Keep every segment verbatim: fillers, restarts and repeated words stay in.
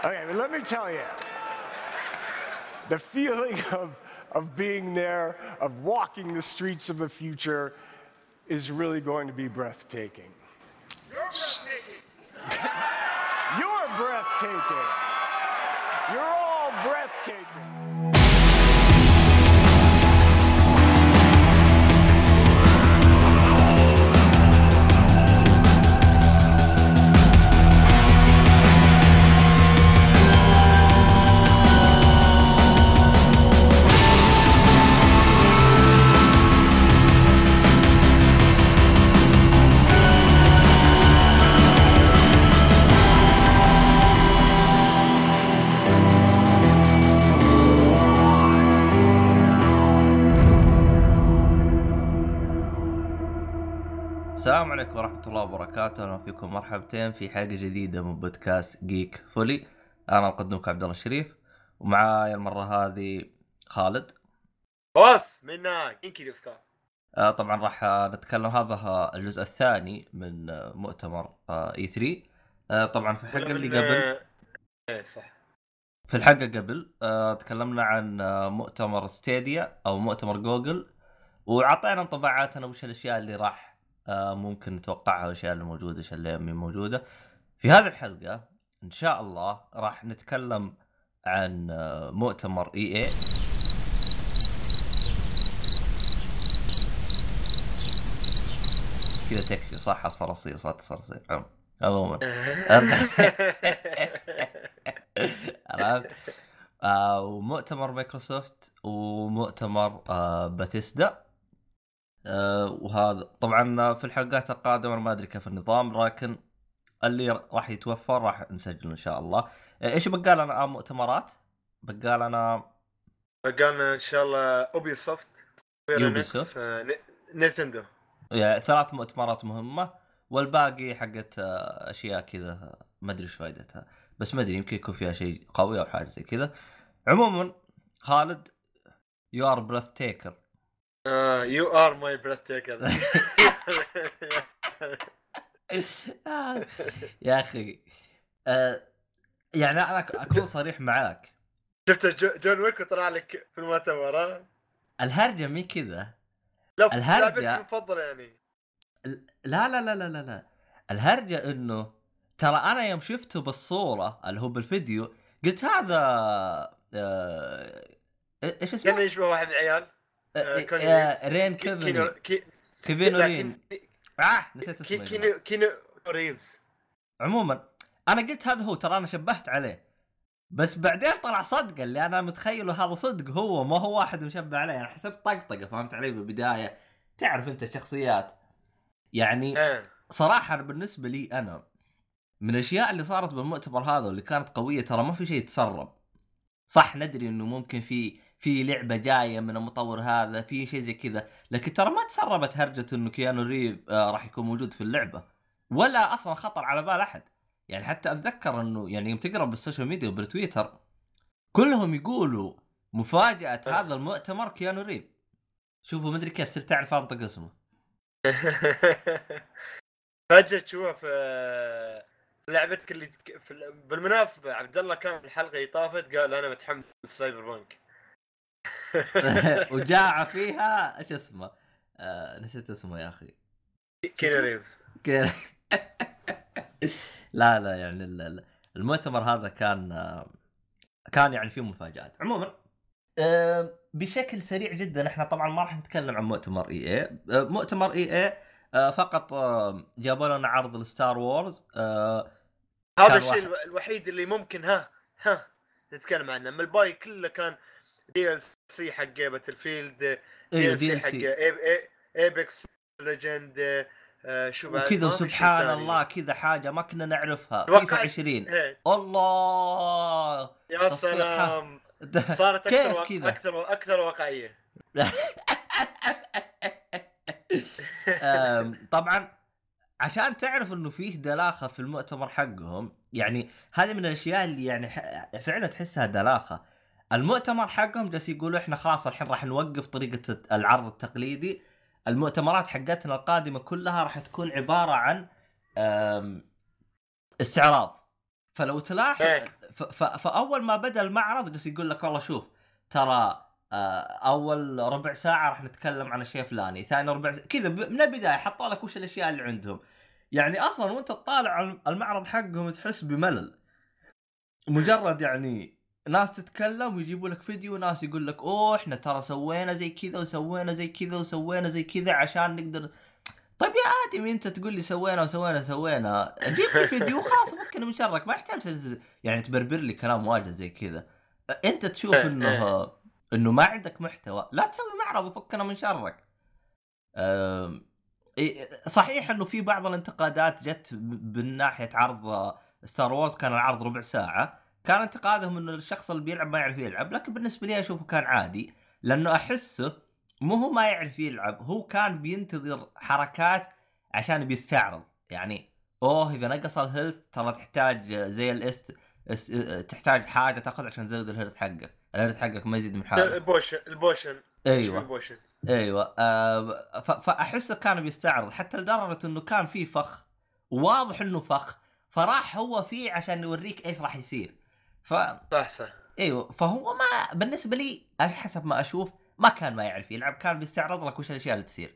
Okay, but let me tell you, the feeling of, of being there, of walking the streets of the future, is really going to be breathtaking. You're breathtaking. You're breathtaking. You're all breathtaking. السلام عليكم ورحمة الله وبركاته، أهلا فيكم مرحبتين في حلقة جديدة من بودكاست جيك فولي. أنا مقدمك عبد الله الشريف، ومعايا المرة هذه خالد. بس منا كينكي ديسكا. آه طبعا راح نتكلم، هذا الجزء الثاني من مؤتمر آه إي ثري. آه طبعا في الحلقة اللي قبل ايه صح في الحلقة قبل آه تكلمنا عن آه مؤتمر ستيديا أو مؤتمر جوجل، وعطينا انطباعاتنا وش الأشياء اللي راح آه ممكن نتوقعها والأشياء اللي موجودة والأشياء اللي مي موجودة. في هذه الحلقة إن شاء الله راح نتكلم عن آه مؤتمر إي إيه. كذا تكفي صح، صراصير صوت صراصير عم عموما عرفت. آه ومؤتمر مايكروسوفت ومؤتمر آه باتيسدا. آه وهذا طبعا في الحلقات القادمة ما أدري كيف النظام، لكن اللي راح يتوفر راح نسجل إن شاء الله. آه إيش بقال أنا؟ آه مؤتمرات بقال أنا بقالنا إن شاء الله أوبي سوفت، يوبي سوفت، نينتندو. يعني ثلاث مؤتمرات مهمة، والباقي حقت أشياء كذا ما أدري إيش فائدتها، بس ما أدري يمكن يكون فيها شيء قوي أو حاجة زي كذا. عموما خالد you are breathtaker. uh, you are my breathtaker. يا أخي آه يعني أنا أكون صريح معاك، شفت جو جون ويك وطلع لك في المؤتمر؟ الهرجة مي كذا. لا الهرجة المفضلة يعني. لا لا لا لا لا لا الهرجة إنه ترى أنا يوم شفته بالصورة اللي هو بالفيديو قلت هذا آه... إيش اسمه؟ كان يشبه واحد من العيال. آه... آه... رين كيفن كي... كيفن رين كي... آه نسيت اسمه. كينو كينو ريفز. عموما أنا قلت هذا هو، ترى أنا شبهت عليه، بس بعدين طلع صدق اللي أنا متخيله هذا صدق هو، ما هو واحد مشبه عليه. يعني حسبت طقطقة، فهمت علي بالبداية. تعرف أنت الشخصيات يعني. آه. صراحة أنا بالنسبة لي أنا من الأشياء اللي صارت بالمؤتمر هذا واللي كانت قوية، ترى ما في شيء يتسرب. صح ندري إنه ممكن في في لعبة جاية من المطور هذا، في شيء زي كذا، لكن ترى ما تسربت هرجة إنه كيانو ريف آه راح يكون موجود في اللعبة، ولا أصلا خطر على بال أحد. يعني حتى أتذكر إنه يعني يوم تقرأ بالسوشيال ميديا وبالتويتر كلهم يقولوا مفاجأة هذا المؤتمر كيانو ريف. شوفوا مدري كيف صرت تعرف أنطق اسمه. فجأة تشوفه في لعبتك اللي في... بالمناسبة عبد الله كان في الحلقة طافت قال أنا متحمس السايبر بانك. وجاع فيها ايش اسمه؟ آه نسيت اسمه يا اخي. كينو ريفز. لا لا يعني المؤتمر هذا كان كان يعني فيه مفاجآت. عموما آه بشكل سريع جدا احنا طبعا ما راح نتكلم عن مؤتمر اي اي. آه مؤتمر اي اي آه فقط آه جابوا لنا عرض الستار وورز. آه هذا الشيء واحد... الوحيد اللي ممكن ها ها نتكلم عنه. من الباقي كله كان دي ال سي حق باتل فيلد، دي ال سي حق ايبكس ليجند، شو بعد وكذا سبحان الله كذا حاجة ما كنا نعرفها. فيفا عشرين هي. الله يا سلام صارت أكثر و... أكثر أكثر واقعية. طبعا عشان تعرف انه فيه دلاخة في المؤتمر حقهم، يعني هذه من الاشياء اللي يعني فعلا تحسها دلاخة. المؤتمر حقهم جالس يقولوا احنا خلاص الحين راح نوقف طريقة العرض التقليدي، المؤتمرات حقتنا القادمة كلها راح تكون عبارة عن استعراض. فلو تلاحظ ف... ف... فاول ما بدا المعرض جالس يقول لك والله شوف ترى اول ربع ساعه راح نتكلم عن الشيء فلاني، ثاني ربع ساعة كذا من البدايه حطوا لك وش الاشياء اللي عندهم. يعني اصلا وانت تطالع المعرض حقهم تحس بملل، مجرد يعني ناس تتكلم ويجيبوا لك فيديو، ناس يقول لك اوه احنا ترى سوينا زي كذا وسوينا زي كذا وسوينا زي كذا عشان نقدر. طيب يا ادمي انت تقول لي سوينا وسوينا سوينا جيب لي فيديو خلاص فكنا من شرك، ما يحتاج يعني تبربر لي كلام واجد زي كذا. انت تشوف انه انه ما عندك محتوى لا تسوي معرض وفكنا من شرك. صحيح انه في بعض الانتقادات جت بالناحيه عرض ستار وورز، كان العرض ربع ساعه، كان انتقادهم انه الشخص اللي بيلعب ما يعرف يلعب، لكن بالنسبه لي اشوفه كان عادي، لانه احسه مو هو ما يعرف يلعب، هو كان بينتظر حركات عشان بيستعرض. يعني اوه اذا نقص الهيلث ترى تحتاج زي الاست تحتاج حاجه تاخذ عشان تزود الهيلث حقك، الهيلث حقك ما يزيد من حاله. البوشن البوشن ايوه البوشن. ايوه آه فاحسه كان بيستعرض حتى لدرجه انه كان فيه فخ واضح انه فخ، فراح هو فيه عشان يوريك ايش راح يصير. ف صح صح ايوه فهو ما بالنسبه لي حسب ما اشوف ما كان ما يعرف يلعب، كان بيستعرض لك وش الاشياء اللي تصير.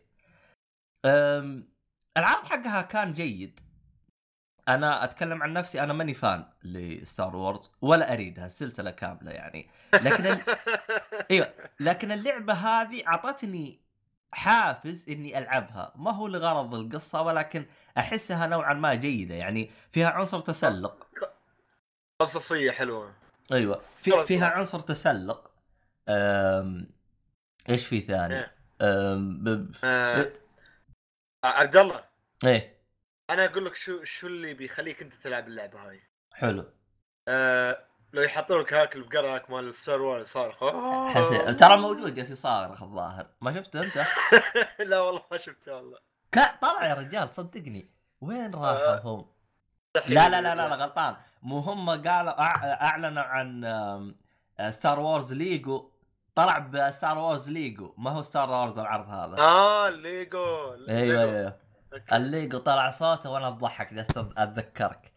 العرض حقها كان جيد. انا اتكلم عن نفسي، انا ماني فان لستار وورز ولا اريدها السلسله كامله يعني، لكن ال... ايوه لكن اللعبه هذه اعطتني حافز اني العبها، ما هو لغرض القصه ولكن احسها نوعا ما جيده، يعني فيها عنصر تسلق، قصصيه حلوه. ايوه في فيها عنصر تسلق. أم... ايش في ثاني؟ أم... ب... أه... عبد الله ايه انا اقول لك شو شو اللي بيخليك انت تلعب اللعبه هاي. حلو. أه... لو يحطوا لك هاك البقرك مال ستار وورز صارخ حسين ترى موجود يا سي صارخ الظاهر، ما شفته انت؟ لا والله ما شفته والله. طلع يا رجال صدقني وين راحوا هم؟ لا لا لا لا غلطان، مو هم قالوا اعلنوا عن ستار وورز ليجو، طلع بستار وورز ليجو ما هو ستار وورز العرض هذا. اه ليجو ايوه ايوه الليجو طلع صوته وانا اضحك جالس اتذكرك.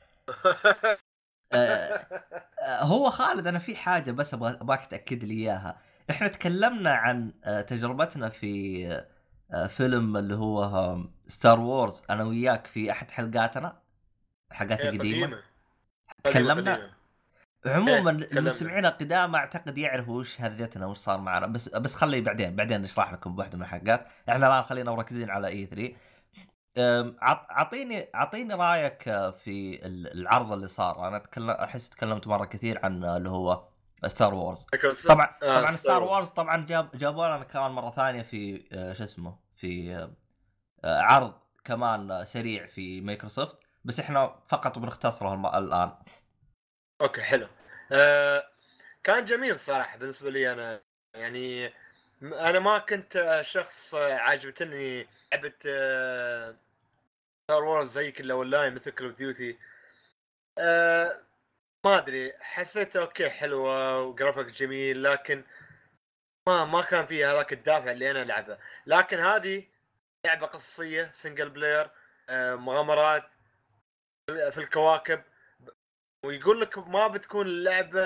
آه هو خالد انا في حاجه بس ابغى ابغاك تاكد لي اياها. احنا تكلمنا عن تجربتنا في فيلم اللي هو ستار وورز انا وياك في احد حلقاتنا حلقات قديمه تكلمنا. عموما المستمعين القدامى اعتقد يعرفوا وش هرجتنا وش صار معنا، بس بس خلي بعدين بعدين نشرح لكم بواحده من الحلقات. احنا الان خلينا مركزين على اي ثري. اعطيني اعطيني رايك في العرض اللي صار. انا اتكلم احس تكلمت مره كثير عن اللي هو ستار وورز. طبعا طبعا ستار وورز طبعا جاب جابوا لنا كمان مره ثانيه في شو اسمه في عرض كمان سريع في مايكروسوفت، بس احنا فقط بنختصره الان. اوكي حلو. آه كان جميل صراحه بالنسبه لي انا، يعني انا ما كنت شخص عاجبتني لعبه آه ستار وورز زي كل اونلاين مثل كول اوف ديوتي. آه ما ادري حسيت اوكي حلوه وجرافيك جميل، لكن ما ما كان فيها هذاك الدافع اللي انا العبه. لكن هذه لعبه قصصيه سنجل بلاير، آه مغامرات في الكواكب، ويقول لك ما بتكون اللعبه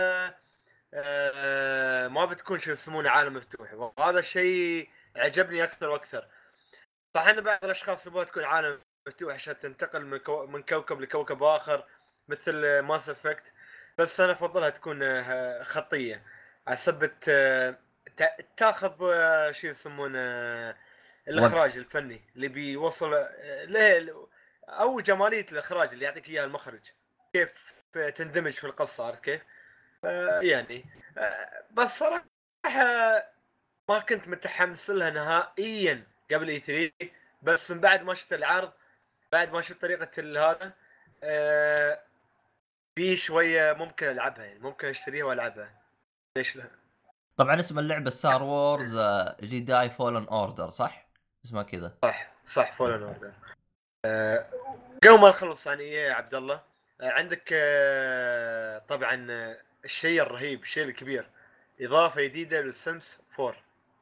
آه ما بتكون شو يسمونه عالم مفتوح، وهذا الشيء عجبني اكثر واكثر. صح ان بعض الاشخاص يبغوا تكون عالم مفتوح عشان تنتقل من, كو... من كوكب لكوكب اخر مثل ماس افكت، بس انا افضلها تكون خطيه على سبة تاخذ شيء يسمونه الاخراج وقت. الفني اللي بيوصل له، او جماليه الاخراج اللي يعطيك اياه المخرج، كيف تندمج في القصه، عرفت كيف؟ يعني بس صراحه ما كنت متحمس لها نهائيا قبل اي ثري، بس من بعد ما شفت العرض، بعد ما شفت طريقه هذا أه في شويه ممكن العبها، يعني ممكن اشتريها والعبها. ليش لا؟ طبعا اسم اللعبه ستار وورز جيداي فولن اوردر صح؟ اسمها كذا صح صح فولن اوردر. أه قبل ما نخلص يعني ايه يا عبد الله، أه عندك أه طبعا الشيء الرهيب الشيء الكبير، اضافه جديده للسيمز فور.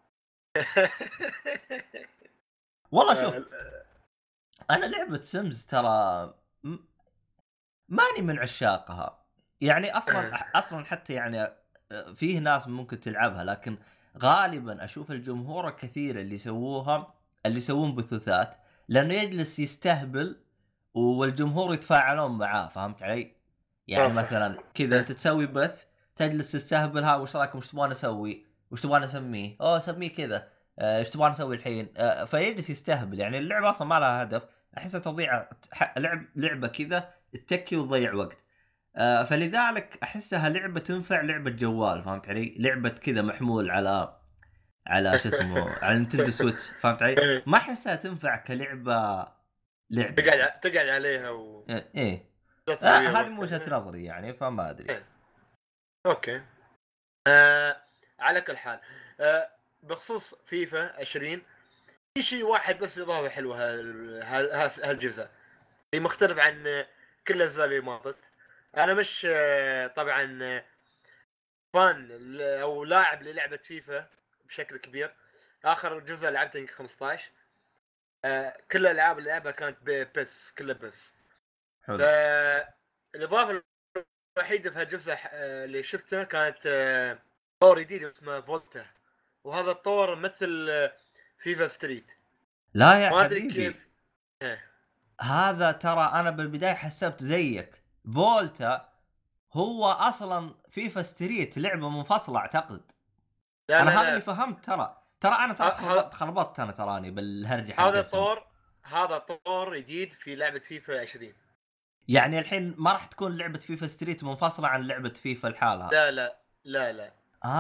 والله شوف انا لعبه سيمز ترى ماني من عشاقها، يعني اصلا اصلا حتى يعني فيه ناس ممكن تلعبها، لكن غالبا اشوف الجمهور الكثير اللي يسووها اللي يسوون بثوثات، لانه يجلس يستهبل والجمهور يتفاعلون معاه، فهمت علي؟ يعني مثلا كذا انت تسوي بث تجلس تستهبل، ها وش رايكم، وش تبغى اسوي، وش تبغى اسميه، اوه سميه كذا، ايش آه تبغى نسوي الحين، آه فيجلس يستهبل. يعني اللعبه اصلا ما لها هدف، احسها تضيع لعب لعبه كذا تتكي وتضيع وقت. آه فلذلك احسها لعبه تنفع لعبه جوال، فهمت علي؟ لعبه كذا محمول على على شو اسمه على نينتندو سويتش، فهمت علي؟ ما احسها تنفع كلعبه لعبه تقعد يعني. تقعد عليها و ايه, إيه. آه تسوي هذه وقت. وجهة نظري يعني، فما ادري. إيه. اوكي. آه على كل حال، آه بخصوص فيفا عشرين، في شيء واحد بس اضافه حلوه هالجزء اللي مختلف عن كل الاجزاء اللي ماضت. انا مش آه، طبعا آه، فان ل- او لاعب للعبه فيفا بشكل كبير. اخر جزء لعبته يمكن خمسة عشر. آه، كل الالعاب اللي لعبها كانت بس كلها بس. حلو. فالاضافه الوحيده في هالجزء آه، اللي شفتها كانت آه، طور جديد اسمه فولتا، وهذا الطور مثل آه، فيفا ستريت. لا يا ما ادري حبيبي، كيف. إيه. هذا ترى انا بالبدايه حسبت زيك، فولتا هو اصلا فيفا ستريت لعبه منفصله اعتقد. لا انا لا هذا لا اللي فهمت، ترى ترى انا ترى ه- ه- خربطت خربطت انا تراني بالهرجه هذا حقتهم. طور هذا طور جديد في لعبه فيفا عشرين. يعني الحين ما راح تكون لعبه فيفا ستريت منفصله عن لعبه فيفا لحالها. لا لا لا لا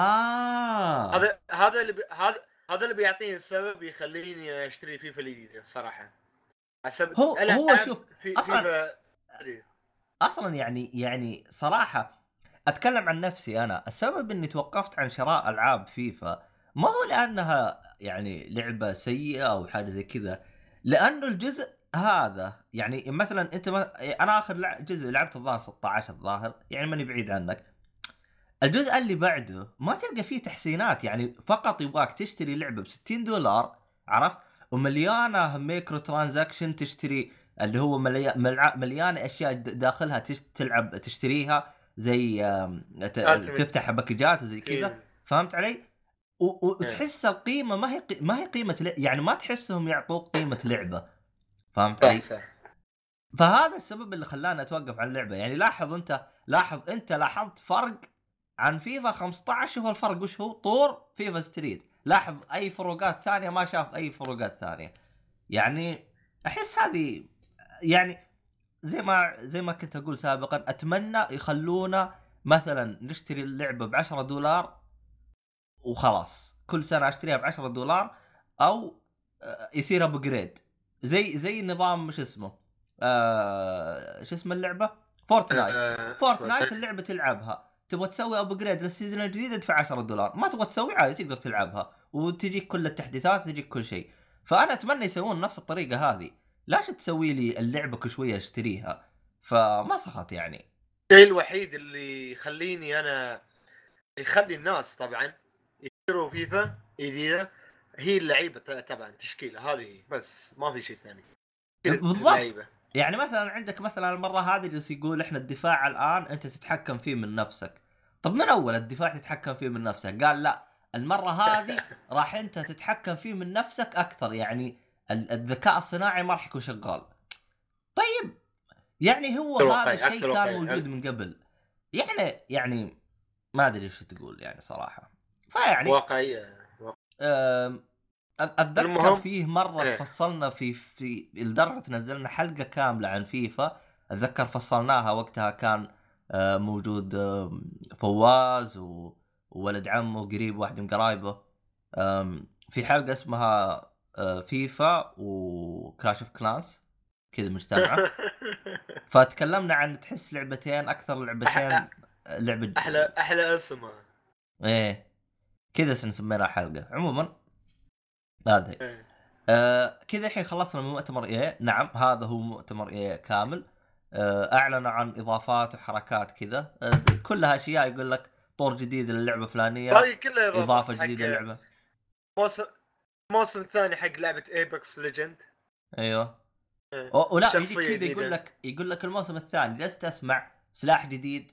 اه هذا هذا اللي بي... هذا هذا اللي بيعطيني السبب يخليني اشتري فيفا الجديدة الصراحه. حسب هو هو العب شوف في اصلا فيفا. اصلا يعني يعني صراحه اتكلم عن نفسي انا، السبب اني توقفت عن شراء العاب فيفا ما هو لانها يعني لعبه سيئه او حاجه زي كذا، لانه الجزء هذا يعني مثلا انت ما انا اخر لع- جزء لعبت الظاهر ستة عشر الظاهر، يعني ماني بعيد عنك. الجزء اللي بعده ما تلقى فيه تحسينات، يعني فقط يبغاك تشتري لعبه ب ستين دولار، عرفت؟ ومليانه ميكرو ترانزاكشن تشتري، اللي هو ملي... ملع... مليانه اشياء د- داخلها تش... تلعب تشتريها زي آم، ت... تفتح باكجات وزي كذا، فهمت علي؟ و... و... وتحس القيمه ما هي قي... ما هي قيمه ل... يعني ما تحسهم يعطوك قيمه لعبه، فهمت علي؟ صح صح. فهذا السبب اللي خلاني اتوقف عن اللعبه. يعني لاحظ انت لاحظ انت لاحظت فرق عن فيفا خمسة عشر. شوف الفرق وش هو، طور فيفا ستريت، لاحظ اي فروقات ثانيه ما شاف اي فروقات ثانيه. يعني احس هذه يعني زي ما زي ما كنت اقول سابقا، اتمنى يخلونا مثلا نشتري اللعبه بعشرة دولار وخلاص، كل سنه اشتريها بعشرة دولار، او آه، يصير ابجريد زي زي نظام مش اسمه آه شو اسم اللعبه، فورتنايت. آه، فورتنايت اللعبه تلعبها تبغى تسوي ابجريد للسيزون الجديد ادفع عشرة دولار، ما تبغى تسوي عادي تقدر تلعبها وتجيك كل التحديثات تجيك كل شيء. فانا اتمنى يسوون نفس الطريقه هذه، لاش تسوي لي اللعبه كل شويه اشتريها، فما سخط يعني. الشيء الوحيد اللي يخليني انا يخلي الناس طبعا يشتروا فيفا جديده هي اللعيبه طبعا، تشكيله هذه بس، ما في شيء ثاني. بالضبط. يعني مثلا عندك مثلا المره هذه جالس يقول احنا الدفاع الان انت تتحكم فيه من نفسك. طب من اول الدفاع تتحكم فيه من نفسك؟ قال لا، المره هذه راح انت تتحكم فيه من نفسك اكثر، يعني الذكاء الصناعي ما راح يكون شغال. طيب يعني هو هذا الشيء كان موجود من قبل، يعني يعني ما ادري ايش تقول يعني صراحه. فيعني واقعيه. اتذكر المهم فيه مره إيه. تفصلنا في في لدرجه نزلنا حلقه كامله عن فيفا، اتذكر فصلناها وقتها، كان آه، موجود آه، فواز و- وولد عمه قريب واحد من قرايبه، آم، في حلقه اسمها آه، فيفا وكلاش اوف كلانس كذا مجتمعه. فتكلمنا عن تحس لعبتين اكثر لعبتين لعبه احلى احلى اسمها ايه كذا سنسميها حلقه. عموما هذا إيه. آه كذا الحين خلصنا من مؤتمر ايه. نعم هذا هو مؤتمر ايه كامل. آه اعلنوا عن اضافات وحركات كذا، آه كلها اشياء يقول لك طور جديد للعبه فلانيه، باقي كله اضافه, إضافة جديده حق للعبه. موسم الموسم الثاني حق لعبه ايبكس ليجند. ايوه إيه. ولا يجي شخصية كذا جديدة. يقول لك يقول لك الموسم الثاني جلست اسمع سلاح جديد،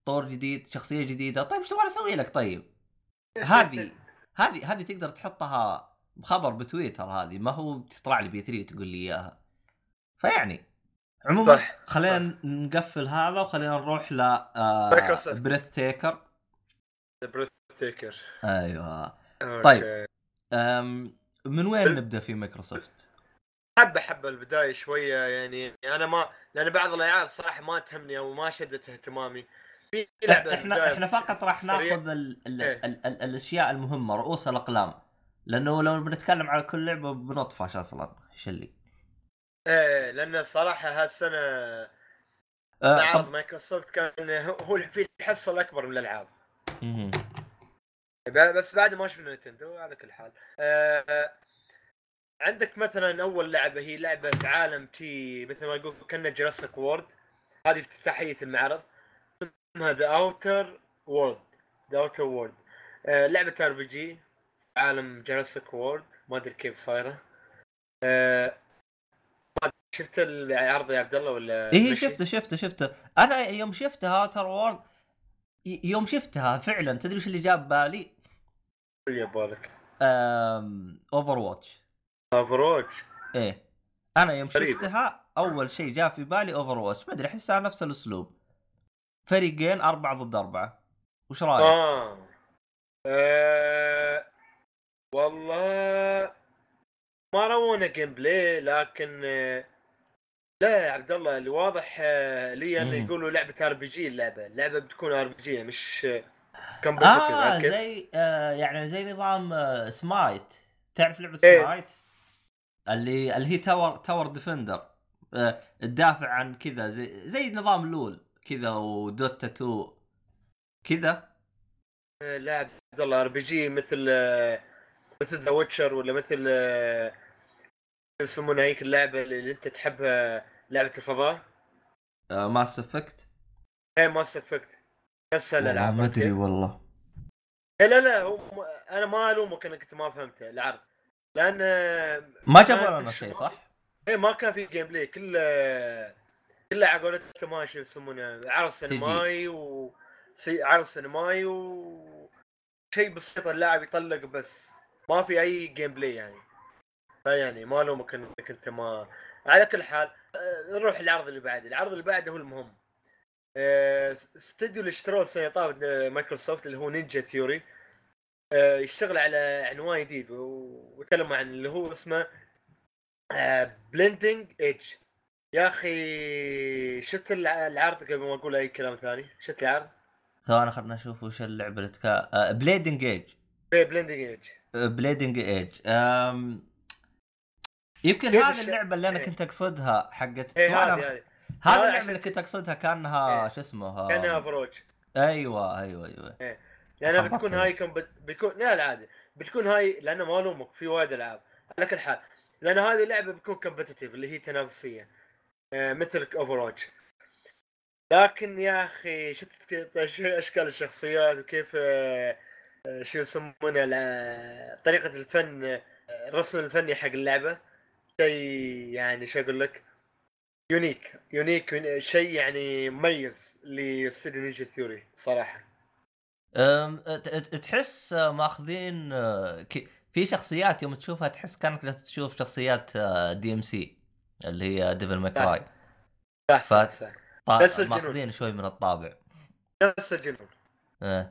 طور جديد، شخصيه جديده. طيب ايش تبغى اسوي لك؟ طيب هذه هذه هذه تقدر تحطها بخبر بتويتر، هذه ما هو تطلع لي بي ثري تقول لي اياها. فيعني عموما صح خلينا صح. نقفل هذا وخلينا نروح ل آه مايكروسوفت بريث تيكر. بريث تيكر. ايوه طيب، اوكي. أم من وين بال- نبدا في مايكروسوفت؟ حبه حبه البدايه شويه يعني، انا ما لان بعض الالعاب صراحه ما تهمني او ما شدت اهتمامي. في إح- لعبه احنا البدايه احنا فقط راح سريع. ناخذ ال ال ايه ال ال الاشياء المهمه، رؤوس الاقلام، لانه لو بنتكلم على كل لعبه بنطفش اصلا. ايش اللي ايه لان الصراحه هالسنه أه معرض طب مايكروسوفت كان هو هو في الحصه الاكبر من الالعاب. مهم. بس بعد ما شفنا نينتندو على كل حال. آه عندك مثلا اول لعبه هي لعبه عالم تي مثل ما يقول كنا جراسيك وورد، هذه افتتاحيه المعرض، اسمها ذا اوتر وورد. ذا اوتر وورد لعبه ار بي جي عالم جراسيك وورد، ما ادري كيف صايره. آه شفت العرض يا عبد الله ولا ايه مشي؟ شفته شفته شفته انا يوم شفتها ترى وورد، ي- يوم شفتها فعلا تدري ايش اللي جاب بالي؟ يا بالك اوفر واتش. افروج. ايه انا يوم غريبه. شفتها اول شيء جاء في بالي اوفر واتش، ما ادري احسها نفس الاسلوب، فريقين أربعة ضد أربعة. وش رايك؟ آه. آه والله ما رونا جيم بلاي، لكن آه، لا يا عبد الله اللي واضح آه، لي انه مم. يقولوا لعبه ار بي جي. اللعبه اللعبه بتكون ار بي جي مش كومبتيتيف، اه عارف كيف؟ زي آه يعني زي نظام آه سمايت. تعرف لعبة ايه سمايت اللي اللي هي تاور تاور ديفندر، آه تدافع عن كذا زي زي نظام لول كذا ودوتا تو كذا. آه، لا عبد الله ار بي جي مثل آه، مثل ذا ويتشر، ولا مثل آه، يسمونها هيك اللعبه اللي انت تحبها، لعبه الفضاء. آه ماس افكت. هي ماس افكت، نفس والله الالعاب، ما عرفت ادري كيف؟ والله. إيه لا لا هو م- انا ما الومك انك انت ما فهمت العرض، لان آه، ما كان جابوا لنا ش- شيء ما صح؟ إيه ما كان في جيم بلاي، كله كله على قولتهم ما شو يسمونه عرض سي جي. سينمائي و سي... عرض سينمائي و شيء بسيط، اللاعب يطلق بس، ما في اي جيم بلاي يعني. فيعني ما لومك انك انت ما. على كل حال آه، نروح العرض اللي بعده. العرض اللي بعده هو المهم. آه، استوديو اللي اشتروه السنه طافت آه، مايكروسوفت اللي هو نينجا ثيوري، آه، يشتغل على عنوان جديد و- وتكلم عن اللي هو اسمه بلندنج ايدج. يا اخي شفت الع- العرض قبل ما اقول اي كلام ثاني؟ شفت العرض؟ ثواني خلنا نشوف وش اللعبة اللي تكا آه بليدنج ايج. ايه بلندنج ايدج. بليدنج ايج أم... يمكن كيف هذه الش... اللعبه اللي انا ايه كنت اقصدها حقت ايه ثواني هذه أخ... هذه هذه هذا اللعبه اللي عشان كنت ت... اقصدها كانها ايه شو اسمه كانها أم... فروج. ايوه ايوه ايوه ايه لانها بتكون خربطتني. هاي كم بت... بيكون لا العادي بتكون هاي، لانه ما الومك في وايد العاب. على كل حال لان هذه اللعبه بتكون كومبتيتيف اللي هي تنافسيه، آه مثل اوفروج. لكن يا اخي شفت أش- اشكال الشخصيات وكيف آه، آه، شو يسمونه الع- طريقه الفن، آه، الرسم الفني حق اللعبه، شيء يعني شو اقول لك، يونيك يونيك شيء يعني مميز لاستوديو نينجا ثيوري صراحه. أم... ت- ت- تحس ماخذين آه، ك... في شخصيات يوم تشوفها تحس كانك جالس تشوف شخصيات دي ام سي اللي هي ديفل صح ماكراي. صح ف صح, صح. طا- نفس الجنون، ماخذين شوي من الطابع. نفس الجنون. أه.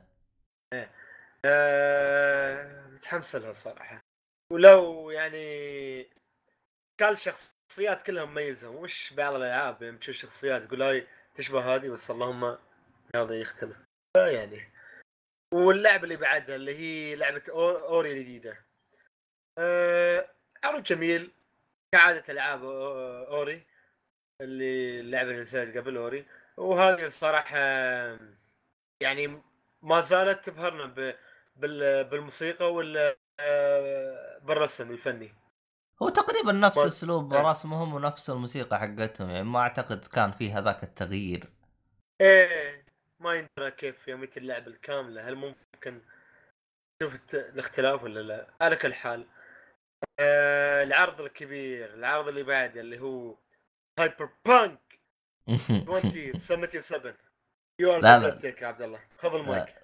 أه... متحمس لها الصراحه. ولو يعني كان الشخصيات كلها مميزه، مش بعض الالعاب يعني تشوف شخصيات تقول هاي تشبه هذه بس اللهم هذا يختلف يعني. واللعبه اللي بعدها اللي هي لعبه أور... اوري الجديده، أه... عرض جميل كعاده العاب أو- اوري، اللي اللعبه اللي نزلت قبل اوري. وهذه الصراحه يعني ما زالت تبهرنا ب... بال... بالموسيقى وال آه، بالرسم الفني. هو تقريبا نفس ما... اسلوب آه. رسمهم ونفس الموسيقى حقتهم، يعني ما اعتقد كان في هذاك التغيير. ايه ما يندرى كيف يومية اللعبة الكاملة، هل ممكن شفت الاختلاف ولا لا؟ على كل حال آه العرض الكبير، العرض اللي بعده اللي هو هايبر بانك ألفين وسبعة وسبعين. لا لا يا عبد الله خذ المايك.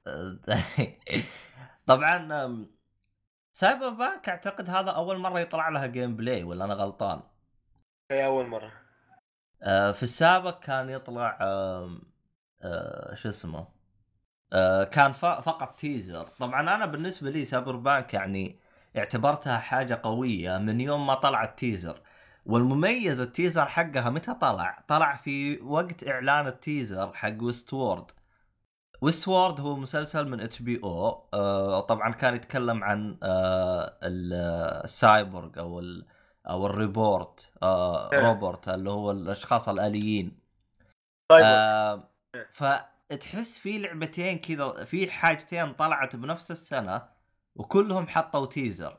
طبعا سايبر بانك اعتقد هذا اول مره يطلع لها جيم بلاي ولا انا غلطان؟ هي اول مره. آه في السابق كان يطلع آه آه شو اسمه آه كان فقط تيزر. طبعا انا بالنسبه لي سايبر بانك يعني اعتبرتها حاجه قويه من يوم ما طلع التيزر. والمميز التيزر حقها متى طلع؟ طلع في وقت اعلان التيزر حق ويست وورد. ويست وورد هو مسلسل من اتش بي او. آه طبعا كان يتكلم عن آه السايبورغ او ال او الريبورت آه روبورت اللي هو الاشخاص الاليين. آه فتحس في لعبتين كذا، في حاجتين طلعت بنفس السنه وكلهم حطوا تيزر.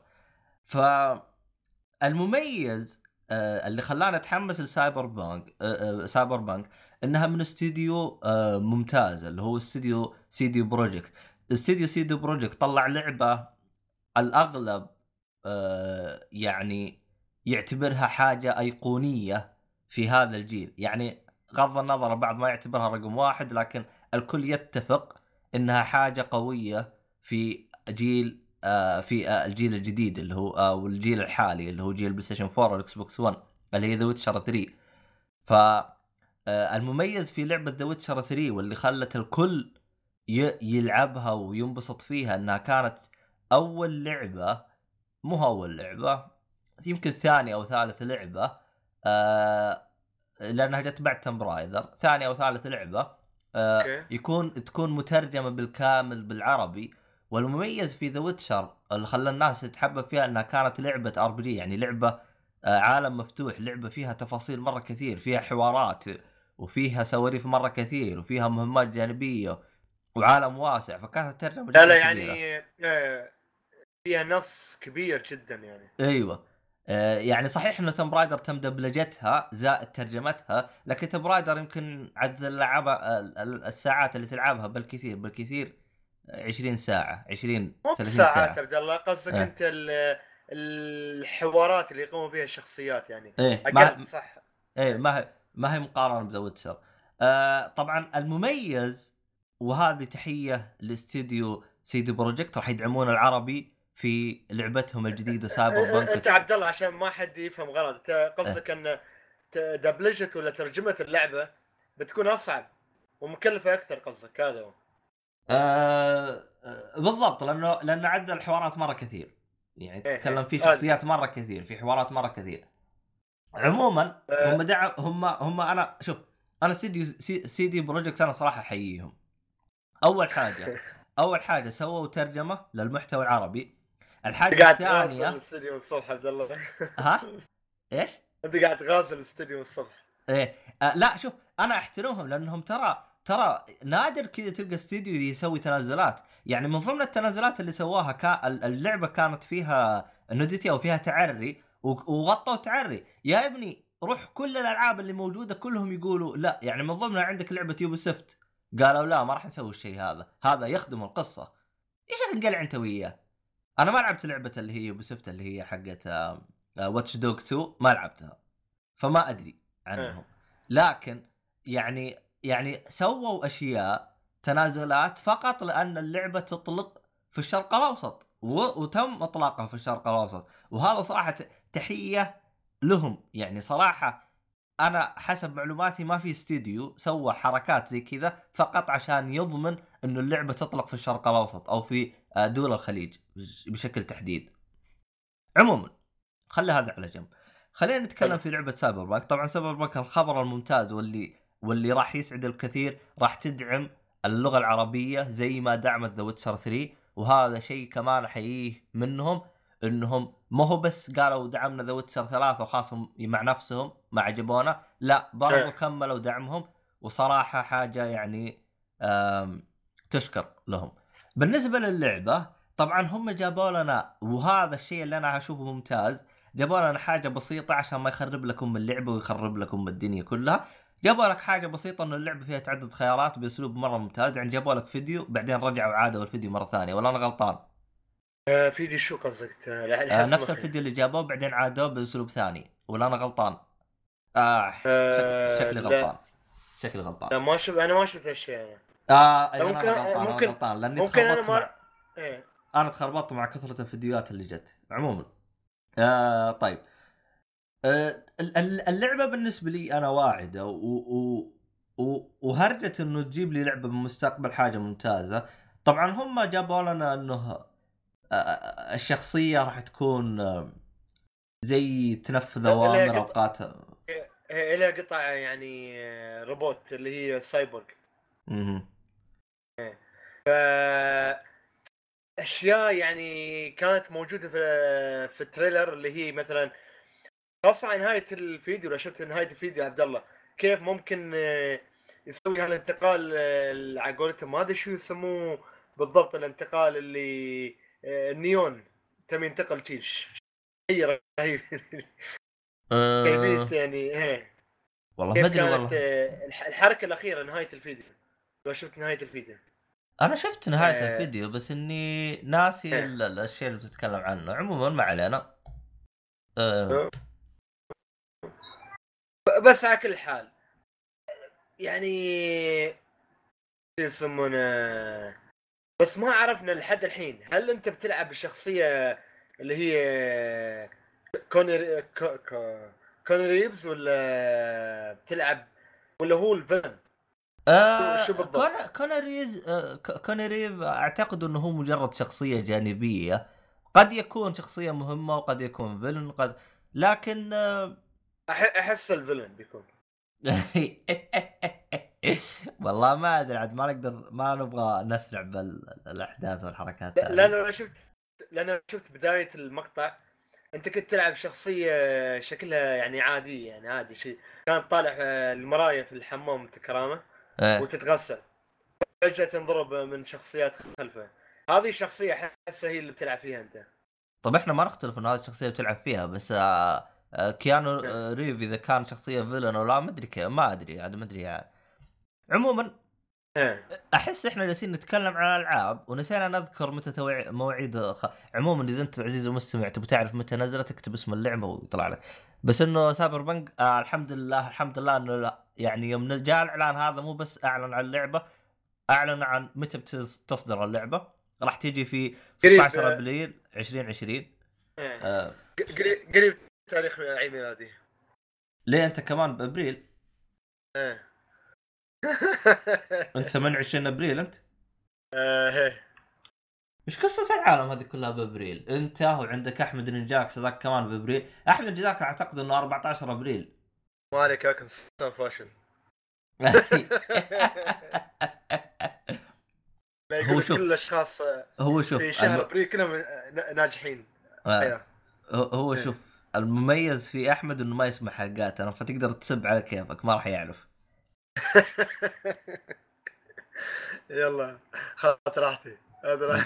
فالمميز آه اللي خلانا نتحمس لسايبر بانك آه آه سايبر بانك انها من استديو آه ممتاز اللي هو استديو سيدي بروجكت. استديو سيدي بروجكت طلع لعبه الاغلب آه يعني يعتبرها حاجه ايقونيه في هذا الجيل. يعني غض النظر بعض ما يعتبرها رقم واحد، لكن الكل يتفق انها حاجه قويه في جيل آه في آه الجيل الجديد اللي هو آه والجيل الحالي اللي هو جيل بلاي ستيشن فور والاكس بوكس ون اللي هي ذا ويتشر ثري. ف المميز في لعبه ذا ويتشر ثري واللي خلت الكل يلعبها وينبسط فيها انها كانت اول لعبه، مو اول لعبه، يمكن ثاني او ثالث لعبه آه لانها جت بعد تمب رايدر، ثاني او ثالث لعبه آه يكون تكون مترجمه بالكامل بالعربي. والمميز في ذا ويتشر اللي خلى الناس تتحبب فيها انها كانت لعبه ار بي جي، يعني لعبه آه عالم مفتوح، لعبه فيها تفاصيل مره كثير، فيها حوارات وفيها سواليف مره كثير وفيها مهمات جانبيه وعالم واسع. فكانت الترجمه جدا لا لا كبيرة. يعني آه فيها نص كبير جدا يعني. ايوه آه يعني صحيح انه تم برايدر تم دبلجتها زائد ترجمتها، لكن تم برايدر يمكن عدد اللعبة الساعات اللي تلعبها بالكثير بالكثير عشرين ساعة، عشرين ثلاثين ساعة. ساعات عبد الله قصدك اه. انت الحوارات اللي يقوموا بها الشخصيات يعني. ايه ما صح. ايه ما هي ما هي مقارنة بذا ويتشر. آه طبعا المميز، وهذه تحية لاستديو سيدي بروجكت راح يدعمون العربي في لعبتهم الجديدة سايبر بانك. انت عبد الله عشان ما حد يفهم غلط، انت قصدك ان دبلجت ولا ترجمة اللعبة بتكون اصعب ومكلفة اكثر، قصدك هذا هو؟ آه بالضبط، لانه لانه عدد الحوارات مره كثير، يعني تتكلم في شخصيات مره كثير، في حوارات مره كثير. عموما هم دعم هم هم انا شوف انا سيدي سيدي بروجكت انا صراحه احييهم. اول حاجه اول حاجه سووا ترجمه للمحتوى العربي. الحاجه الثانيه الاستوديو من الصبح عبد الله. ها ايش انت قاعد تغازل الاستوديو من الصبح. ايه آه لا شوف انا احترمهم لانهم ترى ترى نادر كذا تلقى استديو يسوي تنازلات. يعني من ضمن التنازلات اللي سواها كان اللعبه كانت فيها نوديتي او فيها تعري وغطوا تعري. يا ابني روح كل الالعاب اللي موجوده كلهم يقولوا لا. يعني من ضمنها عندك لعبه يوبي سوفت قالوا لا ما راح نسوي الشيء هذا، هذا يخدم القصه. ايش انقلع انت وياه؟ انا ما لعبت لعبه اللي هي يوبي سوفت اللي هي حقت واتش دوغ تو، ما لعبتها فما ادري عنهم. لكن يعني يعني سووا اشياء تنازلات فقط لان اللعبه تطلق في الشرق الاوسط وتم اطلاقها في الشرق الاوسط، وهذا صراحه تحيه لهم. يعني صراحه انا حسب معلوماتي ما في استديو سوى حركات زي كذا فقط عشان يضمن انه اللعبه تطلق في الشرق الاوسط او في دول الخليج بشكل تحديد. عموما خلي هذا على جنب، خلينا نتكلم في لعبة سايبر بانك. طبعا سايبر بانك الخبر الممتاز واللي واللي راح يسعد الكثير، راح تدعم اللغة العربية زي ما دعمت ذا ويتشر ثري، وهذا شيء كمان احييه منهم انهم ما هو بس قالوا دعمنا ذا ويتشر ثلاثة وخاصهم مع نفسهم ما عجبونا، لا برضو كملوا دعمهم، وصراحة حاجة يعني تشكر لهم. بالنسبة للعبة طبعا هم جابوا لنا، وهذا الشيء اللي انا اشوفه ممتاز، جابوا لنا حاجه بسيطه عشان ما يخرب لكم اللعبه ويخرب لكم الدنيا كلها. جابوا لك حاجه بسيطه انه اللعبه فيها تعدد خيارات باسلوب مره ممتاز. يعني جابوا لك فيديو بعدين رجعوا عادوا الفيديو مره ثانيه، ولا انا غلطان؟ آه فيديو شو قصدك؟ آه نفس الفيديو اللي جابوه بعدين عادوه باسلوب ثاني، ولا انا غلطان؟ آه, آه شك... شكلي غلطان. شكلي غلطان. لا ما شوف انا ما شفت هالشيء انا. اه اذا ممكن انا غلطان ممكن انا غلطان لاني ممكن انا تخربطت ما مع ايه انا تخربطت مع كثره الفيديوهات اللي جت عموما. آه طيب. آه ال- ال- اللعبه بالنسبه لي انا واعده و... و... و... وهرجه انه تجيب لي لعبه بالمستقبل حاجه ممتازه. طبعا هم جابوا لنا انه آه الشخصيه راح تكون آه، زي تنفذ لها اوامر قطع اوقات. لها قطع يعني روبوت اللي هي سايبورغ. مهم. اشياء يعني كانت موجوده في في التريلر اللي هي مثلا خاصه عن نهايه الفيديو. لو شفت نهايه الفيديو عبد الله كيف ممكن آه، يسوي هالانتقال آه، على قولتهم ما ادري شو يسموه بالضبط الانتقال اللي آه، النيون تم ينتقل شيء شيء رهيب كيفية أه... يعني ايه والله ما كيف ادري كانت والله. آه، الح- الحركه الاخيره نهايه الفيديو. لو شفت نهايه الفيديو انا شفت نهايه آه، الفيديو بس اني ناسي آه. ال- الاشياء اللي بتتكلم عنه. عموما ما علينا. أه... بس على كل حال يعني شو يسمونه بس ما عرفنا لحد الحين هل انت بتلعب بالشخصيه اللي هي كونر كو... كو... كونر ريفز ولا بتلعب ولا هو الفيلن شو شو آه... بالضبط؟ كون... كونريز آه... ك- كونريف اعتقد انه هو مجرد شخصيه جانبيه. قد يكون شخصيه مهمه وقد يكون فيلن قد لكن آه... أح... احس الفيلن بيكون. والله ما ادري عاد ما نقدر ما نبغى نسرع بالاحداث والحركات لا لانه هذه. انا شفت لانه شفت بدايه المقطع انت كنت تلعب شخصيه شكلها يعني عادي يعني عادي شيء كانت طالع المرايه في الحمام كرامه إيه. وتتغسل فجاه تنضرب من شخصيات خلفه. هذه الشخصيه احسها هي اللي بتلعب فيها انت. طب احنا ما نختلف انه هذه الشخصيه بتلعب فيها بس آه آه كيانو آه ريف اذا كان شخصيه فيلن ولا ما ادري كيف ما ادري عاد ما ادري يعني. عموما احس احنا جالسين نتكلم عن الالعاب ونسينا نذكر متى توع... مواعيد خ... عموما اذا انت عزيزي المستمع تبي تعرف متى نزلت اكتب اسم اللعبه ويطلع لك. بس انه سايبر بنك آه الحمد لله الحمد لله انه لا يعني يوم جاء الاعلان هذا مو بس اعلن عن اللعبه اعلن عن متى بتصدر اللعبه. راح تيجي في ستة قريب عشر ابريل ألفين وعشرين. آه قريب قريب تاريخ عيد ميلادي. ليه انت كمان بابريل؟ ايه انت ثمانية وعشرين ابريل انت؟ ايه ايش قصة العالم هذه كلها بابريل؟ انت وعندك احمد نجاكس هذاك كمان بابريل. احمد نجاكس اعتقد انه أربعة عشر ابريل. مالك يا انسان فاشل. لا يقول هو لك كل شوف الاشخاص هو في شوف شهر الم... ابريل كلهم ناجحين. آه. ايوه هو شوف المميز في احمد انه ما يسمع حلقات انا فتقدر تسب على كيفك ما راح يعرف. يلا خذت راحتي هذا.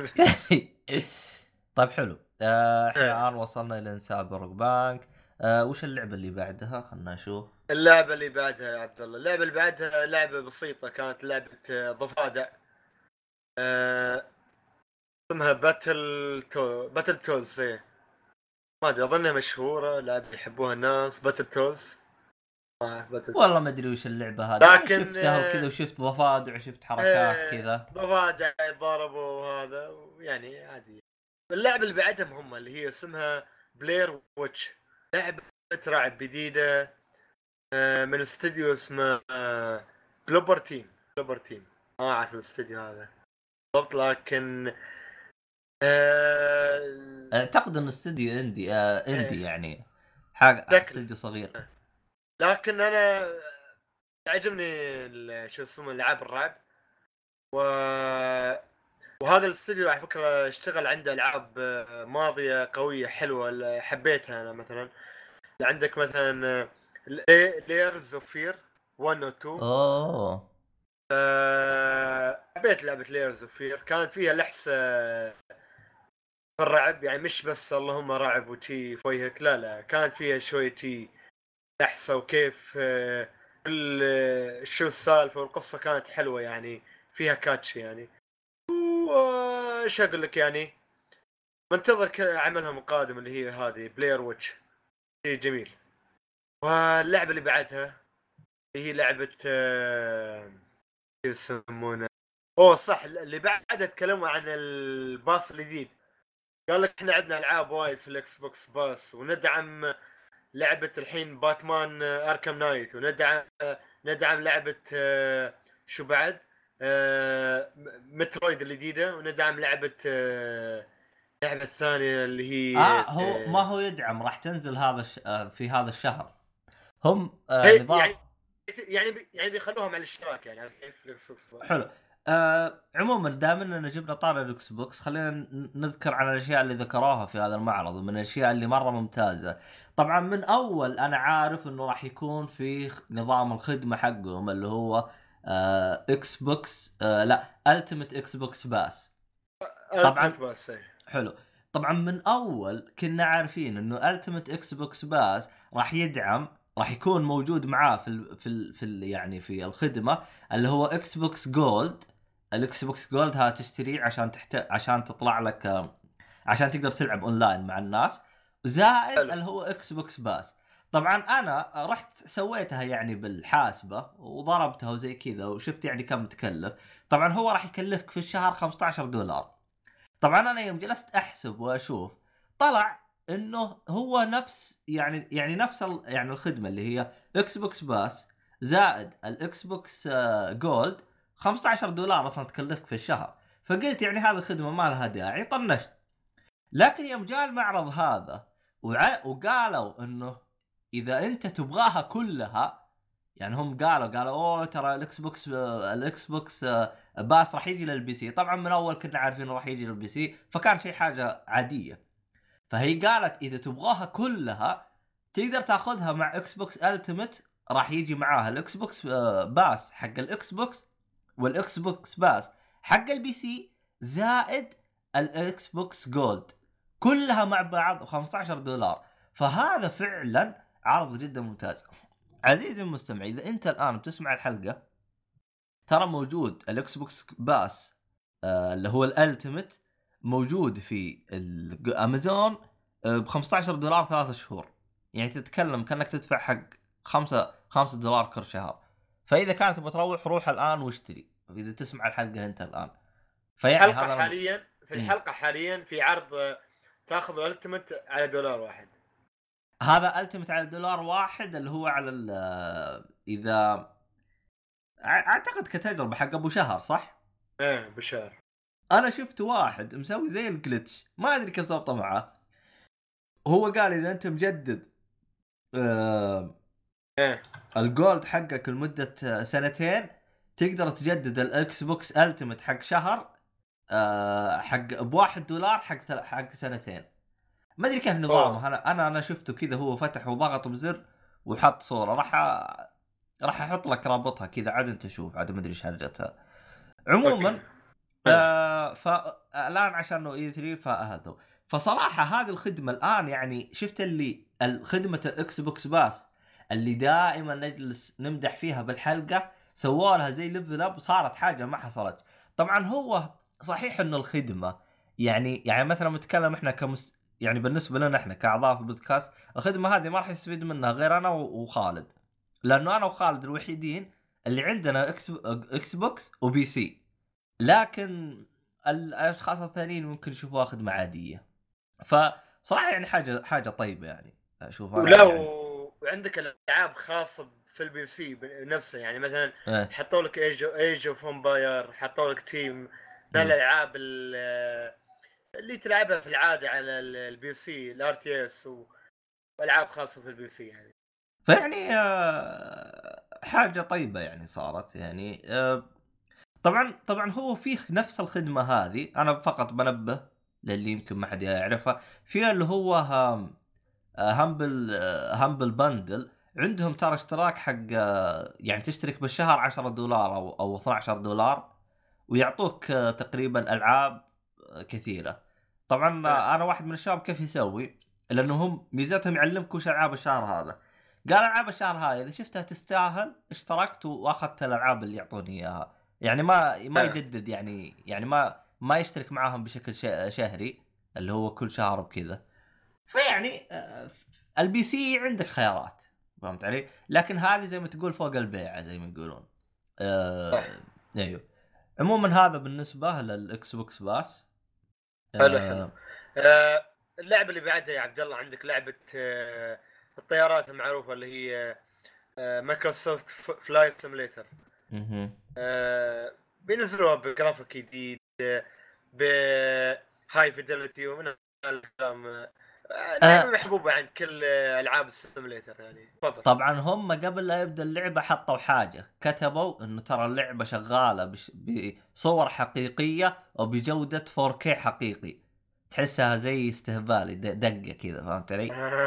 طيب حلو. آه احنا الان وصلنا الى سايبر بانك. آه وش اللعبة اللي بعدها خلنا نشوف. اللعبة اللي بعدها يا عبد الله اللعبة اللي بعدها لعبة بسيطة كانت لعبة ضفادع أه... اسمها باتل تو باتل تولز. ايه ما ادري اظنها مشهورة لعبة يحبوها الناس باتل تولز. باتل والله ما ادري وش اللعبة هذه انا لكن شفتها وكذا وشفت ضفادع وشفت حركات آه... كذا. ضفادع يتضاربوا وهذا يعني عادي. اللعبة اللي بعدها مهمة اللي هي اسمها بلاير ويتش. لعبة رعب جديدة من استديو اسمه بلوبر تيم. بلوبر تيم ما اعرف الاستديو هذا بالضبط لكن آه... اعتقد انه استوديو اندي آه اندي آه... يعني حاجه شكل استوديو صغير. لكن انا تعجبني شو اسمه العاب الرعب و... وهذا الاستديو على فكره اشتغل عنده العاب ماضيه قويه حلوه حبيتها انا مثلا عندك مثلا لايرز اوف فير واحد و اثنين. اوه أه... حبيت لعبه لايرز اوف فير كانت فيها لحسه في الرعب يعني مش بس اللهم رعب وشي في وجهك لا لا كانت فيها شويه شي لحسه وكيف أه... كل شو السالفه والقصه كانت حلوه يعني فيها كاتش يعني. وش اقول لك يعني منتظر عملهم القادم اللي هي هذه بلاير ويتش شيء جميل. واللعبه اللي بعدها هي لعبه آه... يسمونه اوه صح اللي بعد تكلموا عن الباص الجديد. قال لك احنا عندنا العاب وايد في الاكس بوكس باس وندعم لعبه الحين باتمان اركام نايت وندعم ندعم لعبه آه... شو بعد آه... مترويد الجديده وندعم لعبه آه... اللعبه الثانيه اللي هي اه هو ما هو يدعم، راح تنزل هذا الش... آه في هذا الشهر. هم آه هي نظام يعني يعني بي يعني بيخلوها مع الاشتراك يعني عارف كيف الاكس بوكس. حلو. آه عموما دام اننا جبنا طار الاكس بوكس، خلينا ن- نذكر عن الاشياء اللي ذكروها في هذا المعرض، ومن الاشياء اللي مره ممتازه. طبعا من اول انا عارف انه راح يكون في خ- نظام الخدمه حقهم اللي هو آه اكس بوكس آه لا التيمت اكس بوكس باس. طبعا بس حلو. طبعا من اول كنا عارفين انه التيمت اكس بوكس باس راح يدعم، راح يكون موجود معاه في ال في ال في ال يعني في الخدمه اللي هو اكس بوكس جولد. الاكس بوكس جولد هذا تشتريه عشان تحت... عشان تطلع لك آم، عشان تقدر تلعب اونلاين مع الناس، زائد حلو. اللي هو اكس بوكس باس. طبعا انا رحت سويتها يعني بالحاسبه وضربتها وزي كذا وشفت يعني كم تكلف. طبعا هو راح يكلفك في الشهر خمسة عشر دولار. طبعا انا يوم جلست احسب واشوف طلع انه هو نفس يعني يعني نفس ال يعني الخدمه اللي هي اكس بوكس باس زائد الاكس بوكس آه، جولد خمسة عشر دولار اصلا تكلفك في الشهر. فقلت يعني هذه الخدمه ما لها داعي، طنشت. لكن يوم جاء المعرض هذا وع... وقالوا انه اذا انت تبغاها كلها، يعني هم قالوا قالوا اوه ترى الاكس بوكس الاكس بوكس باس راح يجي للبي سي. طبعا من اول كنا عارفين راح يجي للبي سي، فكان شيء حاجه عاديه. فهي قالت اذا تبغاها كلها تقدر تاخذها مع اكس بوكس التيمت، راح يجي معاها الاكس بوكس باس حق الاكس بوكس والاكس بوكس باس حق البي سي زائد الاكس بوكس جولد كلها مع بعض خمسة عشر دولار. فهذا فعلا عرض جدا ممتاز. عزيزي المستمع، اذا انت الان بتسمع الحلقه ترى موجود الاكس بوكس باس آه اللي هو الالتيميت موجود في الامازون آه ب خمسة عشر دولار ثلاثة شهور. يعني تتكلم كانك تدفع حق خمسة خمسة دولار كل شهر. فاذا كانت بتروح روح الان واشتري اذا تسمع الحلقه انت الان. فيعني حلقه هذا حاليا في م. الحلقه حاليا في عرض تاخذ الالتيميت على دولار واحد. هذا التيميت على دولار واحد اللي هو على اذا اعتقد كتجربه حق ابو شهر صح؟ ايه بشهر. انا شفت واحد مسوي زي الجلتش ما ادري كيف ضبطه معاه. هو قال اذا انت مجدد آه ايه الجولد حقك لمده سنتين تقدر تجدد الاكس بوكس التيمت حق شهر آه حق بواحد دولار حق حق سنتين. ما ادري كيف نظامه. انا انا انا شفته كذا هو فتح وضغط بزر وحط صوره. راح أ... راح احط لك رابطها كذا عاد انت شوف عاد ما ادري ايش حرجتها. عموما آه فالان عشان انه اي ثلاثة فهذا. فصراحه هذه الخدمه الان يعني شفت اللي الخدمه الاكس بوكس باس اللي دائما نجلس نمدح فيها بالحلقه سووا لها زي ليفل اب صارت حاجه ما حصلت. طبعا هو صحيح انه الخدمه يعني يعني مثلا متكلم احنا كمست يعني بالنسبه لنا احنا كاعضاء في البودكاست الخدمه هذه ما راح يستفيد منها غير انا وخالد، لانه انا وخالد الوحيدين اللي عندنا اكس اكس بوكس وبي سي. لكن الاشخاص الثانيين ممكن يشوفوها خدمه عاديه. فصراحه يعني حاجه حاجه طيبه يعني اشوف انا ولا يعني. وعندك الالعاب خاصه في البي سي نفسه يعني مثلا اه. حطوا لك ايج ايج اوف امباير حطوا لك تيم من م. الالعاب اللي تلعبها في العاده على البي سي الار تي اس والعاب خاصه في البي سي يعني. فيعني آه حاجه طيبه يعني صارت يعني آه طبعا طبعا هو فيه نفس الخدمه هذه انا فقط بنبه للي يمكن ما حد يعرفها في اللي هو هام همبل همبل باندل. عندهم ترى اشتراك حق يعني تشترك بالشهر عشرة دولار او او اثنا عشر دولار ويعطوك تقريبا العاب كثيره. طبعا انا واحد من الشباب كيف يسوي لانه هم ميزتهم يعلمك وش العاب الشهر هذا. قال العاب الشهر هاي اذا شفتها تستاهل اشتركت واخذت الالعاب اللي يعطوني اياها. يعني ما ما يجدد يعني يعني ما ما يشترك معاهم بشكل شهري اللي هو كل شهر وكذا. فيعني البي سي عندك خيارات فهمت علي؟ لكن هذه زي ما تقول فوق البيعة زي ما يقولون. آه... ايوه. عموما هذا بالنسبة للإكس بوكس باس. حلو حلو. آه اللعبة اللي بعدها يا عبد الله عندك لعبة آه الطيارات المعروفة اللي هي آه مايكروسوفت فلايت سيميليتر. آه بينزلوها بجرافيك جديد آه بهاي فيدلتي ومن الكلام. آه لعبة محبوبة عند كل آه ألعاب السيميليتر يعني. تفضل. طبعا هم قبل لا يبدأ اللعبة حطوا حاجة، كتبوا انه ترى اللعبة شغالة بش... بصور حقيقية وبجودة فور كيه حقيقي. تحسها زي استهبالي دقة كذا، فهمت علي؟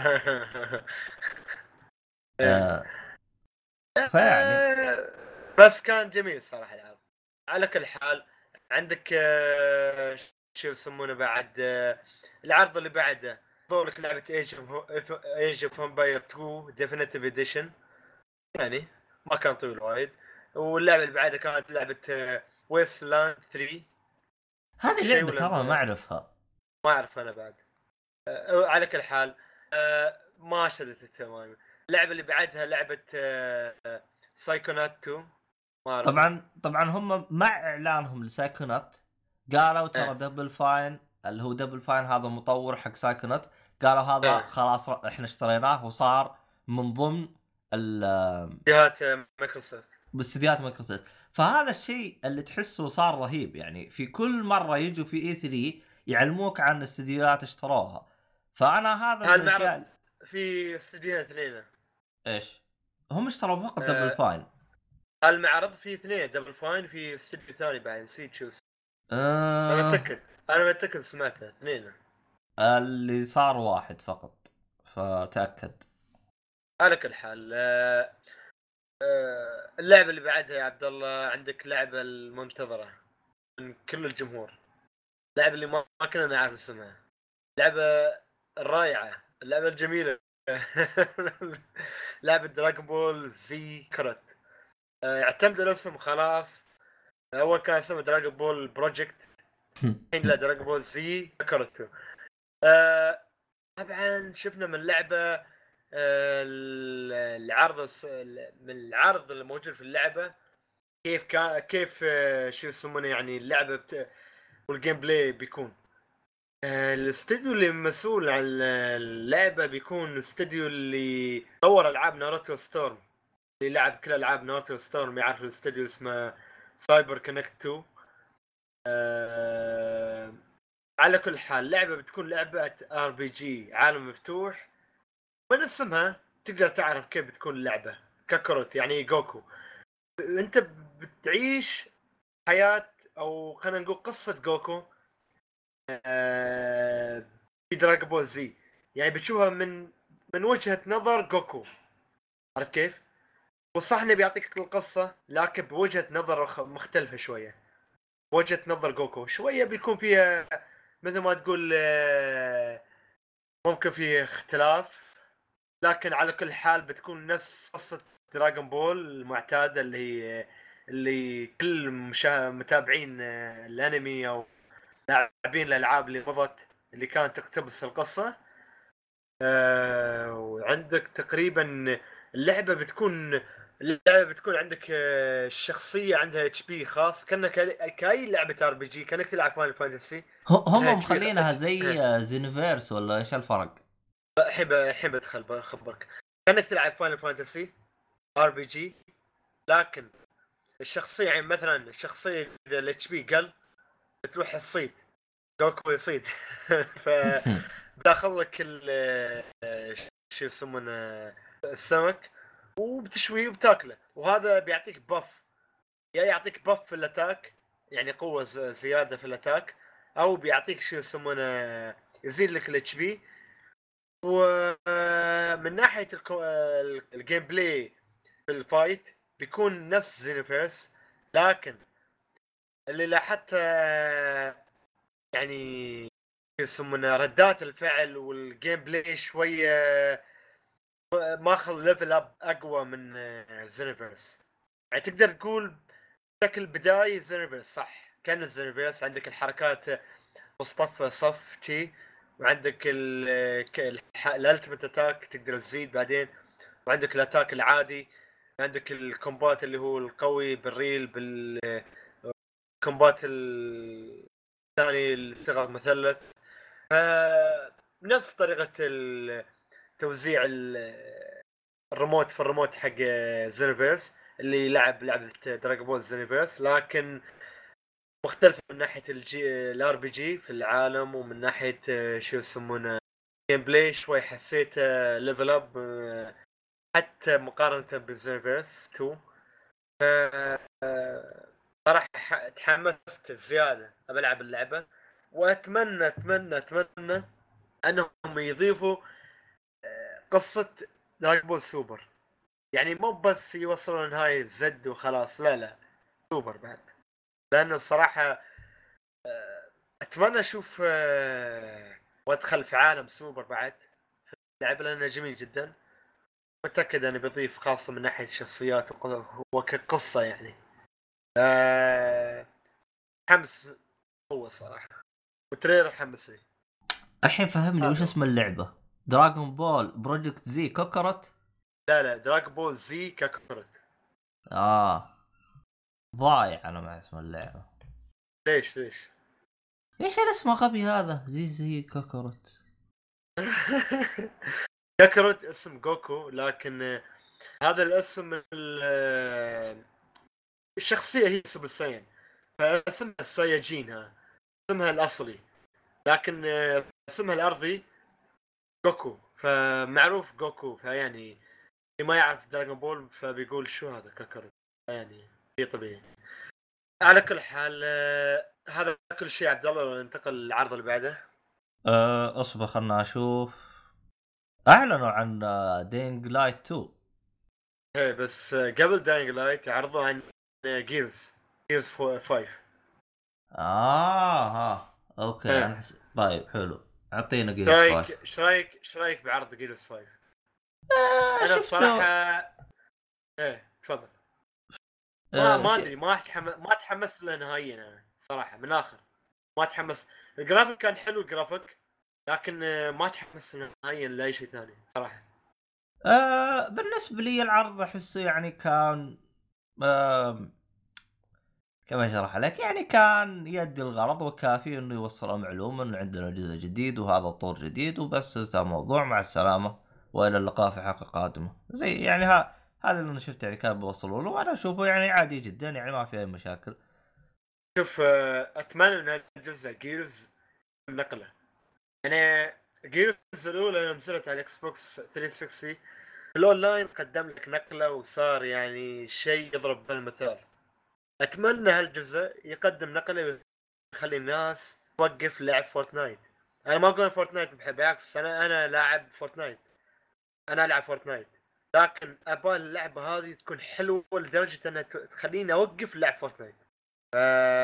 آه. فيعني بس كان جميل صراحة العرض. على كل حال عندك آه شو يسمونه بعد آه العرض اللي بعده ظهرت لعبة ايج اوف ايج اوف امباير تو ديفينيتيف اديشن، يعني ما كان طويل وايد. واللعبة اللي بعدها كانت لعبة ويست لاند ثري. هذه اللعبة ترى ما اعرفها، ما اعرف انا بعد. آه على كل حال آه ما شدت اهتمامي. اللعبة اللي بعدها لعبة آه سايكونات تو. طبعا طبعا هم مع اعلانهم لسايكونات قالوا ترى اه. دبل فاين اللي هو دبل فاين هذا مطور حق سايكونات، قالوا هذا اه. خلاص احنا اشتريناه وصار من ضمن جهات مايكروسوفت باستديوهات مايكروسوفت. فهذا الشيء اللي تحسه صار رهيب، يعني في كل مرة يجوا في اي ثري يعلموك عن استديوهات اشتروها. فانا هذا من الاشياء. في استديوهين اثنين. ايش هم اشتروا فقط آه دبل فاين؟ المعرض فيه اثنين دبل فاين، في استديو ثاني بعد نسيت شو اسمه. آه... انا متاكد انا متاكد سمعتها اثنين. اللي صار واحد فقط، فتاكد. على كل حال آه آه اللعبه اللي بعدها يا عبد الله عندك لعبه المنتظره من كل الجمهور، اللعبه اللي ما كنا نعرف اسمها، لعبه الرائعه، اللعبه الجميله. لعبه دراغون بول زي كرت. آه اعتمد الاسم خلاص. اول كان اسمه دراغون بول بروجكت، الحين لا دراغون بول زي كرت. آه طبعا شفنا من اللعبه آه العرض من العرض اللي موجود في اللعبه كيف كان كيف آه شو يسمونه يعني اللعبه بت... والجيم بلاي بيكون. آه الاستوديو اللي مسؤول عن اللعبه بيكون الاستوديو اللي طور العاب ناروتو ستورم، اللي لعب كل العاب ناروتو ستورم يعرف الاستوديو اسمه سايبر كونكت تو. آه على كل حال لعبه بتكون لعبه ار بي جي عالم مفتوح، من اسمها تقدر تعرف كيف بتكون اللعبه. كاكروت يعني جوكو، انت بتعيش حياه او خلينا نقول قصه جوكو آه في دراغون بول زي، يعني بتشوفها من من وجهه نظر جوكو، عرفت كيف؟ والصح انه بيعطيك القصه لكن بوجهه نظر مختلفه شويه، وجهه نظر جوكو شويه بيكون فيها مثل ما تقول ممكن فيه اختلاف، لكن على كل حال بتكون نفس قصة دراغون بول المعتادة اللي هي اللي كل مشا... متابعين الانمي او لاعبين الالعاب اللي مضت اللي كانت تقتبس القصة. أه... وعندك تقريبا اللعبة بتكون اللعبة بتكون عندك الشخصية عندها اتش بي خاص كأنك كاي لعبة ار بي جي كأنك تلعب فاينل فانتسي. هم مخلينها زي زينيفيرس ولا ايش الفرق؟ الحين الحين بدخل بخبرك. كأنك تلعب فاينل فانتسي ار بي جي، لكن الشخصية يعني مثلا الشخصية اذا الاتش بي قل بتروح الصيد جوكو يصيد. ف داخل لك شو يسمونه السمك وبتشويه وبتاكله، وهذا بيعطيك باف، يا يعطيك باف في الاتاك يعني قوة زيادة في الاتاك، او بيعطيك شو يسمونه يزيد لك الاتش بي. ومن ناحية الجيم بلاي في الفايت بيكون نفس زينوفيرس، لكن اللي لاحظت يعني يسمونه ردات الفعل والجيم بلاي شويه ماخذ ليفل اب اقوى من زينوفيرس، يعني تقدر تقول بشكل بداية زينوفيرس صح كان الزينوفيرس عندك الحركات مصطفى صف تي، وعندك الالتيميت اتاك تقدر تزيد بعدين، وعندك الاتاك العادي، عندك الكومبات اللي هو القوي بالريل بالكومبات الثاني اللي تضغط مثلث. فنفس طريقة توزيع الريموت في الريموت حق زينيفيرس اللي لعب لعبة دراغون بول زينيفيرس، لكن مختلف من ناحية الجي الار بي جي في العالم، ومن ناحية شو يسمونه جيم بلاي شوي حسيت ليفل اب حتى مقارنة بزينيفيرس تو. صراحة تحمست زيادة أبى ألعب اللعبة، وأتمنى أتمنى أتمنى أنهم يضيفوا قصة دراغون بول سوبر، يعني مو بس يوصلون نهاية زد وخلاص، لا لا سوبر بعد، لأن الصراحة أتمنى أشوف وأدخل في عالم سوبر بعد في اللعبة لأنه جميل جدا. متأكد أنه بيضيف خاصة من ناحية الشخصيات وكقصة يعني. حمس هو الصراحة، والتريلر حمسني. الحين فهمني وش اسم اللعبة؟ دراغون بول بروجكت زي كوكرت؟ لا لا دراغون بول زي كوكرت. اه ضايع انا مع اسم اللعبة. ليش ليش ايش الاسم غبي هذا؟ زي زي كوكرت. كوكرت اسم جوكو، لكن هذا الاسم الشخصية هي سوبر ساين، فاسمها الساياجين، ها اسمها الأصلي، لكن اسمها الأرضي جوكو، فمعروف جوكو، فيعني اللي ما يعرف دراغون بول فبيقول شو هذا كوكرت، يعني شيء طبيعي. على كل حال هذا كل شيء عبد الله، ننتقل للعرض اللي بعده. أه اصبر خلنا اشوف. اعلنوا عن دينج لايت تو. ايه بس قبل داينج لايت عرضوا عن جيرز جيرز فايف. اه ها اوكي ايه. انا حس... طيب حلو، اعطينا جيرز شرايك فايف. شرايك شرايك بعرض جيرز فايف؟ آه انا شفته. الصراحه ايه تفضل. ما آه ما ش... ادري، ما تحم... ما تحمست له نهائيا انا صراحه، من الاخر ما تحمس. الجرافيك كان حلو الجرافيك، لكن ما تحمست نهائيا لاي شيء ثاني صراحه. آه بالنسبة لي العرض احسه يعني كان آه كيف اشرح لك، يعني كان يدي الغرض وكافي انه يوصل معلومة انه عندنا جزء جديد وهذا طور جديد وبس، انتهى الموضوع مع السلامة والى اللقاء في حلقة قادمة. زي يعني ها هذا اللي انا شفته يعني كان بوصلوا له، وانا اشوفه يعني عادي جدا، يعني ما في اي مشاكل. شوف اتمنى ان الجزء جيرز نقله، يعني جيرز الاولى لما نزلت على الاكس بوكس ثلاثمية وستين الاونلاين قدم لك نقله وصار يعني شيء يضرب بالمثال. اتمنى هالجزء يقدم نقله يخلي الناس توقف لعب فورتنايت. انا ما اقول فورتنايت بحب، بالعكس انا انا لاعب فورتنايت، انا العب فورتنايت، لكن ابغى اللعبه هذه تكون حلوه لدرجه انها تخليني اوقف لعب فورتنايت. ف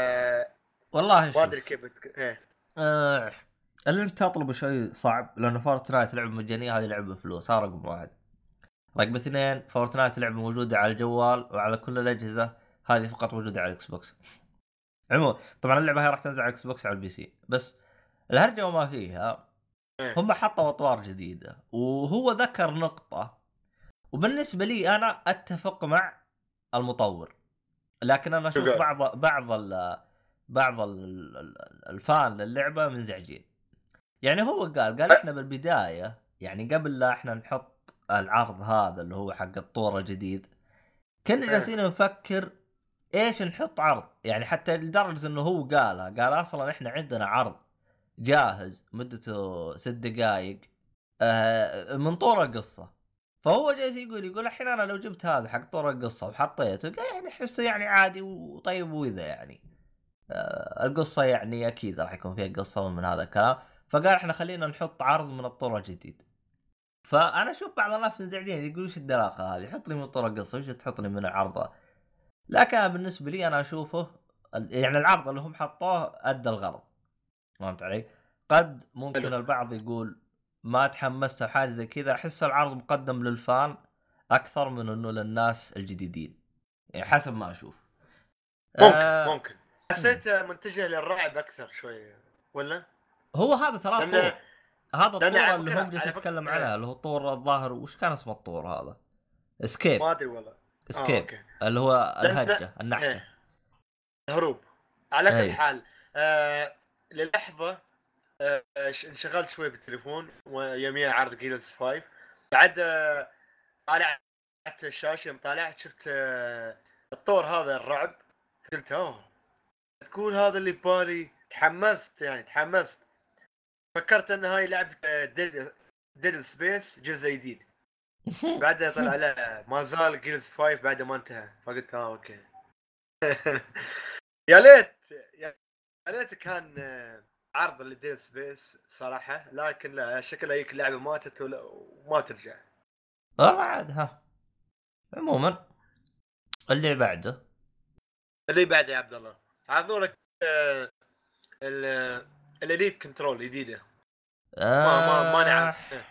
والله ما ادري شوف كيف بتك... ايه. آه اللي انت تطلبه شيء صعب، لانه فورتنايت لعبه مجانيه، هذه لعبه بفلوس، هذا رقم واحد. رقم اثنين فورتنايت لعبه موجوده على الجوال وعلى كل الاجهزه، هذه فقط موجوده على الاكس بوكس. عموما طبعا اللعبه هي راح تنزل على الاكس بوكس على البي سي، بس الهرجه وما فيها ايه. هم حطوا اطوار جديده، وهو ذكر نقطه وبالنسبه لي انا اتفق مع المطور، لكن انا اشوف بعض بعض ال بعض ال الفان للعبه منزعجين. يعني هو قال قال احنا بالبدايه يعني قبل لا احنا نحط العرض هذا اللي هو حق الطور الجديد كنا جالسين نفكر ايش نحط عرض، يعني حتى لدرجه انه هو قالها قال اصلا احنا عندنا عرض جاهز مدته ست دقائق آه من طور القصه. فهو جالس يقول يقول الحين انا لو جبت هذا حق طور القصه وحطيته قال يعني احسه يعني عادي وطيب وذا، يعني آه القصه يعني اكيد راح يكون فيها قصه من هذا الكلام. فقال احنا خلينا نحط عرض من الطور الجديد. فانا اشوف بعض الناس منزعجين يقول وش الدلاخه هذه، حط لي من طور القصه وش تحط لي من العرض. لكن بالنسبه لي انا اشوفه يعني العرض اللي هم حطوه ادى الغرض، فهمت علي؟ قد ممكن حلو. البعض يقول ما تحمست حاجه زي كذا، احس العرض مقدم للفان اكثر من انه للناس الجديدين، يعني حسب ما اشوف. ممكن آه ممكن حسيت منتجه للرعب اكثر شويه ولا؟ هو هذا ترى لأن... طور، هذا لأن الطور على اللي فكرة هم جالس على فكرة يتكلم ايه. عنه اللي هو الطور الظاهر، وش كان اسمه الطور هذا؟ اسكيب ما ادري والله. اسكيب آه، اللي هو لا، الهجه لا. النحشه. إيه. هروب. على كل أي. حال آه للحظه آه ش- انشغلت شوي بالتليفون ويوميا عرض جيلز خمسة. بعد آه طالعت الشاشه، يوم طالعت شفت آه الطور هذا الرعب، قلت اوه تقول هذا اللي ببالي. تحمست يعني تحمست، فكرت ان هاي لعبه ديد ديد سبيس جزء جديد. بعدها طلع لا ما زال جيلز خمسة بعد ما انتهى، فقلت اه اوكي. يا ليت يا ليت كان آه، عرض لديد سبيس صراحه، لكن لا شكلها هيك اللعبه ماتت ولا- وما ترجع. والله عاد ها. عموما اللي بعده اللي بعد يا عبد الله عرضوا لك آه، ال- الاليت كنترول جديده. ما ما ما آه... نعرف. آه،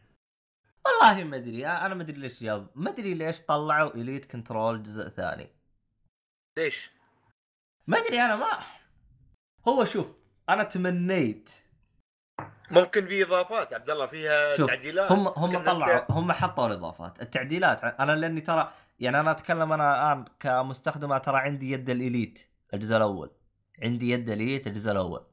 والله ما ادري، انا ما ادري ليش يا ما ادري ليش طلعوا اليت كنترول جزء ثاني. ليش؟ ما ادري انا ما هو شوف انا تمنيت. ممكن في اضافات عبد الله فيها شوف تعديلات. هم هم ممكن انت طلعوا هم حطوا الاضافات التعديلات. انا لاني ترى يعني انا اتكلم انا الان كمستخدم، ترى عندي يد الاليت الجزء الاول، عندي يد الاليت الجزء الاول.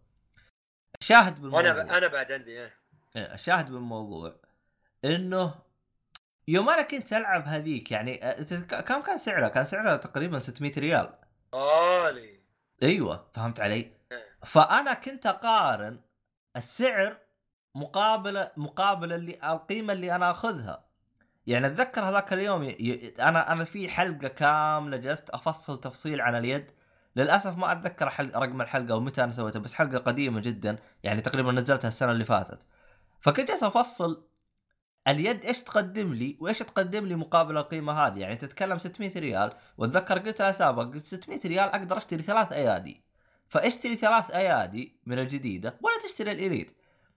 الشاهد بالموضوع انا انا بعد عندي ايه. إيه، الشاهد بالموضوع انه يوم انا كنت العب هذيك يعني أه، كم كان سعرها؟ كان سعرها تقريبا ستمية ريال. غالي. ايوه فهمت علي. إيه. فانا كنت اقارن السعر مقابل مقابل اللي القيمه اللي انا اخذها. يعني اتذكر هذاك اليوم ي... ي... انا انا في حلقه كامله جلست افصل تفصيل عن اليد. للاسف ما اتذكر حل... رقم الحلقه ومتى انا سويتها، بس حلقه قديمه جدا يعني تقريبا نزلتها السنه اللي فاتت. فكنت جالس افصل اليد ايش تقدم لي وايش تقدم لي مقابل القيمه هذه. يعني تتكلم ستمية ريال، واتذكر قلت لها سابق قلت ستمية ريال اقدر اشتري ثلاث ايادي، فاشتري ثلاث ايادي من الجديده ولا تشتري الاليت.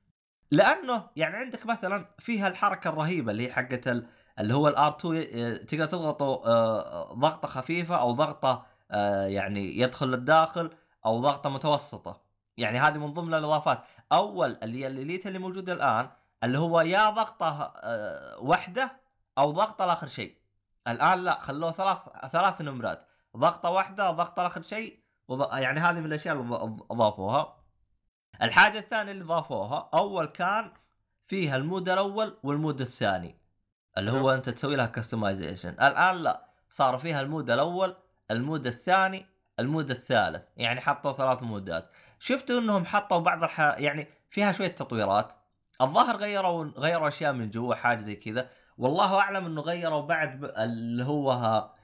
لانه يعني عندك مثلا فيها الحركه الرهيبه اللي هي حقه ال... اللي هو الار اثنين، تقدر تضغطه آه، ضغطه خفيفه او ضغطه آه، يعني يدخل للداخل، او ضغطه متوسطه. يعني هذه من ضمن الاضافات. اول اللي هي الاليت اللي موجوده الان اللي هو يا ضغطه آه، واحده او ضغطه لاخر شيء. الان لا، خلوه ثلاث ثلاث نمرات، ضغطه واحده ضغطه لاخر شيء. وض... يعني هذه من الاشياء اللي ض- اضافوها. الحاجة الثانية اللي ضافوها، أول كان فيها المود الأول والمود الثاني اللي هو أنت تسوي لها كستمايزيشن. الآن لا، صار فيها المود الأول، المود الثاني، المود الثالث. يعني حطوا ثلاث مودات. شفتوا أنهم حطوا بعض الح... يعني فيها شوية تطويرات. الظاهر غيروا غيروا أشياء من جوا حاجة زي كذا. والله أعلم أنه غيروا بعد ب... اللي هو ها...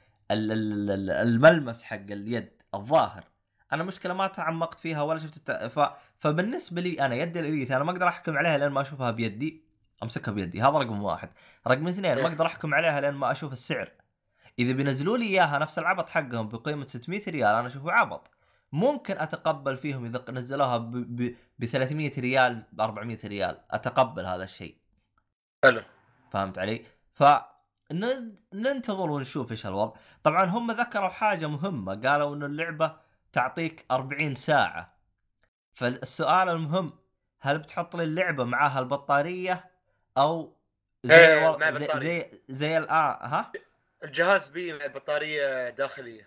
الملمس حق اليد الظاهر. انا مشكله ما تعمقت فيها ولا شفت الت... ف... فبالنسبه لي انا يد الاليت انا ما اقدر احكم عليها لين ما اشوفها بيدي، امسكها بيدي. هذا رقم واحد. رقم اثنين ما اقدر احكم عليها لين ما اشوف السعر. اذا بينزلوا لي اياها نفس العبط حقهم بقيمه ستمية ريال انا اشوفه عبط. ممكن اتقبل فيهم اذا نزلوها ب ب... ب ثلاثمية ريال ب أربعمية ريال، اتقبل هذا الشيء. حلو. فهمت علي؟ ف ننتظر ونشوف ايش الوضع. طبعا هم ذكروا حاجه مهمه، قالوا انه اللعبه تعطيك أربعين ساعه. فالسؤال المهم، هل بتحط لي اللعبه معاها البطاريه او زي إيه، الو... مع زي بطارية. زي, زي الان ها الجهاز بي مع بطاريه داخليه.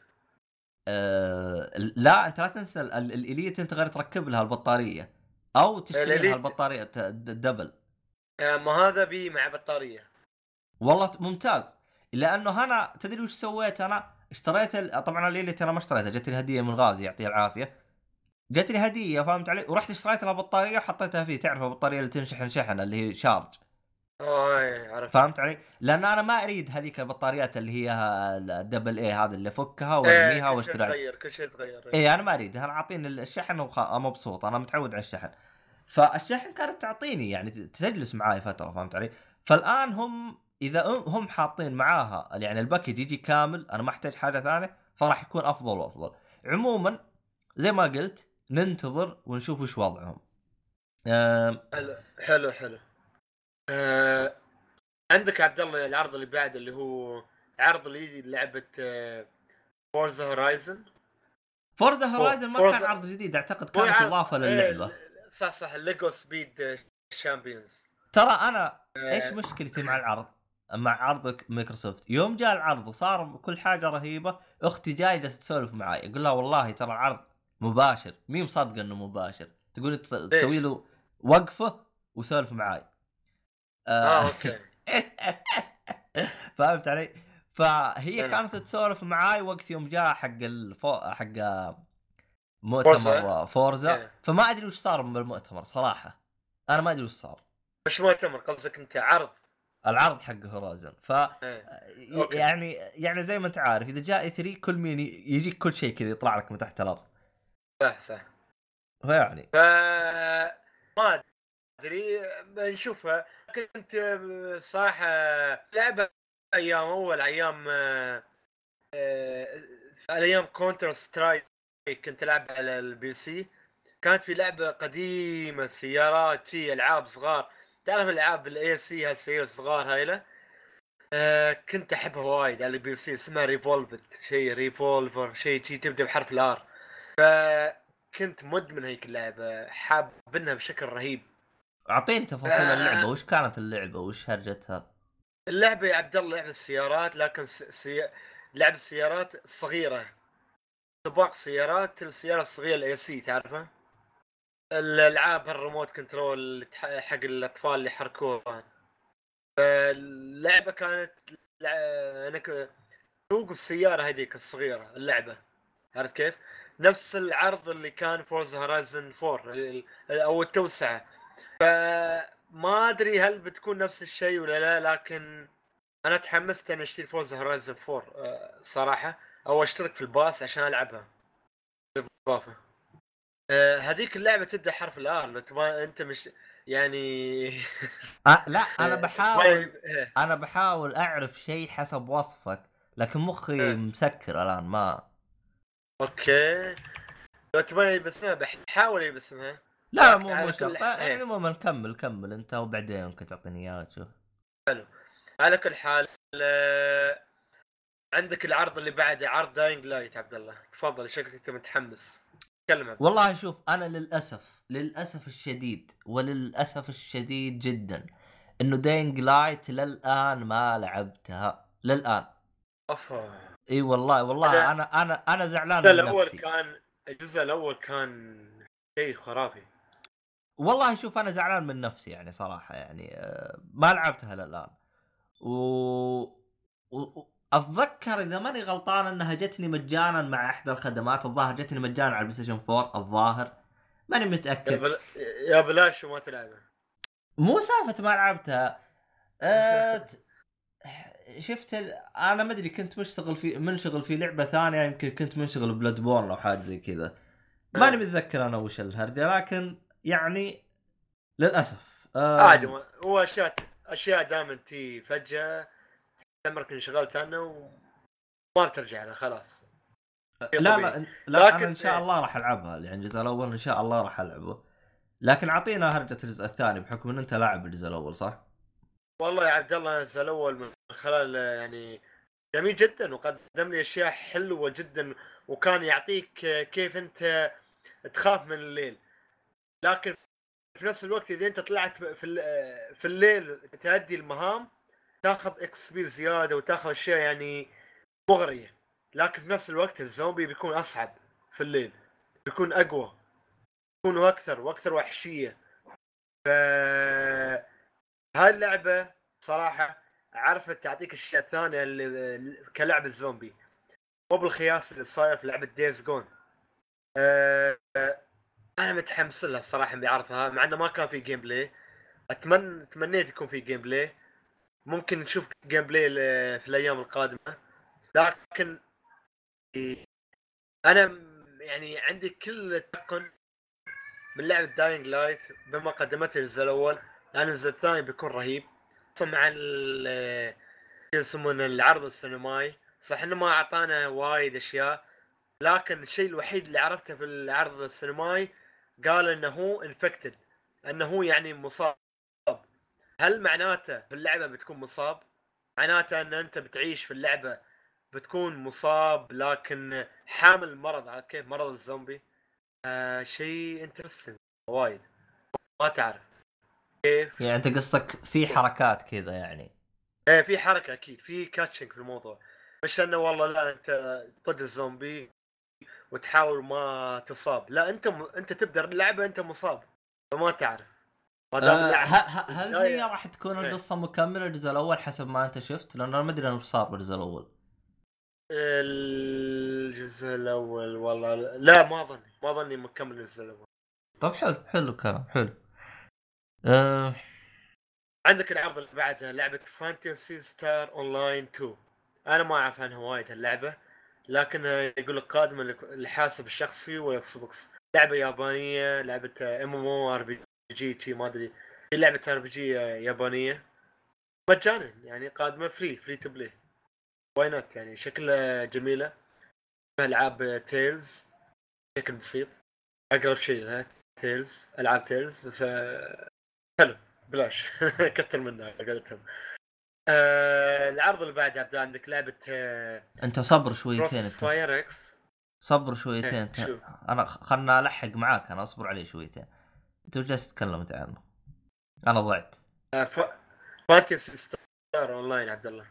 أه... لا انت لا تنسى ال- ال- الاليت انت غير تركب لها البطاريه او تشتري لها الإليت البطاريه ت- د- دبل. آه، ما هذا بي مع بطاريه. والله ممتاز. لانه انا تدري وش سويت؟ انا اشتريت ال... طبعا الاليت انا ما اشتريتها، جت لي هديه من غازي يعطيه العافيه. جت لي هديه فهمت علي، ورحت اشتريت لها بطاريه وحطيتها فيه. تعرف البطاريه اللي تنشحن شحن اللي هي شارج. اه إيه، عرفت. فهمت علي؟ لان انا ما اريد هذيك البطاريات اللي هي الدبل اي هذا اللي افكها ايه وارميها كل شيء واشتري. تغير كل شيء تغير. ايه. اي انا ما اريد، انا اعطيني الشحن ومبسوط، انا متعود على الشحن. فالشحن كانت تعطيني يعني تجلس معاي فتره. فهمت علي؟ فالان هم اذا هم حاطين معاها يعني الباكج يجي كامل، انا ما احتاج حاجه ثانيه، فراح يكون افضل وافضل. عموما زي ما قلت ننتظر ونشوف وش وضعهم. أم... حلو حلو حلو. آه عندك عبد الله العرض اللي بعد اللي هو عرض اللي لعبه فورزا هورايزن. فورزا هورايزن ما فورزا... كان عرض جديد، اعتقد هو كانت عرض... اضافه للعبه. ايه صح صح ليجو سبيد شامبيونز. ترى انا آه... ايش مشكلتي مع العرض؟ مع عرض مايكروسوفت. يوم جاء العرض وصار كل حاجه رهيبه، اختي جايه جالسه تسولف معي، اقول لها والله ترى العرض مباشر، مي مصدقه انه مباشر. تقول تسوي له وقفه وسولف معي. اه اوكي. فهمت علي؟ فهي كانت تسولف معاي وقت يوم جاء حق الفو... حق مؤتمر فورزا. فما ادري وش صار بالمؤتمر صراحه، انا ما ادري وش صار. مش مؤتمر قصدك انت؟ عرض العرض حق هورايزن. ف يعني يعني زي ما انت عارف اذا جاء ثري كل مين يجيك كل شيء كذا يطلع لك من تحت الارض. صح صح. فيعني ف ما ادري بنشوفها. كنت صراحه لعبه ايام اول ايام ايام كونتر سترايك كنت العب على البي سي. كانت في لعبه قديمه سيارات، شي العاب صغار، تعرف الالعاب الاي سي هالسيارات الصغار هايله. أه كنت احبها وايد على البي سي، اسمها ريفولفد، شيء ريفولفر شيء شي تبدا بحرف الار. فكنت مدمن هيك اللعبه، حاب منها بشكل رهيب. اعطيني تفاصيل أه اللعبه، وش كانت اللعبه وش هرجتها؟ اللعبه يا عبد الله لعبه السيارات، لكن سي... لعبه السيارات الصغيره، سباق سيارات، السياره الصغيره الاي سي تعرفها، الالعاب الريموت كنترول حق الاطفال اللي يحركوها. اللعبه كانت انا سوق السياره هذيك الصغيره اللعبه، عرفت كيف؟ نفس العرض اللي كان فورز هورايزن فور او التوسعه. فما ادري هل بتكون نفس الشيء ولا لا، لكن انا تحمست ان اشتري فورز هورايزن فور صراحه، او اشترك في الباس عشان العبها بالاضافه. هذيك اللعبه تبدا حرف الار، تبغى انت مش يعني أه لا انا بحاول انا بحاول اعرف شيء حسب وصفك، لكن مخي مسكر الان ما. اوكي لو تبغى باسمها بحاول باسمها. لا مو مو شرط يعني، عموما نكمل كمل انت وبعدين ممكن تعطيني اياه تشوف. حلو. على كل حال عندك العرض اللي بعده عرض داينغ لايت. عبد الله تفضل، شكلك انت متحمس، تكلم. والله شوف انا للاسف للاسف الشديد وللاسف الشديد جدا انه داينغ لايت للان ما لعبتها للان. افا اي والله والله انا انا انا زعلان من الأول نفسي. كان الجزء الاول كان شيء خرافي. والله شوف انا زعلان من نفسي يعني صراحه، يعني ما لعبتها للان. و... و... اتذكر اذا ماني غلطان انها جتني مجانا مع احدى الخدمات، الظاهر جتني مجانا على البلاي ستيشن فور الظاهر، ماني متاكد. يا, بل... يا بلاش وما تلعبها. مو سالفه ما لعبتها. أه... شفت ال... انا ما ادري كنت مشتغل في منشغل في لعبه ثانيه، يمكن كنت منشغل بلاد بورن او حاجه زي كذا، ماني متذكر انا وش الهرجه، لكن يعني للاسف عادي. أه... هو اشياء اشياء دائما تي فجاه تمرك انشغلت عنها وما بترجع لها خلاص. لا لا لا لكن... انا ان شاء الله راح العبها، يعني الجزء الاول ان شاء الله راح العبه، لكن اعطينا هرجه الجزء الثاني بحكم ان انت لاعب الجزء الاول صح؟ والله يا عبد الله الجزء الاول من خلال يعني جميل جدا، وقدم لي اشياء حلوه جدا، وكان يعطيك كيف انت تخاف من الليل، لكن في نفس الوقت اذا انت طلعت في في الليل تأدي المهام تاخذ اكس بي زياده وتاخذ اشياء يعني مغريه، لكن في نفس الوقت الزومبي بيكون اصعب في الليل، بيكون اقوى، بيكونوا اكثر واكثر وحشيه. ف هاي اللعبه صراحه عرفت تعطيك اشياء ثانيه اللي كلعب الزومبي، مو بالخياس اللي صاير في لعبه دايز جون. أه... انا متحمس لها الصراحه بعرضها، مع انه ما كان في جيم بلاي. اتمنى تمنيت يكون في جيم بلاي، ممكن نشوف جيم بلاي في الايام القادمه، لكن انا يعني عندي كل التقن من لعبه داينغ لايت بما قدمته الجزء الاول، لان الجزء الثاني بيكون رهيب مع ال يسمونه العرض السينمائي. صح انه ما اعطانا وايد اشياء، لكن الشيء الوحيد اللي عرفته في العرض السينمائي قال انه هو انفكتد، انه هو يعني مصاب. هل معناته في اللعبه بتكون مصاب؟ معناته ان انت بتعيش في اللعبه بتكون مصاب لكن حامل مرض، على كيف مرض الزومبي. آه شيء انترستنج وايد، ما تعرف كيف يعني انت قصدك في حركات كذا يعني. ايه في حركه اكيد، في كاتشنج في الموضوع، مش انه والله لا انت ضد الزومبي وتحاول ما تصاب، لا انت م... انت تبدا اللعبه انت مصاب فما تعرف ما دام أه ه- اللعبه ه- في هل هي البدايه. راح تكون ايه القصه مكمله الجزء الاول حسب ما انت شفت؟ لان انا ما ادري وش صار بالجزء الاول. الجزء الاول والله لا ما اظني ما اظني مكمل الجزء الاول. طب حلو حلو كلام حلو. أه عندك العرض اللي بعدها لعبه فانتسي ستار اونلاين اثنين، انا ما اعرف عنها وايد هاللعبه، لكن يقول لك قادمه للحاسب الشخصي والاكس بوكس، لعبه يابانيه، لعبه ام ام او ار بي جي تي ما ادري، هي لعبه ار بي جي يابانيه مجانا يعني، قادمه فري فري تو بلاي، واينات يعني شكلها جميله، العاب تيلز بشكل بسيط، اقرب شيء لها تيلز، العاب تيلز، ف حلو بلاش كثر منها قلتهم. آه العرض اللي بعده ابدا عندك لعبه آه انت صبر شويتين كروس انت. فاير اكس. صبر شويتين ايه انت. شو انا خ- خلنا الحق معاك، انا اصبر عليه شويتين. انت جالس تتكلم انت عنه، انا ضعت. آه ف... فانتسي ستار اونلاين عبد الله.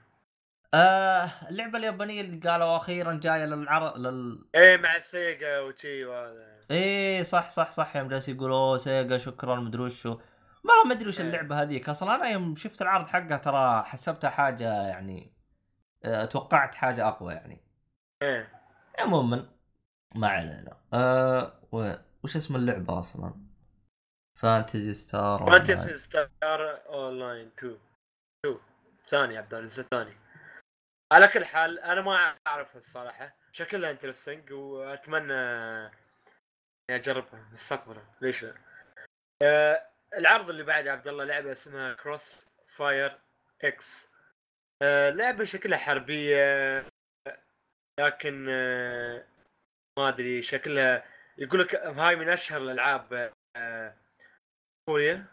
آه اللعبه اليابانيه اللي قالوا اخيرا جايه للعرض لل ايه مع سيجا وشي وهذا. ايه صح صح صح، يوم جالس يقولوا اوه سيجا شكرا مدري وشو. والله ما ادري وش ايه اللعبه هذيك اصلا. انا يوم شفت العرض حقها ترى حسبتها حاجه يعني، آه، توقعت حاجه اقوى يعني. ايه عموما ما علينا. أه و... وش اسم اللعبه اصلا؟ فانتزي ستار اونلاين. فانتسي ستار اونلاين اثنين اثنين ثاني عبد الله الجزء الثاني. على كل حال انا ما اعرف الصراحه، شكلها انترستنج واتمنى اجربها مستقبلا ليش لا. آه العرض اللي بعد عبد الله لعبه اسمها كروس فاير اكس، آه لعبه شكلها حربيه، لكن آه ما ادري شكلها، يقول لك هاي من اشهر الالعاب آه كوريا،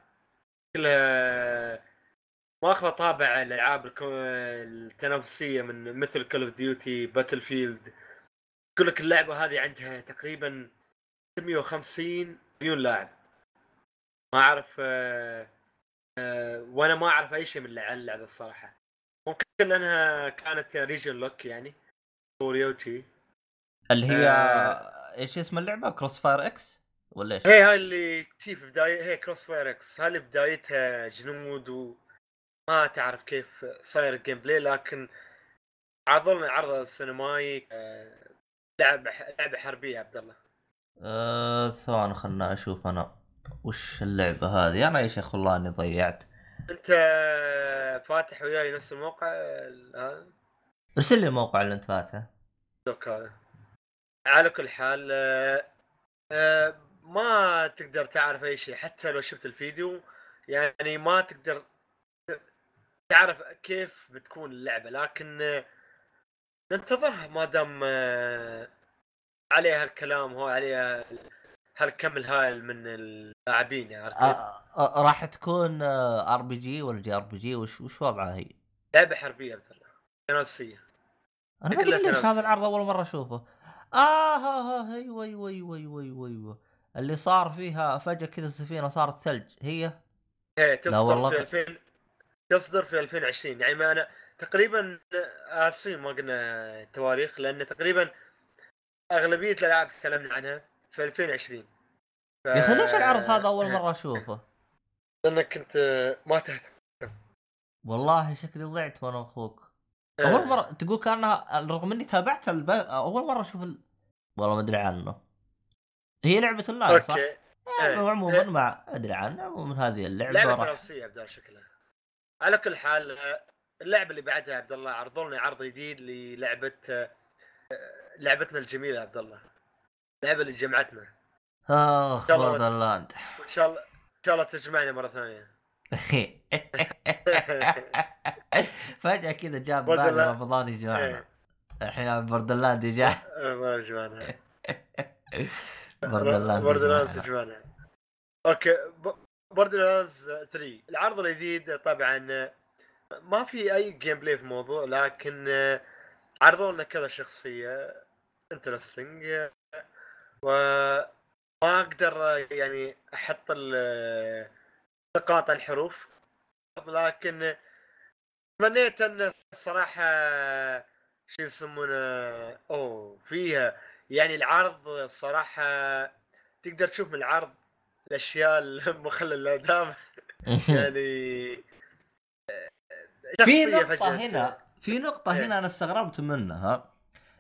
كلها ماخذ طابع الالعاب الكو- التنافسيه من مثل كول اوف ديوتي باتل فيلد. يقول لك اللعبه هذه عندها تقريبا ستمية وخمسين مليون لاعب، ما اعرف آه آه وانا ما اعرف اي شيء من عن اللعبه الصراحه، ممكن لانها كانت ريجن لوك يعني كوريا وشي. اللي هي آه ايش اسم اللعبه؟ كروس فاير اكس ولا ايش؟ هي هاي اللي تي في بداية، هي كروس فاير اكس، هاي اللي بدايتها جنود وما تعرف كيف صاير الجيم بلاي، لكن عرضنا عرض سينمائي آه لعبه لعبه حربيه يا عبد الله. أه ثواني خلنا اشوف انا وش اللعبه هذه. انا يا شيخ والله اني ضيعت. انت فاتح وياي نفس الموقع هذا؟ ارسل لي الموقع اللي انت فاتحه. دوك هذا. على كل حال آه آه ما تقدر تعرف اي شيء حتى لو شفت الفيديو، يعني ما تقدر تعرف كيف بتكون اللعبه، لكن آه ننتظرها ما دام آه عليها الكلام، هو عليها هالكم الهائل من اللاعبين يا أه اركيد. أه راح تكون ار بي جي ولا جي ار بي جي؟ وش وش وضعها هي؟ لعبه حربيه مثلا تنافسيه، انا ما كلها ادري ليش هذا تنافسيه. العرض اول مره اشوفه. اه ها ها ايوه ايوه ايوه ايوه ايوه ايوه. اللي صار فيها فجاه كذا السفينه صارت ثلج هي. ايه لا تصدر والله في ف... ألفين، تصدر في ألفين وعشرين، يعني ما انا تقريبا اسفين ما قلنا التواريخ لان تقريبا اغلبيه الالعاب تكلمنا عنها في ألفين وعشرين. ف يا اخي ليش العرض هذا اول مره اشوفه؟ لانك كنت ما تهتم. والله شكلي ضعت وانا اخوك. اول آه. مره تقول كانها رغم اني تابعت الب... اول مره اشوف ال... والله ما ادري عنه. هي لعبه اونلاين صح؟ اوكي. يعني آه. عموما آه. ما ادري عنها. عموما هذه اللعبه لعبه راح. تنافسيه ابدا شكلها. على كل حال آه، اللعبه اللي بعدها يا عبد الله عرضوا لنا عرض جديد للعبه آه، لعبتنا الجميله يا عبد الله، اللعبه اللي جمعتنا ان اخ شاء الله، بوردر لاند. وان شاء الله ان شاء الله تجمعنا مره ثانيه. فجأة كذا جاب بدل بالي لا رمضان يجمعنا. ايه الحين بوردرلاند يجا. ما جمعنا بوردرلاند بوردرلاندز يجمعنا. تجمعنا. اوكي بوردرلاندز ثلاثة العرض الجديد طبعا ما في اي جيم بلاي في الموضوع، لكن عرضوا لنا كذا شخصيه انترستنج، وما اقدر يعني احط ال- نقاط الحروف، لكن تمنيت ان الصراحه شو يسمونه اوه فيها يعني العرض الصراحه تقدر تشوف من العرض الاشياء المخلله للادام يعني في شخصيه نقطة فجاه. هنا في نقطة إيه. هنا أنا استغربت منها.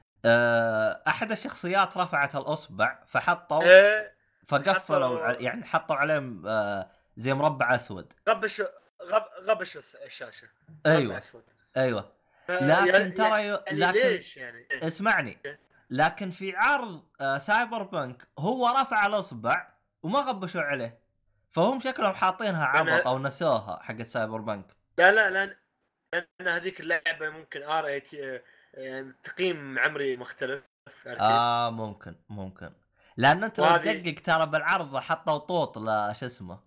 أه أحد الشخصيات رفعت الأصبع فحطوا ايه فقفلوا حطوا ع- يعني حطوا عليه أه زي مربع أسود. غبش غب غبش الشاشه مربع أيوة اسود. أيوة. لكن يعني ترى ي... يعني لكن ليش يعني إيه؟ اسمعني، لكن في عرض أه سايبر بانك هو رفع الأصبع وما غبشوا عليه، فهم شكلهم حاطينها لأن عبط أو نسوها حقت سايبر بانك. لا لا لان لان هذيك اللعبه ممكن ار اي تي يعني تقييم عمري مختلف عارف كيف؟ آه ممكن ممكن لأن أنت لو وهذه تدقق ترى بالعرض حطوا طوط لا شو اسمه،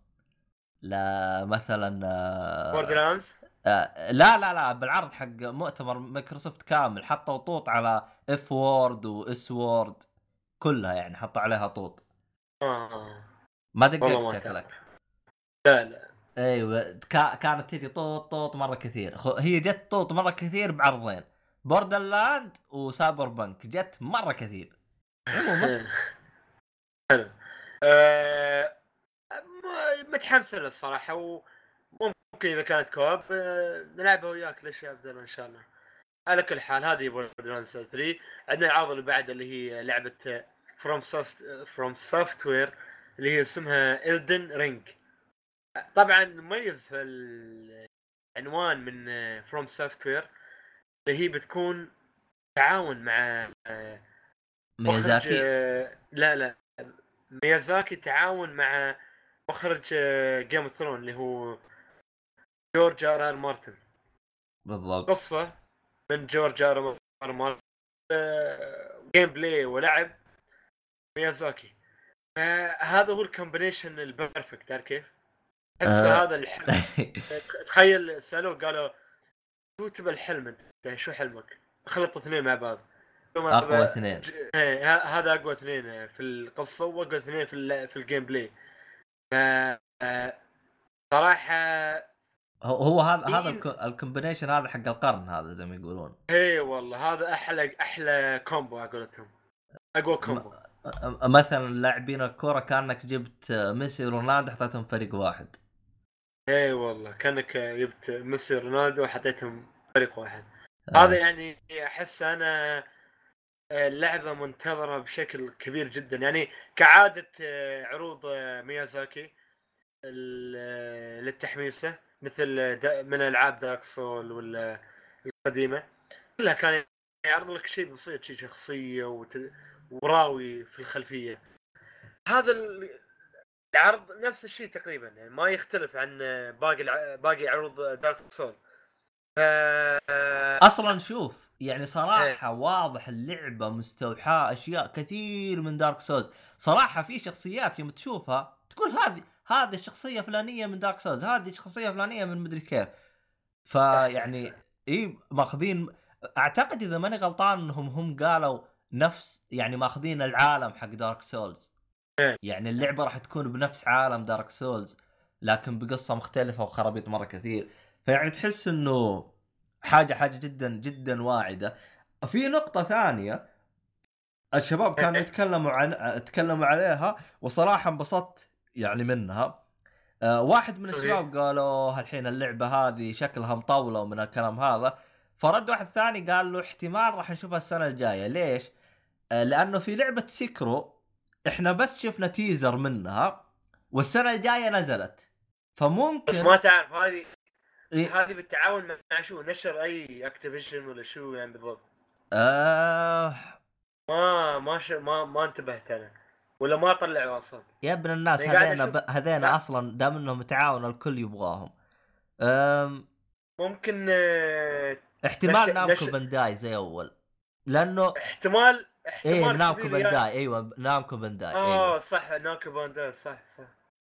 لا مثلا بوردر آه لاندز. آه لا لا لا بالعرض حق مؤتمر مايكروسوفت كامل حطوا طوط على اف وورد واس وورد كلها، يعني حطوا عليها طوط. آه. ما والله دققت ما تعرف. شكلك. لا لا ايوه كا كانت تجي طوط طوط مره كثير. خ... هي جت طوط مره كثير بعرضين، بوردر لاند وسايبر بانك جت مره كثير. عموما حلو. آه... م- متحمس له الصراحه وممكن اذا كانت كواب آه... نلعبها وياك ليش يا عبد الله ان شاء الله. على كل حال هذه بوردرلاندز ثلاثة. عندنا العرض اللي بعده اللي هي لعبه فروم سوفت فروم سوفت وير اللي هي اسمها إلدن رينج. طبعا مميز في العنوان من فروم سوفت وير اللي هي بتكون تعاون مع مخرج ميازاكي. لا لا ميازاكي تعاون مع مخرج جيم اوف ثرون اللي هو جورج ار ار مارتن. بالضبط. قصة من جورج ار ار مارتن جيم بلاي ولعب ميازاكي. هذا هو الكومبينيشن البرفكت تعرف كيف؟ تحس آه. هذا الحلم. تخيل سالوه قالوا شو تبى الحلم انت شو حلمك؟ خلط اثنين مع بعض. اقوى اثنين. ايه هذا اقوى اثنين في القصه واقوى اثنين في في الجيم بلاي. ف صراحه هو هو هذا هذا مين الكومبينيشن هذا حق القرن هذا زي ما يقولون. اي والله هذا احلى احلى كومبو اقولتهم اقوى كومبو. م- مثلا لاعبين الكوره كانك جبت ميسي ورونالدو حطيتهم فريق واحد. اي والله كانك جبت ميسي رونالدو وحطيتهم فريق واحد. آه. هذا يعني احس انا اللعبه منتظره بشكل كبير جدا يعني كعاده عروض ميازاكي للتحميسه مثل من العاب دارك سول ولا القديمه كلها كان يعرض لك شيء بسيط شيء شخصيه وت... وراوي في الخلفيه. هذا العرض نفس الشيء تقريبا يعني ما يختلف عن باقي الع... باقي عروض دارك سول. ف... اصلا شوف يعني صراحه واضح اللعبه مستوحاه اشياء كثير من دارك سولز. صراحه في شخصيات يوم تشوفها تقول هذه هذه الشخصيه فلانيه من دارك سولز، هذه شخصيه فلانيه من مدري كيف. فيعني اي ماخذين، اعتقد اذا ماني غلطان انهم هم قالوا نفس يعني ماخذين العالم حق دارك سولز. يعني اللعبه راح تكون بنفس عالم دارك سولز لكن بقصه مختلفه وخرابيط مره كثير. فيعني تحس انه حاجه حاجه جدا جدا واعده. في نقطه ثانيه الشباب كانوا يتكلموا عن تكلموا عليها وصراحه انبسطت يعني منها. آه واحد من الشباب قالوا الحين اللعبه هذه شكلها مطوله ومن الكلام هذا، فرد واحد ثاني قال له احتمال راح نشوفها السنه الجايه. ليش؟ آه لانه في لعبه سيكرو احنا بس شفنا تيزر منها والسنه الجايه نزلت، فممكن بس ما تعرف هذه إيه؟ هذه بالتعاون مع شو نشر اي اكتيفيشن ولا شو يعني بالضبط؟ آه... ما ما ش... ما ما انتبهت انا ولا ما طلعوا اصلا يا ابن الناس هذينا ب... هذينا اصلا دام انهم تعاونوا الكل يبغاهم. أم... ممكن آه... احتمال نش... نامكو نش... بانداي زي اول لانه احتمال احتمال ايه نامكو كبير بانداي. يا... ايوه نامكو بانداي. اه ايوه صح نامكو بانداي صح صح.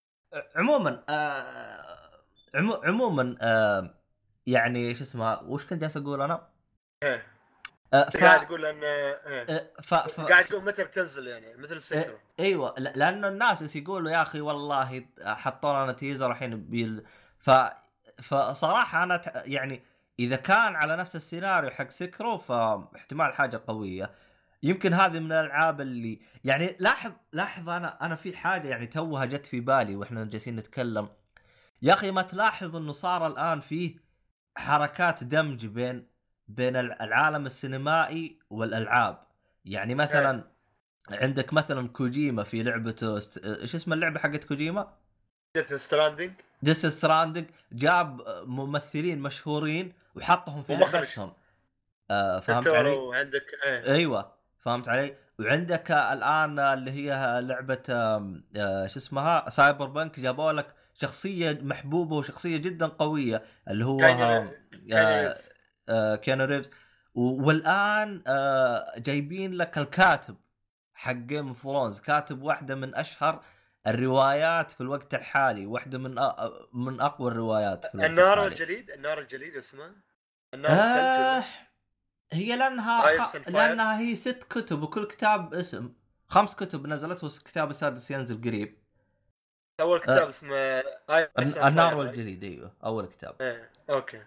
عموما آه... عمو... عموما آه... يعني شو اسمه وش كنت جالس اقول انا؟ ايه آه ف... قاعد تقول ان ايه ف... ف... قاعد تقول متى بتنزل يعني مثل سكرو. ايوه لانه الناس يقولوا يا اخي والله حطوا لنا تيزر الحين بيل. ف فصراحه انا ت... يعني اذا كان على نفس السيناريو حق سكرو فاحتمال حاجه قويه. يمكن هذه من الالعاب اللي يعني لاحظ لاحظ انا انا في حاجه يعني توها جت في بالي واحنا جالسين نتكلم. يا اخي ما تلاحظ انه صار الان فيه حركات دمج بين بين العالم السينمائي والالعاب؟ يعني مثلا عندك مثلا كوجيما في لعبته است... ايش اسم اللعبه حقت كوجيما؟ ديث ستراندنج. ديث ستراندنج جاب ممثلين مشهورين وحطهم في لعبتهم. آه فهمت علي؟ وعندك ايه. ايوه فهمت علي. وعندك الان اللي هي لعبه آه شو اسمها سايبر بانك، جابوا لك شخصيه محبوبه وشخصيه جدا قويه اللي هو كان آه آه كيانو ريفز. والان آه جايبين لك الكاتب حق جيم اوف ثرونز، كاتب واحده من اشهر الروايات في الوقت الحالي، واحده من أ... من اقوى الروايات في الوقت النار الحالي. الجليد. النار الجليد اسمه النار آه الثلج. هي لانها خ... لانها هي ست كتب وكل كتاب اسم. خمس كتب نزلت والكتاب السادس ينزل قريب. اول كتاب آه. اسمه النار والجليد. ايوه اول كتاب. ايه اوكي.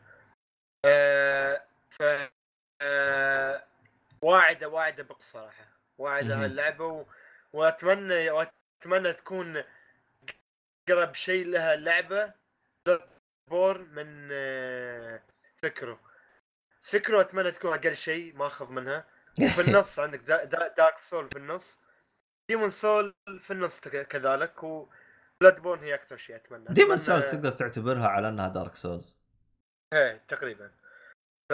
آه ف آه واعده واعده بصراحه واعده هاللعبه و... واتمنى واتمنى تكون اقرب شيء لها اللعبه بور من آه سكرو. سكرو اتمنى تكون اقل شيء ماخذ منها. وفي النص عندك دا دا دارك سول في النص، ديمون سول في النص كذلك، وبلاد بورن هي اكثر شيء اتمنى. ديمون سولز تقدر تعتبرها على انها دارك سولز. ايه تقريبا. ف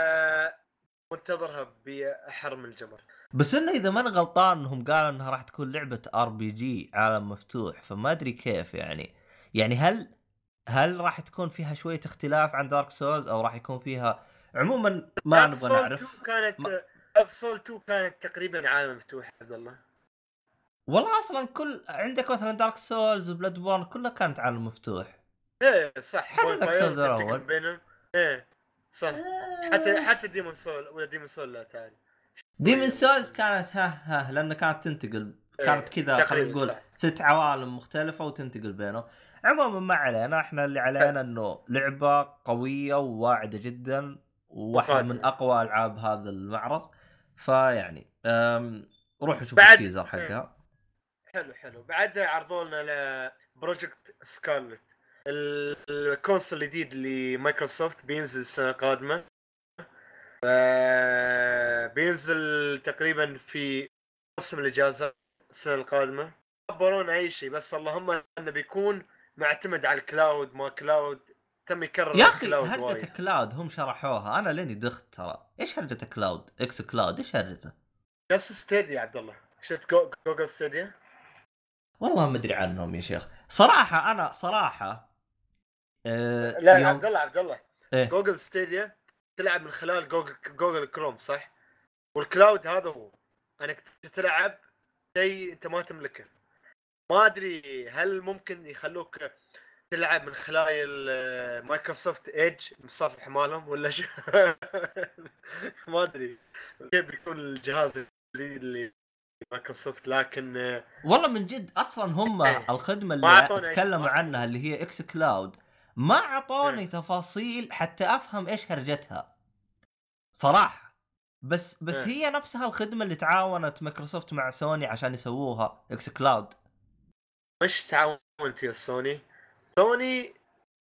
منتظرها بأحر من الجمر. بس انه اذا ما انا غلطان انهم قالوا انها راح تكون لعبه ار بي جي عالم مفتوح، فما ادري كيف يعني. يعني هل هل راح تكون فيها شويه اختلاف عن دارك سولز او راح يكون فيها عموما ما نبغى نعرف. كانت ما... دارك سول تو كانت تقريبا عالم مفتوح عبد الله. والله اصلا كل عندك مثلا دارك سولز وبلاد بورن كلها كانت عالم مفتوح. ايه صح. حتى دارك سولز الاول بينهم ايه صح. آه. حتى حتى ديمون سول ولا ديمون سول لا تاني. ديمون سولز كانت ها ها لأنها كانت تنتقل. كانت إيه. كذا خلينا نقول ست عوالم مختلفة وتنتقل بينهم. عموما ما علينا، احنا اللي علينا انه لعبة قوية وواعدة جدا وواحدة من اقوى العاب هذا المعرض. فيعني روحوا شوفوا التيزر حقها. حلو حلو. بعدها عرضوا لنا بروجكت سكارلت، الكونسول الجديد لمايكروسوفت بينزل السنة القادمة. بينزل تقريبا في موسم الاجازة السنة القادمة. خبرون اي شيء بس اللهم انه بيكون معتمد على الكلاود ما كلاود. تم يكرر يا اخي هرجة كلاود هم شرحوها انا لاني دخت ترى. ايش هرجة كلاود؟ اكس كلاود ايش هرجته؟ نفس ستيديا عبد الله. شفت جوجل ستيديا؟ والله ما ادري عنهم يا شيخ صراحة. انا صراحة أه لا يوم... عبد الله عبد الله إيه؟ جوجل ستيديا تلعب من خلال جوجل جوجل كروم صح؟ والكلاود هذا هو انك تلعب شيء انت ما تملكه. ما ادري هل ممكن يخلوك تلعب من خلال مايكروسوفت ايدج المصفح مالهم ولا شو؟ ما ادري كيف بيكون الجهاز اللي مايكروسوفت. لكن والله من جد اصلا هم الخدمه اللي تكلموا عنها اللي هي اكس كلاود ما اعطوني تفاصيل حتى افهم ايش هرجتها صراحه. بس بس هي نفسها الخدمه اللي تعاونت مايكروسوفت مع سوني عشان يسووها اكس كلاود. مش تعاونت يا سوني. سوني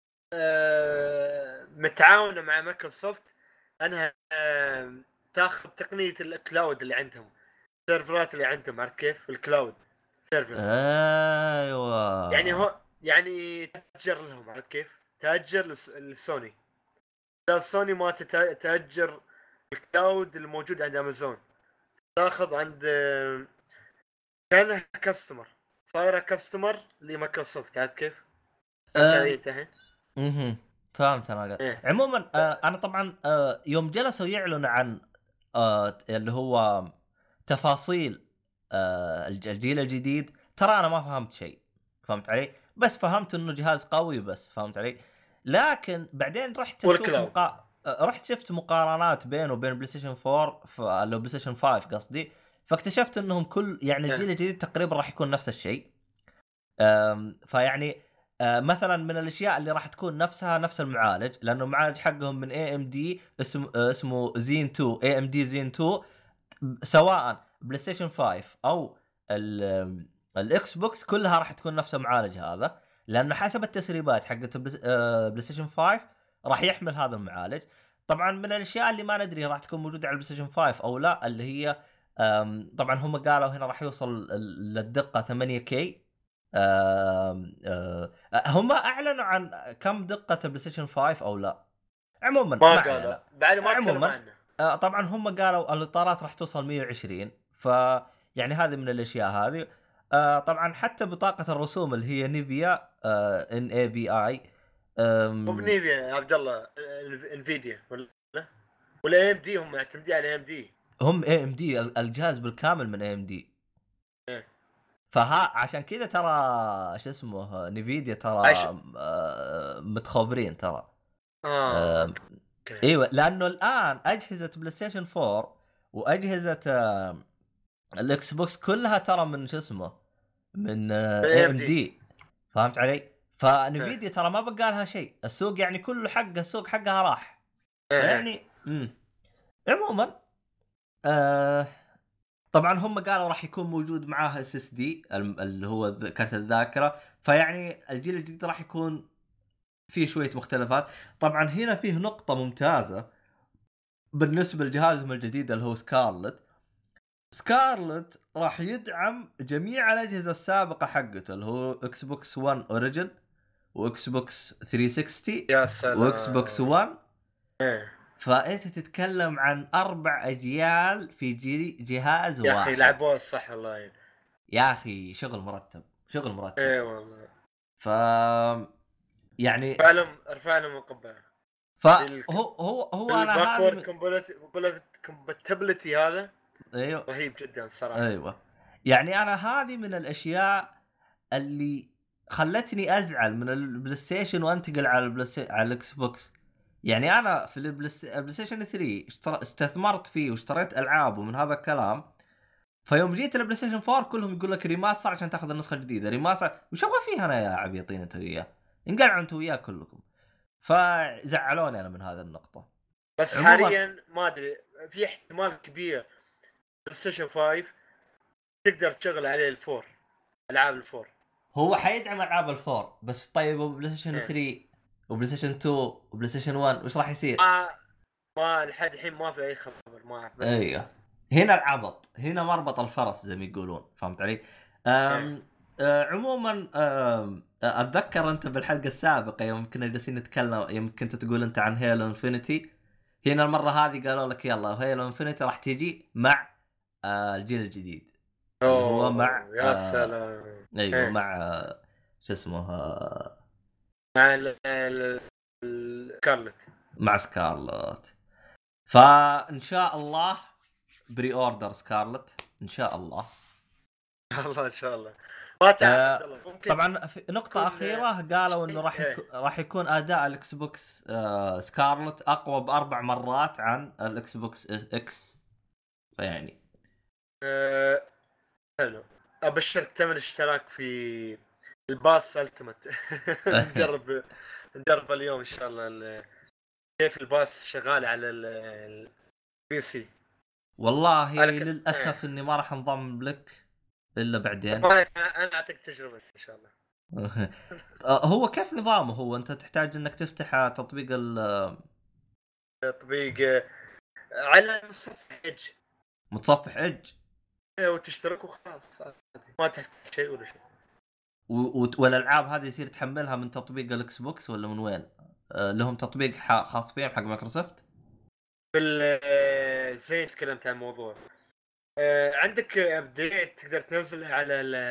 آه متعاونه مع مايكروسوفت انها آه تاخذ تقنيه الكلاود اللي عندهم، السيرفرات اللي عندهم، عرفت كيف؟ الكلاود سيرفيس. ايوه يعني هو يعني تأجر لهم، عرفت كيف؟ تأجر للسوني. لا سوني ما تأجر الكلاود الموجود عند امازون، تاخذ عند كانه كاستمر، صايره كاستمر لمايكروسوفت، عرفت كيف؟ انتهى. اها فهمت انا. إيه؟ عموما آه انا طبعا آه يوم جلسوا يعلنوا عن آه اللي هو تفاصيل آه الجيل الجديد ترى انا ما فهمت شيء. فهمت علي؟ بس فهمت انه جهاز قوي بس. فهمت علي؟ لكن بعدين رحت اشوف مقا... رحت شفت مقارنات بينه وبين بلاي ستيشن فور اللي بلاي ستيشن فايف قصدي، فاكتشفت انهم كل يعني الجيل الجديد تقريبا راح يكون نفس الشيء. فيعني آه مثلا من الاشياء اللي راح تكون نفسها نفس المعالج، لانه المعالج حقهم من اي ام دي اسمه آه اسمه زين تو، اي ام دي زين تو، سواء بلاي ستيشن خمسة او الاكس بوكس كلها راح تكون نفس المعالج هذا، لانه حسب التسريبات حقت بلاي ستيشن خمسة راح يحمل هذا المعالج. طبعا من الاشياء اللي ما ندري راح تكون موجوده على البلاي ستيشن خمسة او لا، اللي هي طبعا هم قالوا هنا راح يوصل للدقه ثمانية كي. هم اعلنوا عن كم دقه البلاي ستيشن خمسة او لا؟ عموما ما قالوا بعد ما تكلموا عنه. طبعا هم قالوا الاطارات راح توصل مية وعشرين، ف يعني هذه من الاشياء هذه. آه طبعا حتى بطاقه الرسوم اللي هي نيفيا آه ان اي في اي، مو بنيفيا يا عبد الله، انفيديا ولا ولا اي ام دي، هم معتمدين على اي ام دي. هم اي ام دي، الجهاز بالكامل من اي ام دي. فها عشان كذا ترى شو اسمه نيفيديا ترى عش... آه متخابرين ترى. اه, آه ايوه، لانه الان اجهزه بلاي ستيشن فور واجهزه آه الاكس بوكس كلها ترى من شو اسمه من اي ام دي، فهمت علي؟ فنفيديا ترى ما بقى لها شيء، السوق يعني كله حق السوق حقها راح. فيعني امم عموما آه طبعا هم قالوا راح يكون موجود معاه اس اس دي اللي هو كارت الذاكره، فيعني الجيل الجديد راح يكون فيه شويه مختلفات. طبعا هنا فيه نقطه ممتازه بالنسبه لجهازهم الجديد اللي هو سكارلت. سكارلت راح يدعم جميع الأجهزة السابقة حقته اللي هو اكس بوكس ون اوريجن واكس بوكس ثلاثمية وستين يا سلام واكس بوكس ون. ايه فأنت تتكلم عن أربع أجيال في جهاز يا واحد. أخي لعبوه الصح والله يعني. يا أخي شغل مرتب، شغل مرتب. ايه والله. ف يعني فعلا ارفع لهم القبعة. فهو هو هو أنا هذا كومباتيبلتي هذا ايوه رهيب جدا صراحه. ايوه يعني انا هذه من الاشياء اللي خلتني ازعل من البلاي ستيشن وانتقل على البلاي على الاكس بوكس. يعني انا في البلاي ستيشن ثري استثمرت فيه واشتريت العاب ومن هذا الكلام، فيوم جيت البلاي ستيشن فور كلهم يقول لك ريماستر عشان تاخذ النسخه الجديده. ريماستر وش ابغى فيها انا يا عبيطين انت وياه؟ انقلعوا انت وياه كلكم. فزعلوني انا من هذه النقطه. بس حاليا ما ادري، في احتمال كبير بلاي ستيشن خمسة تقدر تشغل عليه الفور، العاب الفور. هو حيدعم العاب الفور بس. طيب بلاي ستيشن ثري وبلاي ستيشن تو وبلاي ستيشن ون وش راح يصير؟ ما ما لحد الحين ما في اي خبر، ما اعرف. ايوه هنا العبط، هنا مربط الفرس زي ما يقولون، فهمت علي؟ أم أه عموما أم اتذكر انت بالحلقه السابقه يوم كنا جالسين نتكلم، يوم كنت تقول انت عن هيلو انفينيتي، هنا المره هذه قالوا لك يلا هيلو انفينيتي راح تيجي مع أه الجيل الجديد اللي هو مع يا أه سلام. ايوه هي. مع أه شو اسمه أه مع سكارلت مع سكارلت. فان شاء الله بري اوردر سكارلت ان شاء الله. الله ان شاء الله. ما تعرف آه ممكن طبعا في نقطة أخيرة قالوا إنه راح يكون راح يكون أداء الإكس بوكس آه سكارلت أقوى بأربع مرات عن الإكس بوكس إكس. فيعني أه حلو. أبشرك تمن اشتراك في الباس ألتيمت. نجرب نجرب اليوم إن شاء الله كيف الباس شغال على البي سي. والله للأسف إني ما راح انضم لك إلا بعدين. أنا أعطيك تجربة إن شاء الله. هو كيف نظامه؟ هو أنت تحتاج إنك تفتح تطبيق ال تطبيق على متصفح إدج. متصفح إدج وتشترك وخلاص، ما تحتاج شيء ولا شيء. والألعاب هذه يصير تحملها من تطبيق الإكس بوكس ولا من وين؟ أه لهم تطبيق خاص فيهم حق مايكروسوفت؟ في زي تكلمت عن الموضوع. أه عندك ابديت تقدر تنزل على ال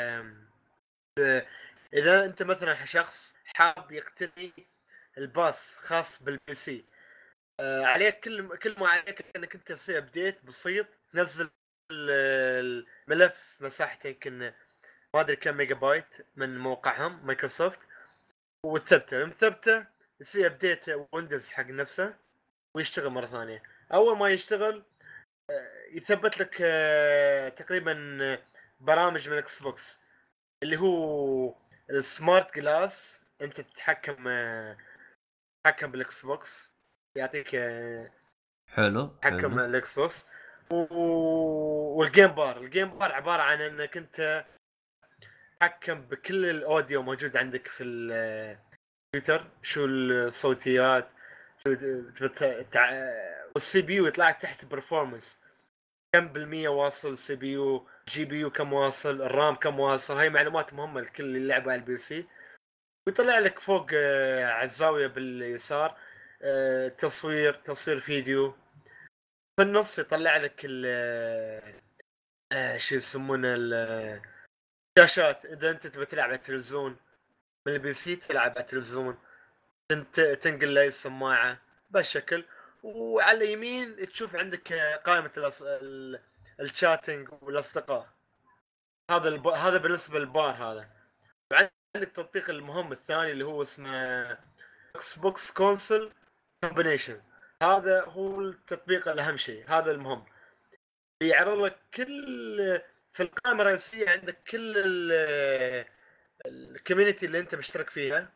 اذا انت مثلا شخص حاب يقتني الباص خاص بالبي سي، أه عليك كل كل ما عليك انك انت تسوي ابديت بسيط، تنزل الملف مساحته يمكن ما ادري كم ميجا بايت من موقعهم مايكروسوفت، وتثبته مثبته يصير ابديت ويندوز حق نفسه ويشتغل مره ثانيه. اول ما يشتغل يثبت لك تقريبا برامج من اكس بوكس اللي هو السمارت جلاس انت تتحكم تتحكم بالاكس بوكس، يعطيك حلو تحكم حلو. الاكس بوكس. والجيم بار الجيم بار عباره عن انك انت تتحكم بكل الاوديو موجود عندك في الكمبيوتر، شو الصوتيات، والسي بي يو يطلع لك تحت برفورمانس كم بالمية واصل، سي بي يو، جي بي يو كم واصل، الرام كم واصل. هاي معلومات مهمه لكل اللعبه على البي سي. ويطلع لك فوق آه، على الزاويه باليسار آه، تصوير تصوير فيديو. في النص يطلع لك ال آه، شو يسمونه الشاشات، اذا انت تبي تلعب على التلفزيون من البي سي تلعب على التلفزيون، انت تنقل له السماعه بهالشكل. وعلى اليمين تشوف عندك قائمه الأص... ال... الشاتنج والاصدقاء. هذا الب... هذا بالنسبه للبار هذا. عندك التطبيق المهم الثاني اللي هو اسمه اكس بوكس كونسول كومبينيشن. هذا هو التطبيق الاهم شيء، هذا المهم. بيعرض لك كل في القائمه الرئيسيه عندك كل الكوميونتي اللي انت مشترك فيها،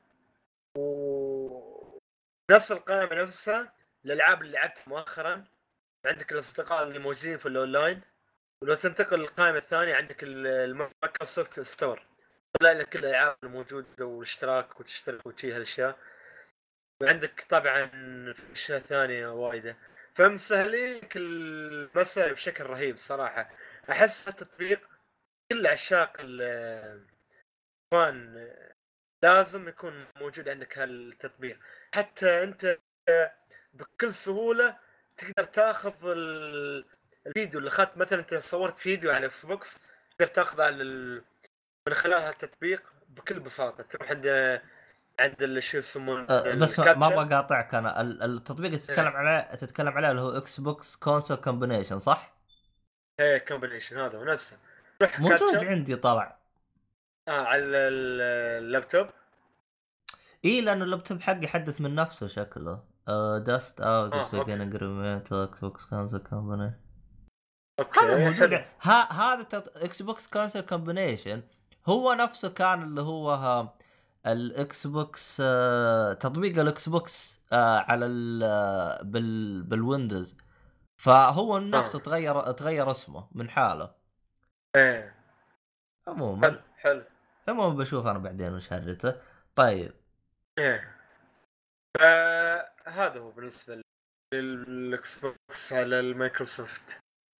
ونفس القائمه نفسها الالعاب اللي لعبتها مؤخرا، عندك الاصدقاء اللي موجودين في الاونلاين. ولو تنتقل للقائمه الثانيه عندك المايكروسوفت ستور، طلع لك كل الالعاب الموجوده والاشتراك وتشترك وشي هالاشياء. وعندك طبعا اشياء ثانيه وايده، فمسهلين المسألة بشكل رهيب صراحه. احس التطبيق كل عشاق الفان لازم يكون موجود عندك هالتطبيق. حتى انت بكل سهوله تقدر تاخذ الفيديو اللي اخذت، مثلا انت صورت فيديو على اكس بوكس تقدر تاخذه على ال... من خلال هالتطبيق بكل بساطه. تروح عند عند شو يسمونه أه بس ما الكابتشر. بقاطعك انا، التطبيق اللي تتكلم ايه عليه تتكلم عليه اللي هو اكس بوكس كونسول كومبينيشن صح؟ ايه كومبينيشن هذا هو نفسه. روح موجود كابتشر عندي طلع. اه على اللابتوب. ايه لانه اللابتوب حقي حدث من نفسه شكله. أه داست اوت اه اوكي سبيكين اجريمنت اكس بوكس كونسول كومبينيشن. هذا اوكي موجود. حلو. ها هذا تط... اكس بوكس كونسول كومبينيشن هو نفسه كان اللي هو ها... الاكس بوكس آه... تطبيق الاكس بوكس آه... على ال... آه، بال... بالويندوز. فهو اه نفسه تغير تغير اسمه من حاله. ايه حلو عموما حلو. عموما بشوف انا بعدين وش هرته. طيب ايه فهذا هو بالنسبه للاكس بوكس على المايكروسوفت.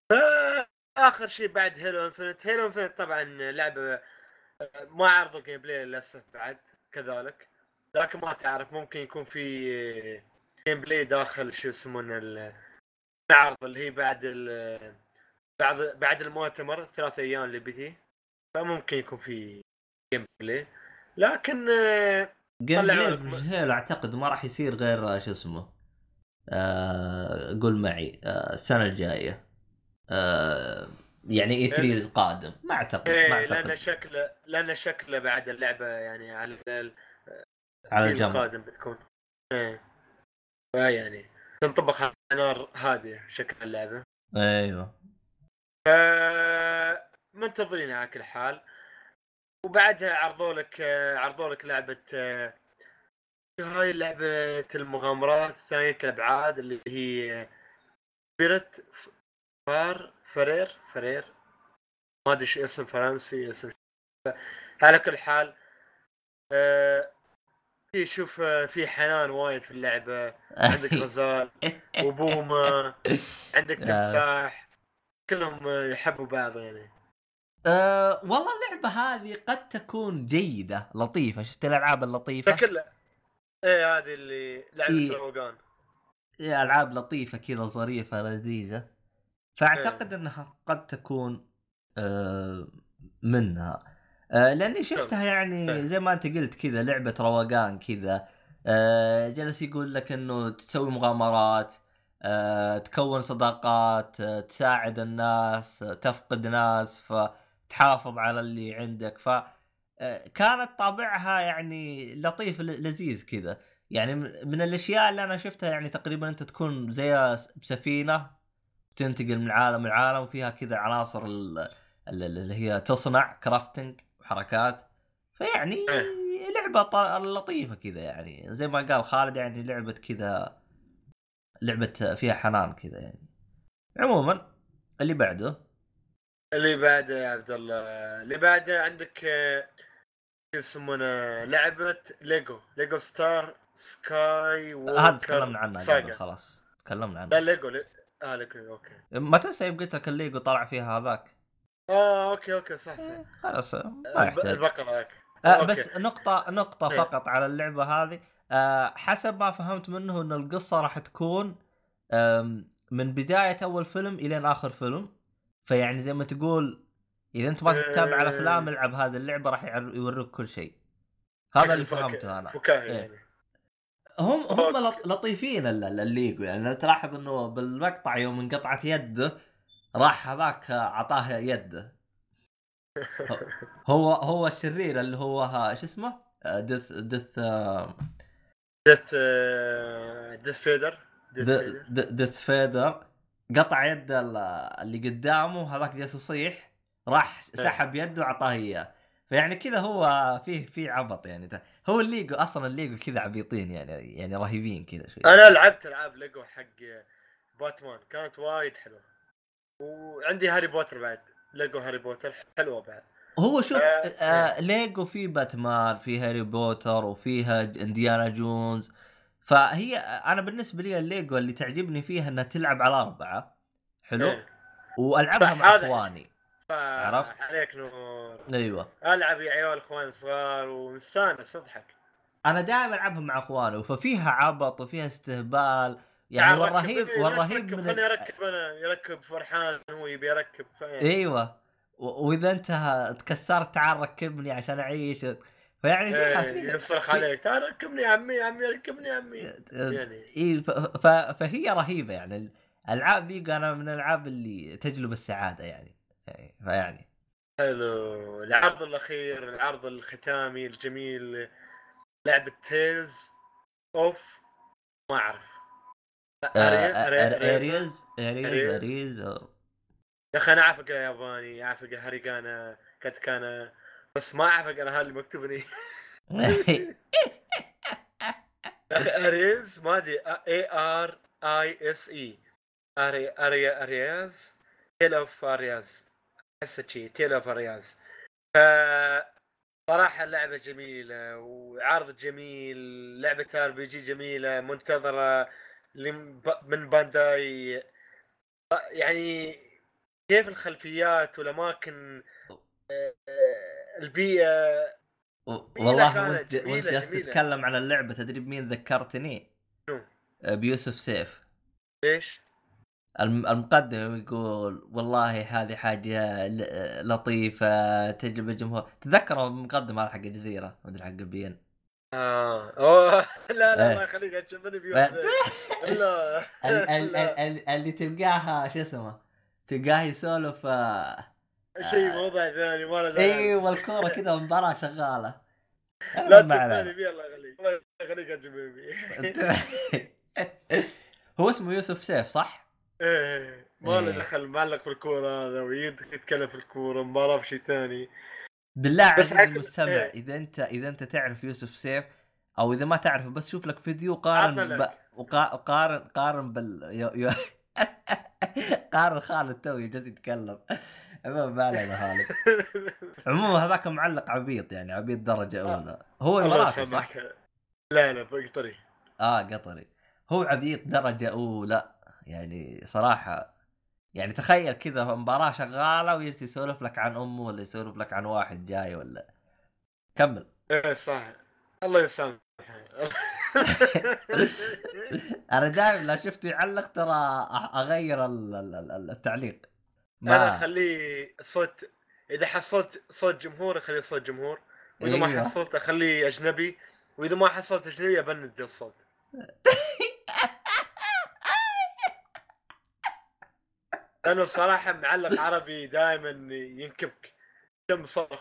اخر شيء بعد هيلو انفنت. هيلو انفنت طبعا لعبه ما عرضوا جيم بلاي للاسف بعد كذلك، لكن ما تعرف ممكن يكون في جيم بلاي داخل شو يسمونه المعرض اللي هي بعد ال بعد بعد المؤتمر ثلاث ايام اللي بيجي، فممكن يكون في جيم بلاي. لكن جيم طلعوا بلاي لك م... بهيل اعتقد ما راح يصير غير شو اسمه آه... قول معي آه... السنه الجايه. آه... يعني اي ثلاثة القادم ما اعتقد ما ايه لان اعتقد شكله لان شكله بعد اللعبه يعني على على الجيل جنب. القادم بتكون ايه، فيعني تنطبخ على نار هاديه شكل اللعبه. ايوه ف منتظرين على كل حال. وبعدها عرضوا لك عرضوا لك لعبه شو هاي لعبه المغامرات ثانيه الابعاد اللي هي سبيريت فار فرير فرير ما ادري شو اسم فرنسي اسم. على كل حال آه، في شوف آه، في حنان وايد في اللعبه. عندك غزال وبومه، عندك آه. تمساح، كلهم آه، يحبوا بعض يعني. أه والله اللعبة هذه قد تكون جيدة لطيفة. شفت الألعاب اللطيفة؟ شكلها ايه هذه اللي لعبه إيه روقان. ألعاب لطيفة كذا ظريفة لذيذة. فأعتقد ايه أنها قد تكون أه منها. أه لأني شوف شفتها يعني ايه زي ما أنت قلت كذا لعبة روقان كذا. أه جلس يقول لك أنه تسوي مغامرات، أه تكون صداقات، أه تساعد الناس، أه تفقد ناس فتحافظ على اللي عندك. ف كانت طابعها يعني لطيف لذيذ كذا. يعني من الاشياء اللي انا شفتها يعني تقريبا انت تكون زي بسفينه تنتقل من عالم لعالم وفيها كذا عناصر اللي هي تصنع كرافتنج وحركات. فيعني ايه لعبه ط... لطيفه كذا يعني زي ما قال خالد يعني لعبه كذا لعبه فيها حنان كذا يعني. عموما اللي بعده اللي بعده يا عبد الله اللي بعده عندك يسمونه لعبه ليجو ليجو ستار سكاي هذا تكلمنا ووكر عنها قبل خلاص تكلمنا عنها. لا ليجو لي... اه ليجو اوكي ما تنسى قلت لك الليجو طلع فيها هذاك. اه اوكي اوكي صح صح خلاص ما الب... يحتاج. البقره هيك آه بس نقطة نقطة إيه. فقط على اللعبة هذه. آه حسب ما فهمت منه ان القصة راح تكون من بداية اول فيلم الى اخر فيلم. فيعني زي ما تقول اذا انت ما تتابع على افلام العب هذه اللعبة راح يوريك كل شيء. هذا اللي فهمته انا. فكاهي إيه. يعني. هم هم لطيفين الليجو يعني تلاحظ انه بالمقطع يوم انقطعت يده راح هذاك عطاه يده. هو هو الشرير اللي هو شو اسمه ديث ديث ديث ديث فيدر ديث فيدر قطع يد اللي قدامه هذاك جالس يصيح راح سحب يده وعطاه اياه. فيعني كذا هو فيه فيه عبط يعني هو الليجو اصلا الليجو كذا عبيطين يعني يعني رهيبين كذا شوي. انا لعبت العاب ليجو حق باتمان كانت وايد حلوه وعندي هاري بوتر بعد ليجو هاري بوتر حلوه بعد. هو شوف آه آه ليجو في باتمان في هاري بوتر وفيها انديانا جونز. فهي انا بالنسبه لي الليجو اللي تعجبني فيها انها تلعب على اربعه حلو إيه. والعبها مع اخواني عرفت عليك نور. ايوه العب يا عيال اخوان صغار ونستانس نضحك. انا دائما العبها مع اخواني ففيها عبط وفيها استهبال يعني والرهيب والرهيب من خليني اركب انا يركب فرحان هو يبي يركب فاهم. ايوه واذا انت تكسرت تعال ركبني عشان اعيش فيعني فيها فيها يصرخ عليك تعال ركبني يا عمي يا عمي ركبني يا عمي يعني اي فهي رهيبه يعني الالعاب دي انا من الالعاب اللي تجلب السعاده يعني فيعني حلو. العرض الاخير العرض الختامي الجميل لعبه تيلز اوف ما اعرف اريز اريز اريز يا اخي انا اعرف اقرا ياباني اعرف اقرا هاريغانا كاتكانا بس ما اعرف اقرا هذا اللي مكتوب لي. اريز ما ادري اي ار اي اس اي اري اري ارياز تيل اوف ارياز حسه شيء تيل اوف ارياز. صراحه اللعبه جميله وعرض جميل لعبه ار بي جي جميله منتظره من بانداي يعني كيف الخلفيات والاماكن البيئه والله وانت وانت جالس تتكلم عن اللعبه تدري بمين ذكرتني؟ بيوسف سيف. ليش؟ المقدم يقول والله هذه حاجه لطيفه تجربه جمهور. تذكروا المقدم هذا حق الجزيره ما ادري حق البين اه اوه لا لا الله يخليك تشوفني بيوسف. لا اللي تلقاها شو اسمه تلقاه يسولف شيء موضوع ثاني ما له ايوه والكوره كذا مباراه شغاله. لا تشوفني بي الله يخليك الله يخليك تشوفني بي. هو اسمه يوسف سيف صح؟ ايه ما له دخل معلق في الكوره هذا ويتكلم في الكوره مباراه في شيء ثاني. بالله عزيزي المستمع إيه؟ اذا انت اذا انت تعرف يوسف سيف او اذا ما تعرفه بس شوف لك فيديو قارن ب... وقارن قارن بال يو... يو... قارن خالد توي جالس يتكلم ما علينا خالد. عموما هذاك معلق عبيط يعني عبيط درجه اولى. هو اماراتي صح؟ لا لا قطري. اه قطري. هو عبيط درجه اولى يعني صراحه. يعني تخيل كذا مباراه شغاله ويسولف لك عن امه ولا يسولف لك عن واحد جاي ولا كمل. ايه صح الله يسامحه. انا دائما لا شفته يعلق ترى اغير التعليق. ما انا اخليه صوت اذا حصلت صوت جمهور اخليه صوت جمهور واذا أيوة. ما حصلت اخليه اجنبي واذا ما حصلت اجنبي ابند الصوت. انا الصراحه معلق عربي دائما ينكبك كم صرخ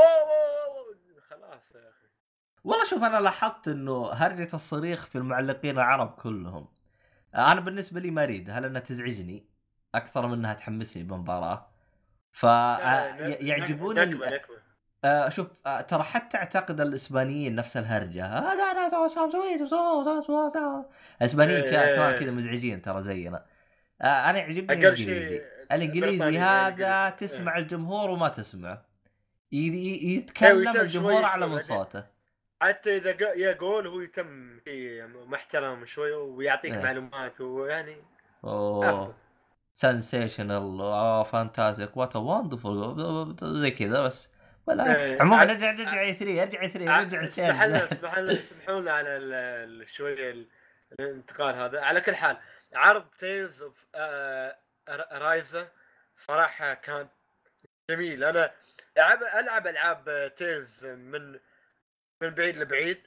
خلاص يا اخي. والله شوف انا لاحظت انه هرجة الصريخ في المعلقين العرب كلهم انا بالنسبه لي ما اريد هل انها تزعجني اكثر من انها تحمسني بالمباراه. ف يعجبوني ال... آه شوف آه ترى حتى اعتقد الاسبانيين نفس الهرجه آه لا لا سوي سوي سوي الاسبانيين كمان كذا مزعجين ترى زينا. آه انا يعجبني اقل شيء الانجليزي الانجليزي هذا تسمع الجمهور وما تسمعه يتكلم الجمهور اعلى من صوته حتى اذا يا جول هو يتم محترم شوي ويعطيك اه. معلومات ويعني اوه سنسيشنال اه فانتازيك وات وندرفول زي كذا بس ولا إيه. عموما ع... نرجع نرجع اي ثري ارجع اي ثري نرجع اسمح لنا اسمح لنا يسمحون لنا على شويه الانتقال هذا. على كل حال عرض تيلز اوف رايزا صراحه كان جميل. انا العب العب العاب تيلز من من بعيد لبعيد،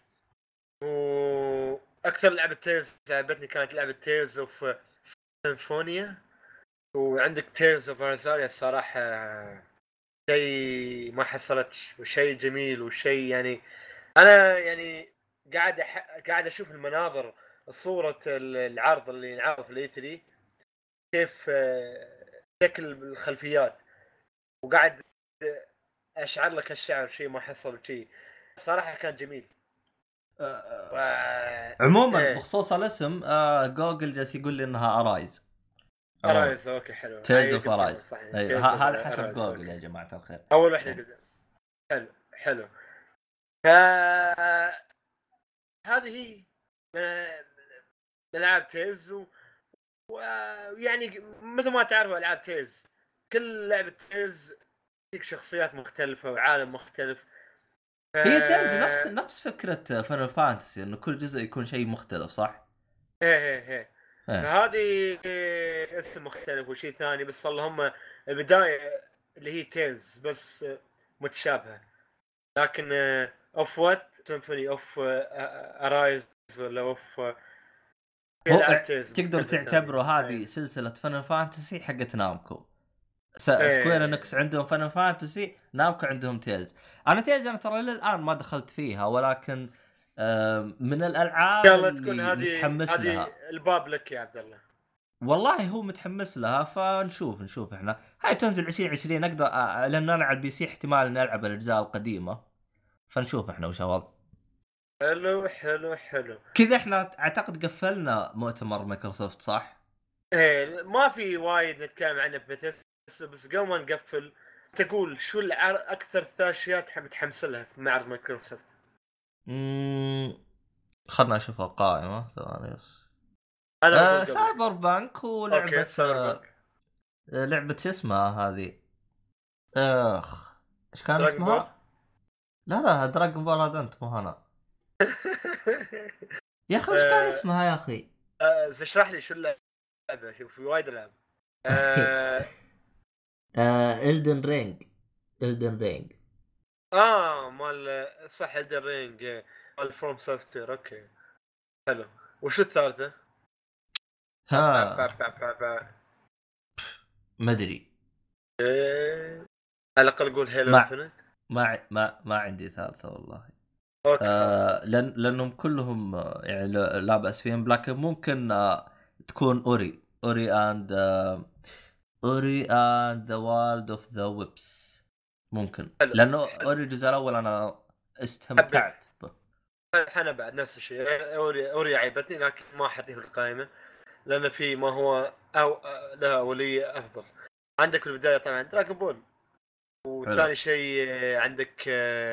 واكثر لعبه تيلز عجبتني كانت لعبه تيلز اوف سيمفونيا، وعندك تيلز اوف ارزاريا الصراحه شيء ما حصلتش وشيء جميل وشيء يعني انا يعني قاعد أح... قاعد اشوف المناظر صورة العرض اللي انعرض في الاي ثري كيف شكل الخلفيات، وقاعد اشعر لك الشعر شيء ما حصل شيء صراحة كان جميل. و... عموما ايه. بخصوص الاسم آه جوجل جالس يقول لي انها ارايز ارايز اوكي حلو تيلز اوف ارايز هذا حسب جوجل يا جماعة الخير اول واحدة قدام. حلو حلو ف هذه العاب تيلز و... ويعني مثل ما تعرفوا العاب تيلز كل لعبه تيلز فيك شخصيات مختلفه وعالم مختلف. ف... هي تيلز نفس نفس فكره فاينل فانتسي انه كل جزء يكون شيء مختلف صح؟ ايه ايه ايه فهذه اسم مختلف وشيء ثاني، بس اللهم البدايه اللي هي تيلز بس متشابهه، لكن اوف وات سيمفوني اوف ارايز ولا اوف تقدر تعتبره هذه سلسله فاينل فانتسي حقت نامكو. س... سكوير انكس عندهم فاينل فانتسي، نامكو عندهم تيلز. انا تيلز انا ترى الان ما دخلت فيها، ولكن من الالعاب اللي متحمس لها. الباب لك يا عبد الله والله هو متحمس لها، فنشوف نشوف احنا هاي بتنزل عشرين عشرين اقدر أ... لان انا على البي سي احتمال نلعب الاجزاء القديمه، فنشوف احنا وشباب. حلو حلو حلو كذا احنا اعتقد قفلنا مؤتمر مايكروسوفت صح؟ ايه ما في وايد نتكلم عنه بث بس قبل ما نقفل تقول شو العر... اكثر ثاشيات متحمس لها في معرض مايكروسوفت؟ امم خلنا نشوف القائمه ثواني بس. انا آه سايبر بانك ولعبه آه لعبه شو اسمها هذه اخ ايش كان اسمها بول؟ لا لا دراغون بول هذا انت مو انا يا اخي ايش كان اسمها يا اخي؟ آه اشرح لي شو اللعبه. شوف في وايد العاب آه إلدن رينج إلدن رينج اه مال صح إلدن رينج مال فروم سوفتوير. اوكي حلو. وشو الثالثه؟ ها ما ادري إيه... على الاقل قول هيلو ما... انفنت. ما ما ما عندي ثالثه والله. اوكي آه لان لانهم كلهم يعني لا باس فيهم، لكن ممكن آه تكون اوري اوري اند آه اوري اند ذا وورلد اوف ذا ويبس ممكن حلو. لانه حلو. اوري الجزء الاول انا استمتعت به. انا بعد نفس الشيء اوري اوري عيبتني، لكن ما حطيه في القائمه لان في ما هو او لا اوليه افضل. عندك في البدايه طبعا دراغون بول، وثاني شيء عندك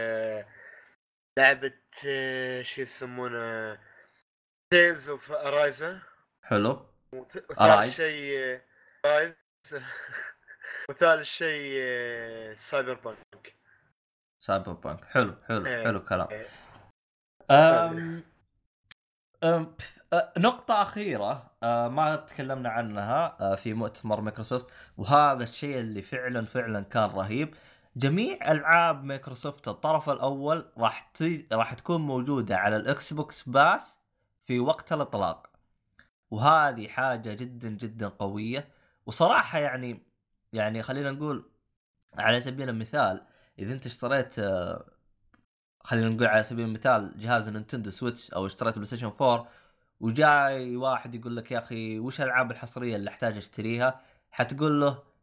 لعبه شو يسمونه تيلز اوف ارايزا. حلو. وثالث شيء رايز وثالث شيء سايبر بانك. سايبر بانك حلو حلو ايه حلو كلام. ايه. أم... أم... نقطة أخيرة ما تكلمنا عنها في مؤتمر مايكروسوفت، وهذا الشيء اللي فعلا فعلا كان رهيب. جميع ألعاب مايكروسوفت الطرف الأول راح ت... راح تكون موجودة على الإكس بوكس باس في وقت الإطلاق، وهذه حاجة جدا جدا قوية. وصراحة يعني يعني خلينا نقول على سبيل المثال إذا أنت اشتريت خلينا نقول على سبيل المثال جهاز نينتندو سويتش أو اشتريت بلاي ستيشن فور، وجاي واحد يقول لك يا أخي وش الألعاب الحصرية اللي أحتاج أشتريها، حتقول له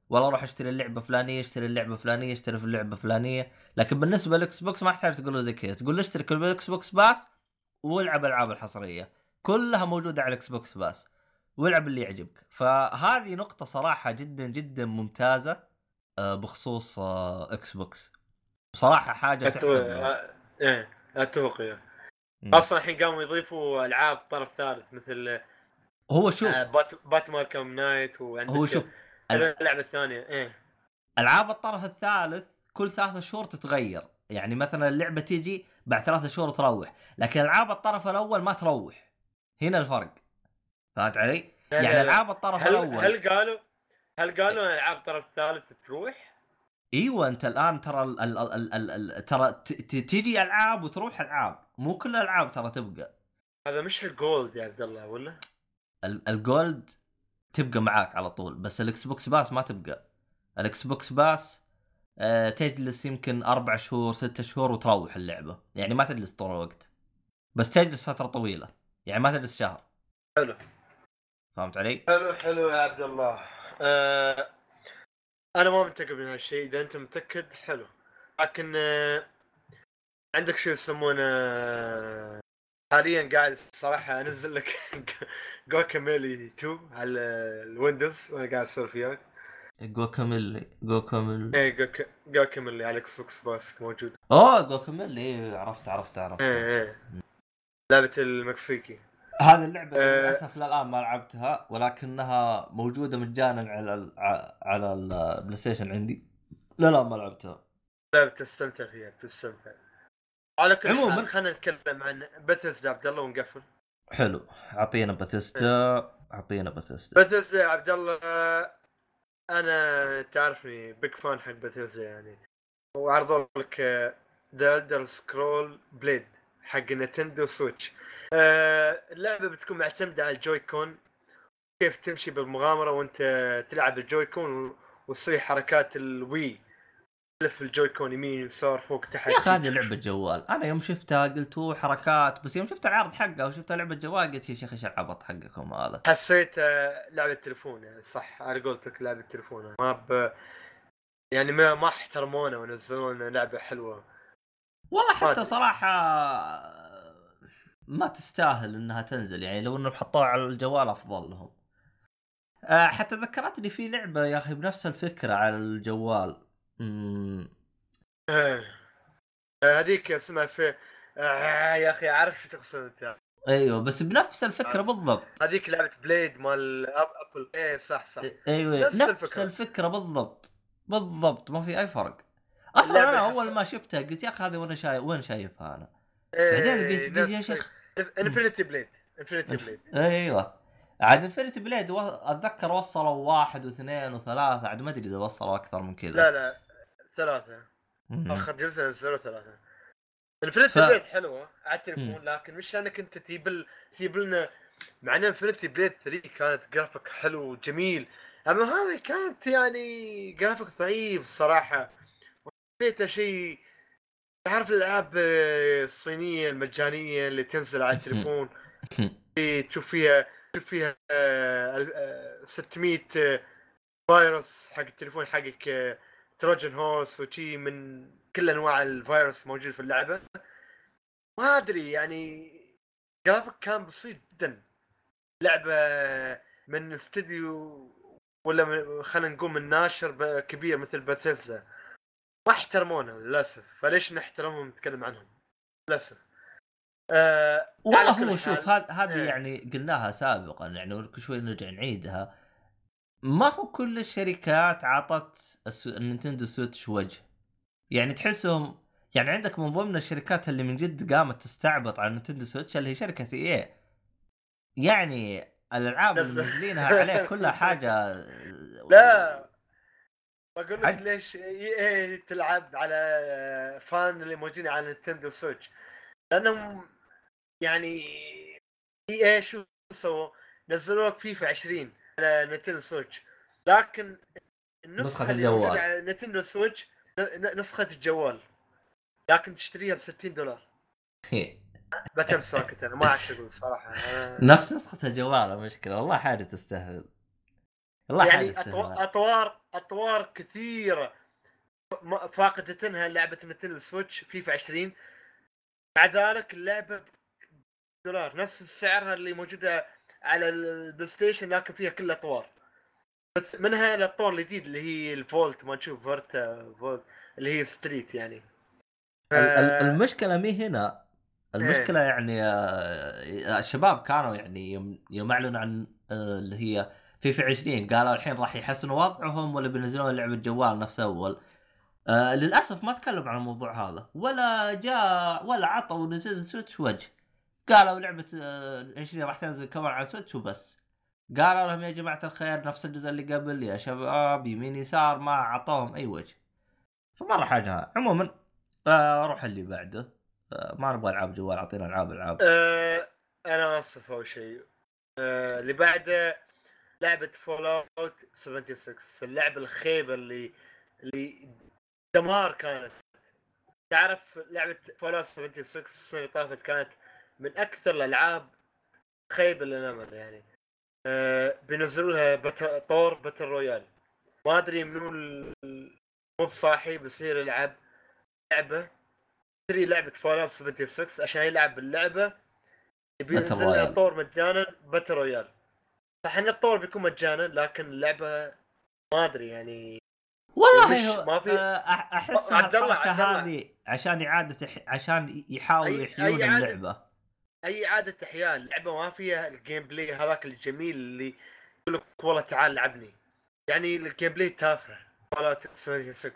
والله اروح اشتري اللعبه فلانيه اشتري اللعبه فلانيه اشتري في اللعبه فلانيه. لكن بالنسبه للاكس بوكس ما تحتاج تقول له زي كذا، تقول له اشترك بالاكس بوكس باس والعب العاب الحصريه كلها موجوده على الاكس بوكس باس والعب اللي يعجبك. فهذه نقطه صراحه جدا جدا ممتازه بخصوص اكس بوكس، بصراحه حاجه أتو... تحسب له. أ... ايه اتوقع يعني. م. اصلا الحين قاموا يضيفوا العاب طرف ثالث مثل هو شوف آه، بات باتمان كم نايت، هو شوف وعندك ال- هذا اللعبه الثانيه. ايه العاب الطرف الثالث كل ثلاثة شهور تتغير، يعني مثلا اللعبه تيجي بعد ثلاثة شهور تروح، لكن العاب الطرف الاول ما تروح. هنا الفرق، فهمت علي؟ لا يعني لا لا، العاب الطرف هل الاول هل قالوا هل قالوا العاب طرف ثالث تروح؟ ايوه انت الان ترى ال ال ال ال ال ترى ت- ت- تجي العاب وتروح العاب، مو كل الالعاب ترى تبقى. هذا مش الجولد يا عبد الله ولا؟ ال- الجولد تبقى معاك على طول، بس الاكس بوكس باس ما تبقى. الاكس بوكس باس آه تجلس يمكن اربع شهور ستة شهور وتروح اللعبه، يعني ما تجلس طول الوقت، بس تجلس فتره طويله، يعني ما تجلس شهر. حلو فهمت علي؟ حلو حلو يا عبد الله. آه انا ما متاكد من هالشيء، اذا انت متاكد حلو. لكن آه عندك شيء يسمونه آه، حاليا قاعد الصراحه انزل لك جوكاميلي اثنين على الويندوز وانا قاعد اسولف وياك. جوكاميلي جوكاميلي ايه جوك جوكاميلي على الاكس بوكس باس موجود. اوه جوكاميلي إيه، عرفت عرفت عرفت ايه ايه لعبه المكسيكي. هذه اللعبة آه للأسف للآن ما لعبتها، ولكنها موجودة مجانا على ال على البلاي ستيشن عندي، للآن ما لعبتها. لعبه تستمتع فيها تستمتع. على كل عموما حال خلينا نتكلم عن بثيسدا عبد الله ونقفل. حلو، اعطينا باتيستا اعطينا باتيستا. بثيسدا يا عبد الله، انا تعرفني بيج فان حق بثيسدا يعني. وعرضوا لك ذا إلدر سكرول بليد حق نينتندو سويتش. آه اللعبه بتكون معتمده على الجوي كون، كيف تمشي بالمغامره وانت تلعب الجوي كون وتصير حركات الوي، تلف الجوي كون يمين يسار فوق تحت. يا اخي هذه لعبة جوال، انا يوم شفتها قلت هو حركات، بس يوم شفت العرض حقها وشفتها لعبة جوال قلت يا شيخ ايش العبط حقكم هذا. حسيت آه، لعبه تليفون يعني. صح انا قلت لك لعبه تليفون، ما ب... يعني ما ما احترمونا ونزلونا لعبه حلوه. والله حتى أدري. صراحة ما تستاهل انها تنزل، يعني لو انهم حطوها على الجوال افضل لهم. أه حتى ذكرتني في لعبة يا اخي بنفس الفكرة على الجوال. امم آه. آه، هذيك اسمها في آه يا اخي عارف شو تقصد انت. ايوه بس بنفس الفكرة بالضبط. هذيك لعبه بليد مال أب ابل. ايه صح صح ايوه نفس نفس الفكره. الفكرة بالضبط بالضبط، ما في اي فرق. اصلا اللعبه انا حص... اول ما شفتها قلت يا اخي هذه وانا شايف وين شايفها انا. بعدين ايه قلت قلت يا نفس شيخ انفينيتي بليد. انفينيتي الف... بليد ايوه عاد انفينيتي بليد و... اتذكر وصلوا واحد واثنين وثلاثة، عاد ما ادري اذا وصلوا اكثر من كذا. لا لا ثلاثه. مم. اخر جزء نزلوا ثلاثه. ف... انفينيتي بليد حلوه على التليفون، مم. لكن مش انك انت تجيب تجيب لنا. مع ان انفينيتي بليد ثلاثة كانت جرافيك حلو وجميل، اما هذه كانت يعني جرافيك ضعيف صراحه. حسيتها شيء، تعرف الالعاب الصينيه المجانيه اللي تنزل على التليفون، تشوف فيها تشوف فيها آه، آه، ستمية آه، فيروس حق التليفون حقك، آه، تروجن هورس وشي، من كل انواع الفيروس موجود في اللعبه. ما ادري يعني جرافيك كان بسيط جدا. لعبه من استديو ولا من خلينا نقول من ناشر كبير مثل باثيسدا، ما احترمونا للاسف. فليش نحترمهم نتكلم عنهم للاسف. أه والله هو شوف هذه هذه يعني قلناها سابقا يعني كل شوي نرجع نعيدها. ما هو كل الشركات عطت السو... النينتندو سويتش وجه، يعني تحسهم يعني عندك من ضمن الشركات اللي من جد قامت تستعبط على نينتندو سويتش اللي هي شركة ايه. يعني الالعاب اللي منزلينها عليه كلها حاجة. لا بقول لك حاج... ليش ايه تلعب على فان اللي موجودين على نينتندو سويتش، لانهم يعني ايه شو سووا، نزلوا لك فيفا عشرين على نينتندو سويتش، لكن النسخه اللي موجوده على نينتندو سويتش نسخه الجوال، لكن تشتريها ب ستين دولار. بتم ساكت انا ما اعرف اقول صراحه. نفس نسخة الجوال المشكلة والله حاجة تستهبل. يعني أطوار, اطوار اطوار كثيره فاقدتها لعبه نينتندو سويتش فيفا عشرين. مع ذلك اللعبه دولار نفس السعر اللي موجوده على البلاي ستيشن، لكن فيها كل اطوار، بس منها الاطوار الجديد اللي هي الفولت، ما نشوف فولت فولت اللي هي ستريت يعني. ف... المشكله مي هنا، المشكله ايه. يعني الشباب كانوا يعني يوم, يوم اعلنوا عن اللي هي فيفا عشرين قالوا الحين راح يحسنوا وضعهم ولا بينزلون لعبه جوال نفس اول. آه للاسف ما تكلم عن الموضوع هذا، ولا جاء ولا عطوا نزل سويتش وجه. قالوا لعبه آه عشرين راح تنزل كمان على سويتش وبس. قالوا لهم يا جماعه الخير نفس الجزء اللي قبل يا شباب يمين يسار، ما عطوهم اي وجه. فمره حاجه. عموما آه روح اللي بعده. آه ما نبغى العاب جوال، اعطينا العاب العاب. آه انا اسف اول شيء. آه اللي بعده لعبه فول اوت ستة وسبعين، اللعبه الخيبه اللي اللي دمار كانت. تعرف لعبه فول اوت سبعة وسبعين السنه اللي طافت كانت من اكثر الالعاب خيبه للامل يعني. آه بينزلوا لها بت... طور باتل رويال، ما ادري منو مو بصاحي بيصير يلعب لعبه، تشتري لعبه فول اوت سبعة وسبعين عشان يلعب اللعبه، بينزل لها طور مجانا باتل رويال. صح ان الطور بيكون مجانا، لكن اللعبه ما ادري يعني والله هو ما في. احسها الحركه هذه عشان اعاده عشان يحاولوا يحيون أي اللعبه. اي اعاده احياء اللعبه ما فيها الجيم بلاي هذاك الجميل اللي يقول لك والله تعال لعبني. يعني الجيم بلاي تافه فالوت سبعة وسبعين،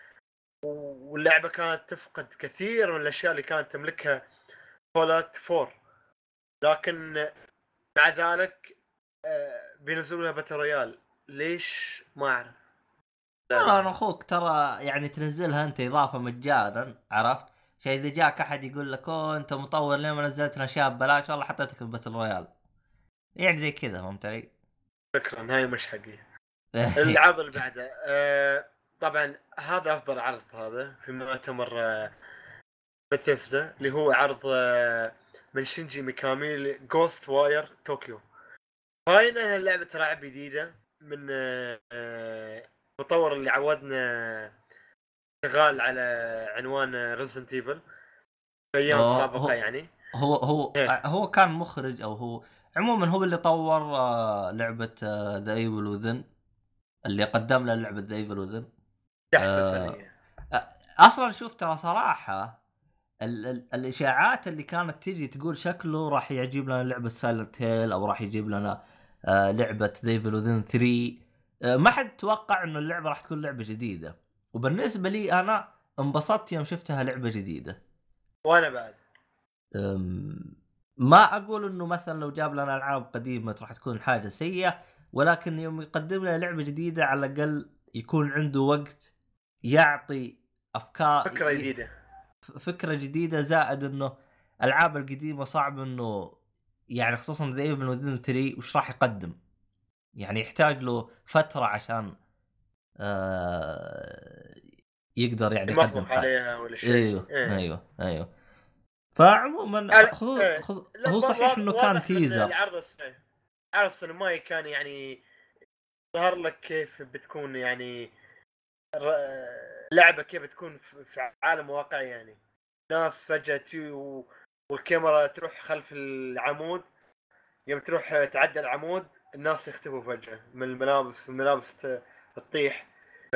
واللعبه كانت تفقد كثير من الاشياء اللي كانت تملكها فالوت أربعة، لكن مع ذلك بينزلوا لها باتل رويال. ليش ما اعرف. والله انا اخوك ترى يعني تنزلها انت اضافه مجانا، عرفت شيء؟ اذا جاك احد يقول لك اوه انت مطور ليه ما نزلت اشياء ببلاش، والله حطيتك في باتل رويال يعني زي كذا، فهمت علي؟ شكرا، هاي مش حقي. العرض اللي بعده آه طبعا هذا افضل عرض هذا في مؤتمر آه بثيسدا، اللي هو عرض آه من شينجي ميكامي جوست واير طوكيو. هاي انها لعبه رعب جديده من آه مطور اللي عودنا شغال على عنوان ريزنت ايفل في ايام سابقه يعني. هو هو هي. هو كان مخرج او هو عموما هو اللي طور آه لعبه ذا ايفل وذن، اللي قدم له لعبه ذا ايفل وذن. تحفه فنيه. اصلا شوف ترى صراحه ال- ال- الاشاعات اللي كانت تيجي تقول شكله راح يجيب لنا لعبه سايلنت هيل او راح يجيب لنا آه لعبه ديفل وذن ثلاثة، آه ما حد توقع انه اللعبه راح تكون لعبه جديده. وبالنسبه لي انا انبسطت يوم شفتها لعبه جديده. وانا بعد ما اقول انه مثلا لو جاب لنا العاب قديمه راح تكون حاجه سيئه، ولكن يوم يقدم لنا لعبه جديده على الاقل يكون عنده وقت يعطي افكار، فكره جديده فكره جديده. زائد انه العاب القديمه صعب انه يعني خصوصا ذا ايفل وذن ثلاثة وش راح يقدم، يعني يحتاج له فتره عشان آه يقدر يعني يقدم حاجه عليها ولا شيء. ايوه إيه. ايوه ايوه. فعموما خصوص إيه. خصوص هو صحيح انه كان تيزر. العرض السينمائي العرض السينمائي كان يعني ظهر لك كيف بتكون يعني لعبه كيف بتكون في عالم واقعي، يعني ناس فجأة تي والكاميرا تروح خلف العمود، يوم تروح تعدى العمود الناس يختفوا فجأة من الملابس والملابس تطيح. ف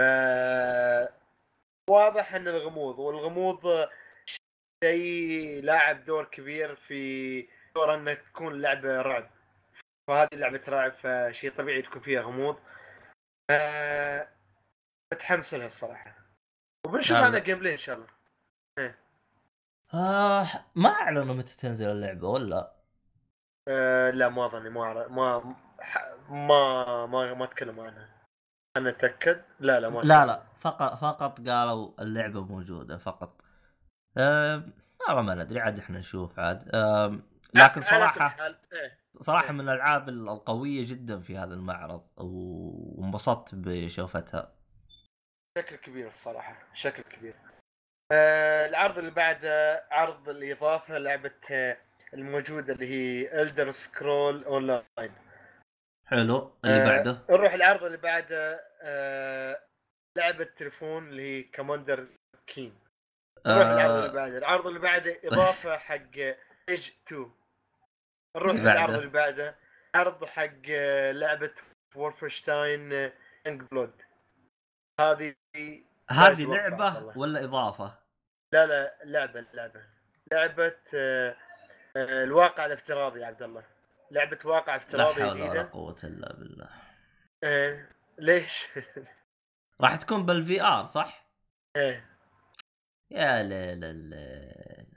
واضح ان الغموض والغموض شيء لاعب دور كبير في دور انك تكون لعبة رعب، فهذه لعبة رعب فشيء طبيعي تكون فيها غموض. أه... متحمس لها الصراحة، وبنشوف عنها جيم بلاي ان شاء الله. إيه. آه ما اعلنوا متى تنزل اللعبة ولا؟ أه لا ما اظني، ما أعرف ما ما ما ما اتكلم عنها. انا اتاكد لا لا ما لا لا فقط فقط قالوا اللعبة موجودة فقط. آه والله ما ندري عاد احنا نشوف عاد. آه لكن صراحة إيه. صراحة إيه. من الالعاب القوية جدا في هذا المعرض وانبسطت بشوفتها بشكل كبير الصراحة، شكل كبير. آه العرض اللي بعده عرض الإضافة لعبة الموجودة اللي هي Elder Scroll Online. حلو. اللي آه بعده نروح العرض اللي بعده. آه لعبة تليفون اللي هي كوماندر كين. نروح العرض اللي آه... بعده. العرض اللي بعده إضافة حق إيج تو. اللي نروح العرض اللي بعده بعده. عرض حق آه، لعبة وولفرشتاين ينج بلود. هذه لا هذه يتوقع عبد لعبة الله. ولا إضافة؟ لا لا لعبة لعبة لعبة آه، آه، الواقع الافتراضي يا عبد الله. لعبة واقع لا افتراضي حول ولا جديدة. قوة إلا بالله. آه، ليش؟ راح تكون بالفي آر صح؟ آه، يا ليل الليل.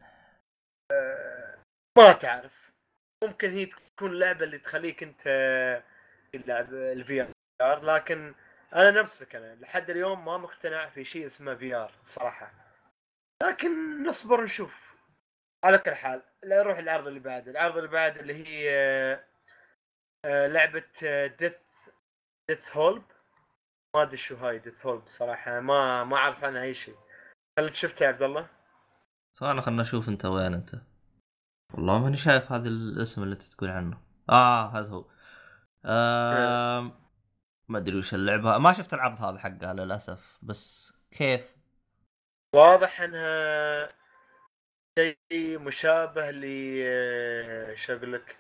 ما تعرف. ممكن هي تكون لعبة اللي تخليك انت تلعب الفي ار، لكن انا نفسك انا لحد اليوم ما مقتنع في شيء اسمه في ار الصراحة. لكن نصبر نشوف. على كل حال لا نروح العرض اللي بعده. العرض اللي بعده اللي هي آه، آه، لعبة ديث ديث هولب. ما ادري شو هاي ديث هولب صراحة. ما ما اعرف عنها اي شيء. هل انت شفتها يا عبد الله؟ ثواني خلنا نشوف انت وين انت. والله ماني شايف هذا الاسم اللي انت تقول عنه. اه هذا هو. آه، آه... ما ادري وش اللعبة، ما شفت العرض هذا حقها للاسف. بس كيف؟ واضح انها شيء مشابه ل آه، شو اقول لك.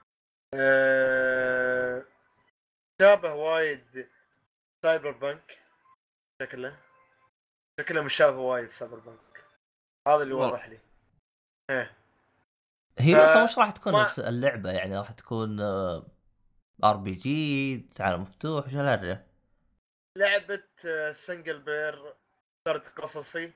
آه، مشابه وايد سايبر بانك. شكله شكله مشابه وايد سايبر بانك. هذا اللي والله واضح لي. ايه. هي اصلا وش راح تكون فما الس- اللعبة؟ يعني راح تكون ار بي جي عالم مفتوح وش هالهرجة؟ لعبة سنجل بلاير صارت قصصي.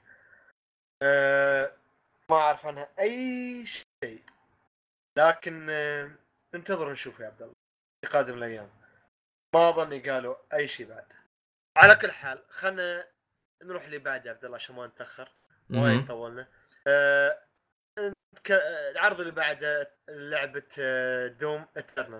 آه، ما اعرف عنها اي شيء. لكن آه، ننتظر نشوف يا عبد الله في قادم الايام. ما اظني قالوا اي شيء بعد. على كل حال خلنا نروح اللي بعد يا عبد الله عشان ما نتاخر. وايد امم طولنا. آه، ك- العرض اللي بعده لعبة آه، دوم اترنال.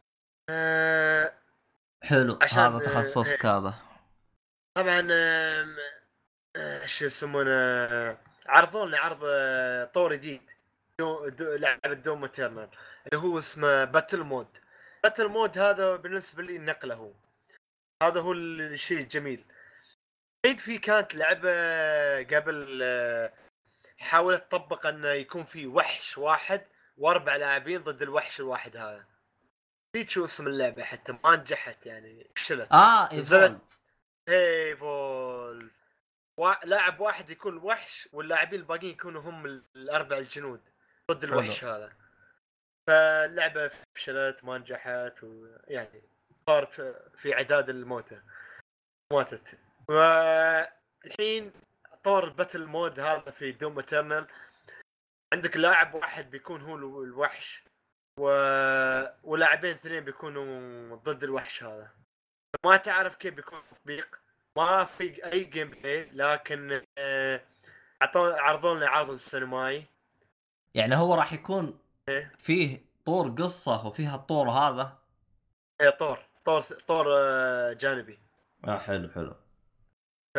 آه، حلو هذا عشان آه، تخصصك إيه. هذا. طبعا آم، آه، شو يسمونه آه، عرضوا لنا عرض آه، طور جديد. دو دو لعبة دوم اترنال اللي هو اسمه باتل مود. باتل مود هذا بالنسبة لي نقله هو. هذا هو الشيء الجميل. عيد في كانت لعبة قبل آه، حاولت تطبق انه يكون في وحش واحد واربع لاعبين ضد الوحش الواحد هذا. نسيت شو اسم اللعبة حتى ما نجحت يعني فشلت. اه نزلت ايفولف. ايفول. وا... لاعب واحد يكون وحش واللاعبين الباقيين يكونوا هم ال- الاربع الجنود ضد حلو. الوحش هذا. فاللعبة فشلت ما نجحت ويعني صارت في عداد الموتى. ماتت. والحين طور الباتل مود هذا في دوم اترنال. عندك لاعب واحد بيكون هو الوحش و... ولاعبين اثنين بيكونوا ضد الوحش هذا. ما تعرف كيف بيكون التطبيق. ما في اي جيم بلاي لكن آه، عطوا عرضوا لنا عرض سينمائي. يعني هو راح يكون ايه. فيه طور قصة وفيها الطور هذا. إيه، طور طور طور آه، جانبي. اه حلو حلو. ف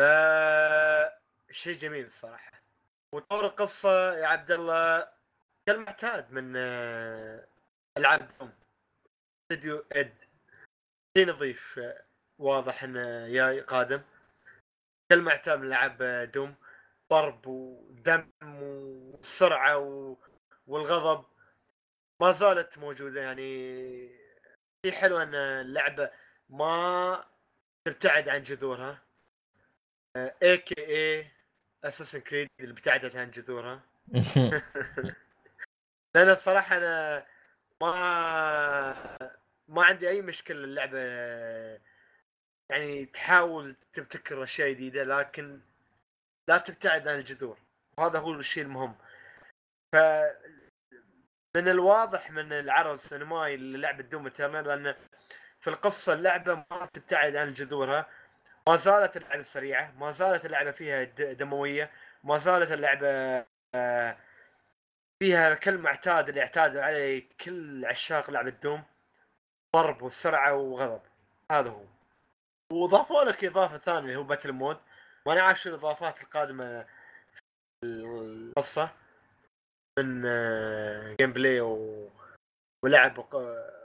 شيء جميل الصراحه. وطور القصه يا عبد الله كالمعتاد من آه، العاب دوم. استوديو اد. شيء نظيف. آه، واضح انه جاي قادم كالمعتاد من العاب دوم. ضرب ودم وسرعه و... والغضب ما زالت موجوده يعني. في حلو ان اللعبه ما تبتعد عن جذورها. اي كي اي اساسن كريد اللي ابتعدت عن جذورها. لان الصراحه انا ما ما عندي اي مشكله اللعبه يعني تحاول تبتكر اشياء جديده لكن لا تبتعد عن الجذور. وهذا هو الشيء المهم. ف من الواضح من العرض السينمائي للعبه دوم اترنال لان في القصه اللعبه ما تبتعد عن جذورها. ما زالت اللعبه سريعه. ما زالت اللعبه فيها دمويه. ما زالت اللعبه آه، فيها كل معتاد اللي اعتاد عليه كل عشاق لعبه دوم. ضرب والسرعه وغضب. هذا هو. وضافوا لك اضافه ثانيه اللي هو باتل مود. وانا عارف شو الاضافات القادمه القصه من جيم بلاي و... ولعب وق...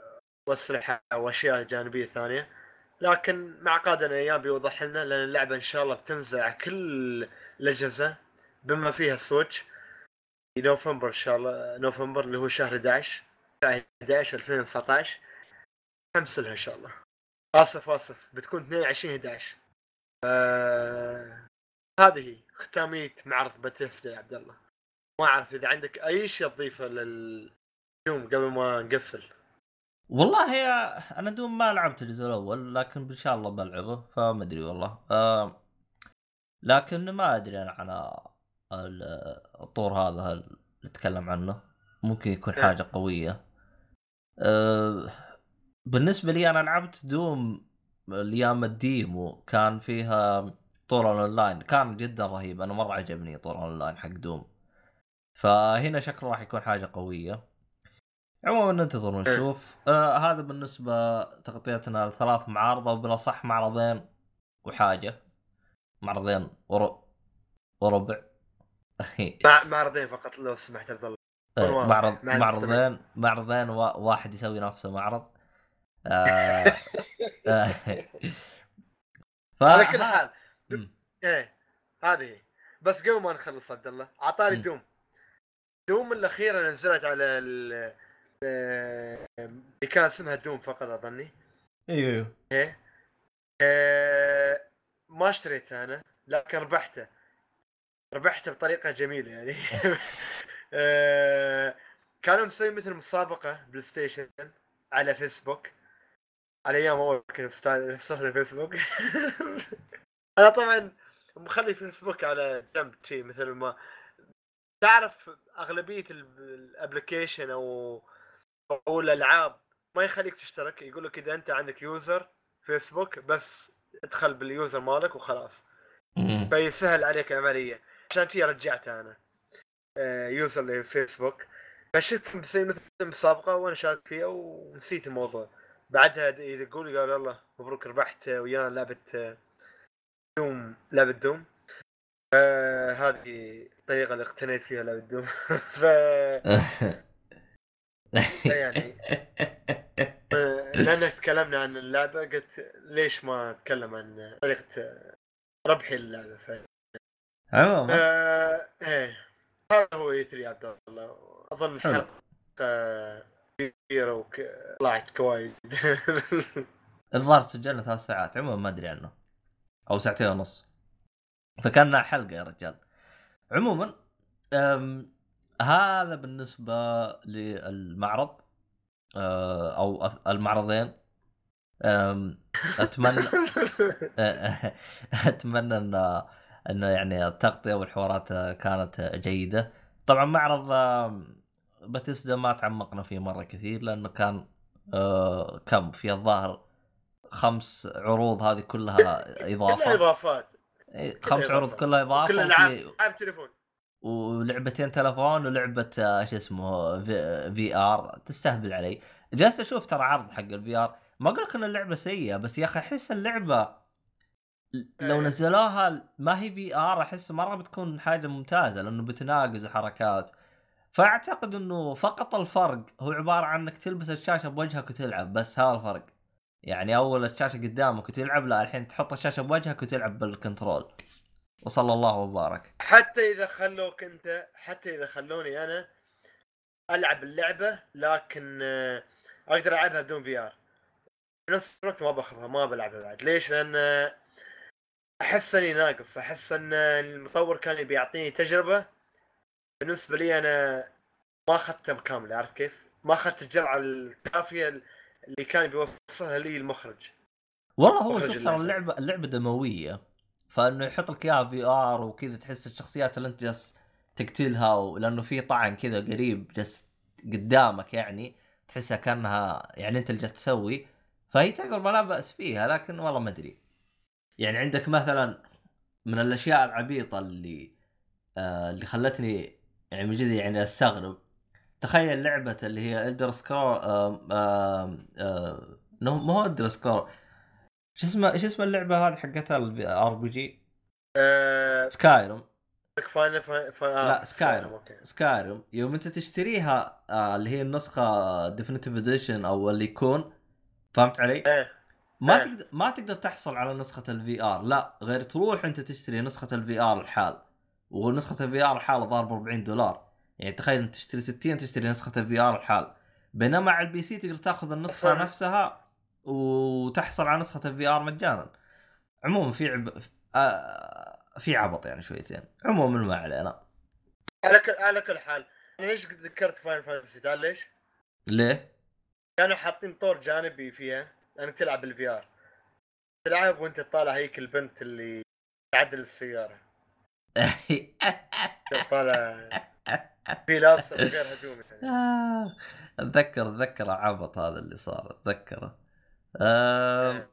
واسلحه واشياء جانبيه ثانيه. لكن مع قادم الايام بيوضح لنا، لان اللعبه ان شاء الله بتنزل على كل الاجهزه بما فيها سويتش في نوفمبر ان شاء الله. نوفمبر اللي هو شهر احد عشر احد عشر ألفين وتسعة عشر حمس لها ان شاء الله. اسف اسف بتكون اثنين وعشرين احد عشر. آه... هذه ختاميه معرض باتيستا يا عبد الله. ما اعرف اذا عندك اي شيء تضيفه للدوم قبل ما نقفل. والله هي انا دوم ما لعبت الجزء الاول، لكن ان شاء الله بلعبه، فما ادري والله. آه لكن ما ادري انا عن الطور هذا اللي نتكلم عنه، ممكن يكون حاجه قويه. آه بالنسبه لي انا لعبت دوم الايام الديمو، كان فيها طور اونلاين كان جدا رهيب، انا مره عجبني طور اونلاين حق دوم، فهنا شكله راح يكون حاجه قويه. عموما ننتظر ونشوف. آه هذا بالنسبة تغطيتنا لثلاث معارض، أو بلا صح معرضين وحاجة، معرضين ور... وربع مع معرضين فقط لو سمحت عبد الله. آه معرض معرضين معرضين و... واحد يسوي نفسه معرض. آه... آه... ف... على كل حال ب... ايه هذه بس قبل ما نخلص عبد الله عطاري م. دوم دوم الأخيرة نزلت على ال اللي كان اسمها دوم فقط اظني. ايوه ايوه ايه آه ما اشتريته انا، لكن ربحته ربحته بطريقه جميله يعني. آه كانوا مسوي مثل مسابقه بلاي ستيشن على فيسبوك، على ايام اول كنت استخدم فيسبوك. انا طبعا مخلي فيسبوك على جنب شيء، مثل ما تعرف اغلبيه الابلكيشن او او الالعاب ما يخليك تشترك، يقول لك اذا انت عندك يوزر فيسبوك بس ادخل باليوزر مالك وخلاص، فيسهل عليك العمليه. عشان كذا رجعته انا يوزر لفيسبوك، فشفت مسوي مثل مسابقه وانا شارك فيها ونسيت الموضوع. بعدها يقول لي قال الله مبروك ربحت ويانا لعبه دوم لعبه دوم. هذه الطريقه اللي اقتنيت فيها لعبه دوم. ف يعني لأن تكلمنا عن اللعبة قلت ليش ما أتكلم عن طريقة ربحي اللعبة. ف... عموما آه... ايه هذا هو اي ثري عبد الله. أظن الحلقة كبيرة وطلعت كوايد. الظاهر سجلنا ثلاث ساعات، عموما ما أدري عنه، أو ساعتين ونص، فكاننا حلقة يا رجال. عموما أم... هذا بالنسبة للمعرض او المعرضين. اتمنى اتمنى ان انه يعني التغطيه والحوارات كانت جيده. طبعا معرض باتيستا ما تعمقنا فيه مره كثير، لانه كان كم في الظاهر خمس عروض، هذه كلها اضافه كلها اضافات خمس عروض كلها اضافه، كل العاب تليفون ولعبتين تلفون ولعبه ايش اسمه في, في ار. تستهبل علي. جالس اشوف ترى عرض حق الفي ار، ما اقول لك ان اللعبه سيئه، بس يا اخي احس اللعبه لو نزلوها ما هي في ار احس مره بتكون حاجه ممتازه، لانه بتناقز حركات. فاعتقد انه فقط الفرق هو عباره عن انك تلبس الشاشه بوجهك وتلعب، بس هذا الفرق. يعني اول الشاشه قدامك وتلعب، لا الحين تحط الشاشه بوجهك وتلعب بالكنترول. وصلى الله وبارك. حتى اذا خلوك انت حتى اذا خلوني انا العب اللعبه، لكن اقدر العبها بدون في ار بنفس الوقت، ما باخذها ما بلعبها بعد. ليش؟ لان احس اني ناقص، احس ان المطور كان يبي يعطيني تجربه. بالنسبه لي انا ما اخذتها بكامله، عارف كيف؟ ما اخذت الجرعه الكافيه اللي كان بيوصلها لي المخرج. والله هو شوف ترى اللعبه اللعبه دمويه، فانه يحط لك اياها في ار وكذا تحس الشخصيات اللي انت جالس تقتلها، ولانه في طعن كذا قريب جالس قدامك، يعني تحسها كانها يعني انت اللي جالس تسوي، فهي تجربه لا باس فيها. لكن والله ما ادري، يعني عندك مثلا من الاشياء العبيطه اللي آه اللي خلتني يعني من جد يعني استغرب، تخيل لعبه اللي هي إلدر سكرول آه آه آه ما هو إلدر سكرول، شو اسمه ايش اسم اللعبه هذه حقتها الار بي جي؟ سكايروم. فاينل فاينل لا سكايروم سكايروم يوم انت تشتريها آه اللي هي النسخه ديفينيتيف اديشن او اللي يكون فهمت علي؟ ايه ما إيه. تقدر ما تقدر تحصل على نسخة الفي ار، لا غير تروح انت تشتري نسخة الفي ار الحال، ونسخة الفي ار الحال ضارب أربعين دولار، يعني تخيل انت تشتري ستين تشتري نسخة الفي ار الحال. بينما على البي سي تقدر تاخذ النسخة أصلاً. نفسها وتحصل على نسخة الفي ار مجانا. عموما في عب... آه... في عبط يعني شويتين. عموما ما علينا. على كل على كل حال انا ليش ذكرت فاين فانتسي تعال ليش؟ ليه؟ كانوا حاطين طور جانبي فيها انك تلعب بالفي ار، تلعب وانت طالع هيك البنت اللي تعدل السيارة طالع في لابسه من غير هدوم يعني. آه، اتذكر اتذكر العبط هذا اللي صار اتذكره. آه...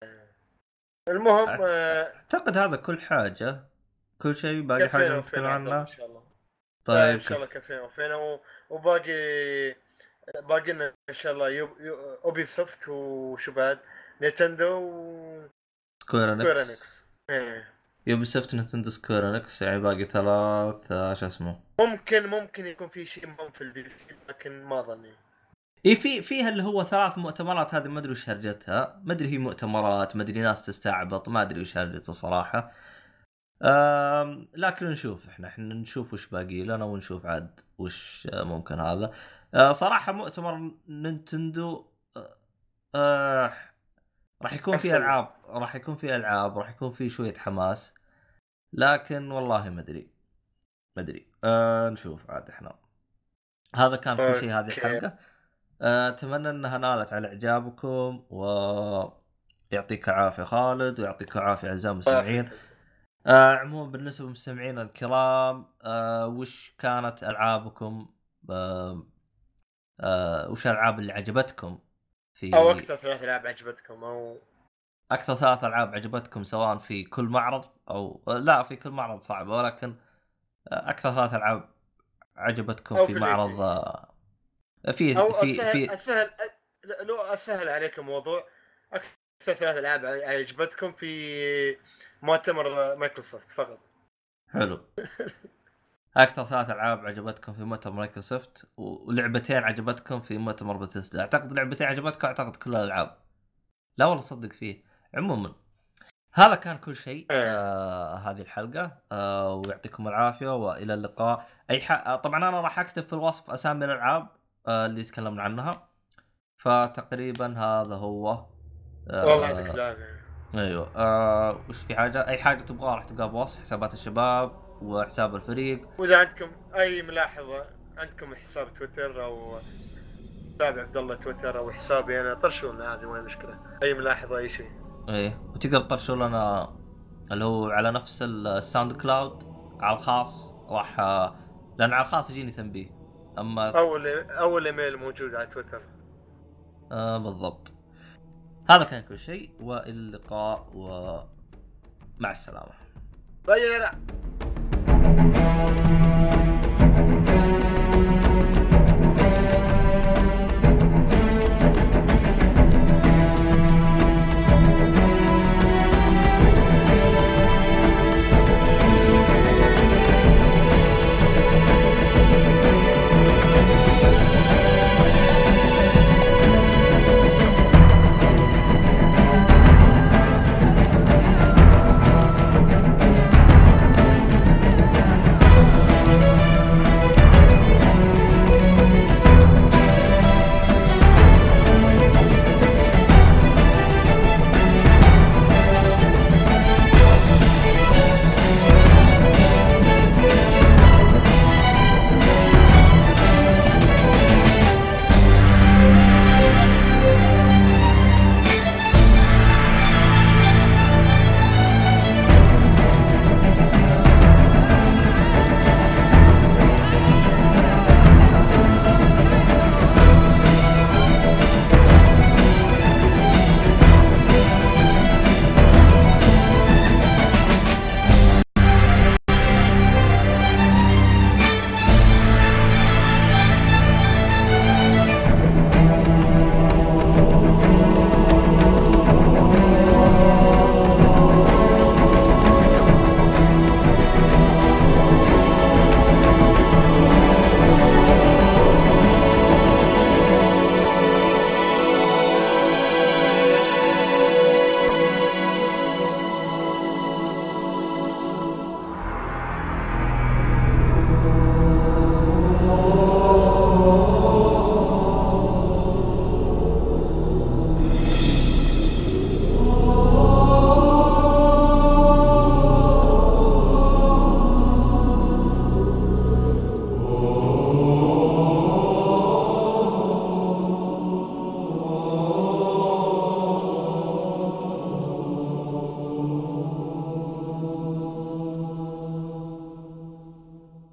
المهم آه، اعتقد هذا كل حاجة، كل شيء. باقي حاجة نتكلم عنها؟ ان شاء الله. طيب ان شاء الله كافيين وفينا و... وباقي باقي لنا ان شاء الله يو... يو... اوبي سوفت وشو بعد نينتندو و... سكوير سكوير انكس. انكس. ايه يوبي سوفت نينتندو سكوير انكس، يعني باقي ثلاث آه، شو اسمه. ممكن ممكن يكون في شيء مهم في البي سي لكن ما ظني. اي في فيها اللي هو ثلاث مؤتمرات، هذه ما ادري وش هرجتها، ما ادري هي مؤتمرات، ما ادري ناس تستعبط، ما ادري وش هرجتها صراحه. أم لكن نشوف احنا احنا نشوف وش باقي لنا ونشوف عاد وش ممكن هذا. أه صراحه مؤتمر نينتندو أه أه راح يكون فيه العاب، راح يكون فيه العاب، راح يكون فيه شويه حماس، لكن والله ما ادري ما ادري. أه نشوف عاد احنا. هذا كان كل شيء هذه الحلقه. أتمنى أنها نالت على إعجابكم، ويعطيك العافية خالد، ويعطيك العافية أعزائي المستمعين. آه عموما بالنسبة للمستمعين الكرام، آه وش كانت ألعابكم؟ آه آه وش الألعاب اللي عجبتكم في او اكثر ثلاث العاب عجبتكم، او أكثر ثلاث ألعاب عجبتكم سواء في كل معرض أو لا في كل معرض صعب، ولكن أكثر ثلاث ألعاب عجبتكم في معرض آه في أو في أسهل في أسهل لو أسهل عليكم موضوع أكثر ثلاث ألعاب عجبتكم في مؤتمر مايكروسوفت فقط. حلو. اكثر ثلاث العاب عجبتكم في مؤتمر مايكروسوفت، ولعبتين عجبتكم في مؤتمر بثيسدا. اعتقد لعبتين عجبتكم، اعتقد كل الالعاب. لا والله صدق فيه. عموما هذا كان كل شيء آه هذه الحلقه. آه ويعطيكم العافيه والى اللقاء. اي ح... طبعا انا راح اكتب في الوصف اسامي الالعاب آه اللي تكلمنا عنها، فتقريبا هذا هو. آه والله يعطيك العافيه. ايوه. آه وش في حاجه، اي حاجه تبغاها راح تلقاها بوصف حسابات الشباب وحساب الفريق. واذا عندكم اي ملاحظه، عندكم حساب تويتر او حساب عبد الله تويتر او حسابي انا، طرشونا عادي ما مشكله. اي ملاحظه اي شيء. ايه وتقدر تطرشوا لنا اللي هو على نفس الساوند كلاود على الخاص، راح لان على الخاص يجيني تنبيه. اما اول اول ايميل موجود على تويتر. آه بالضبط. هذا كان كل شيء، والى اللقاء ومع السلامه. باي.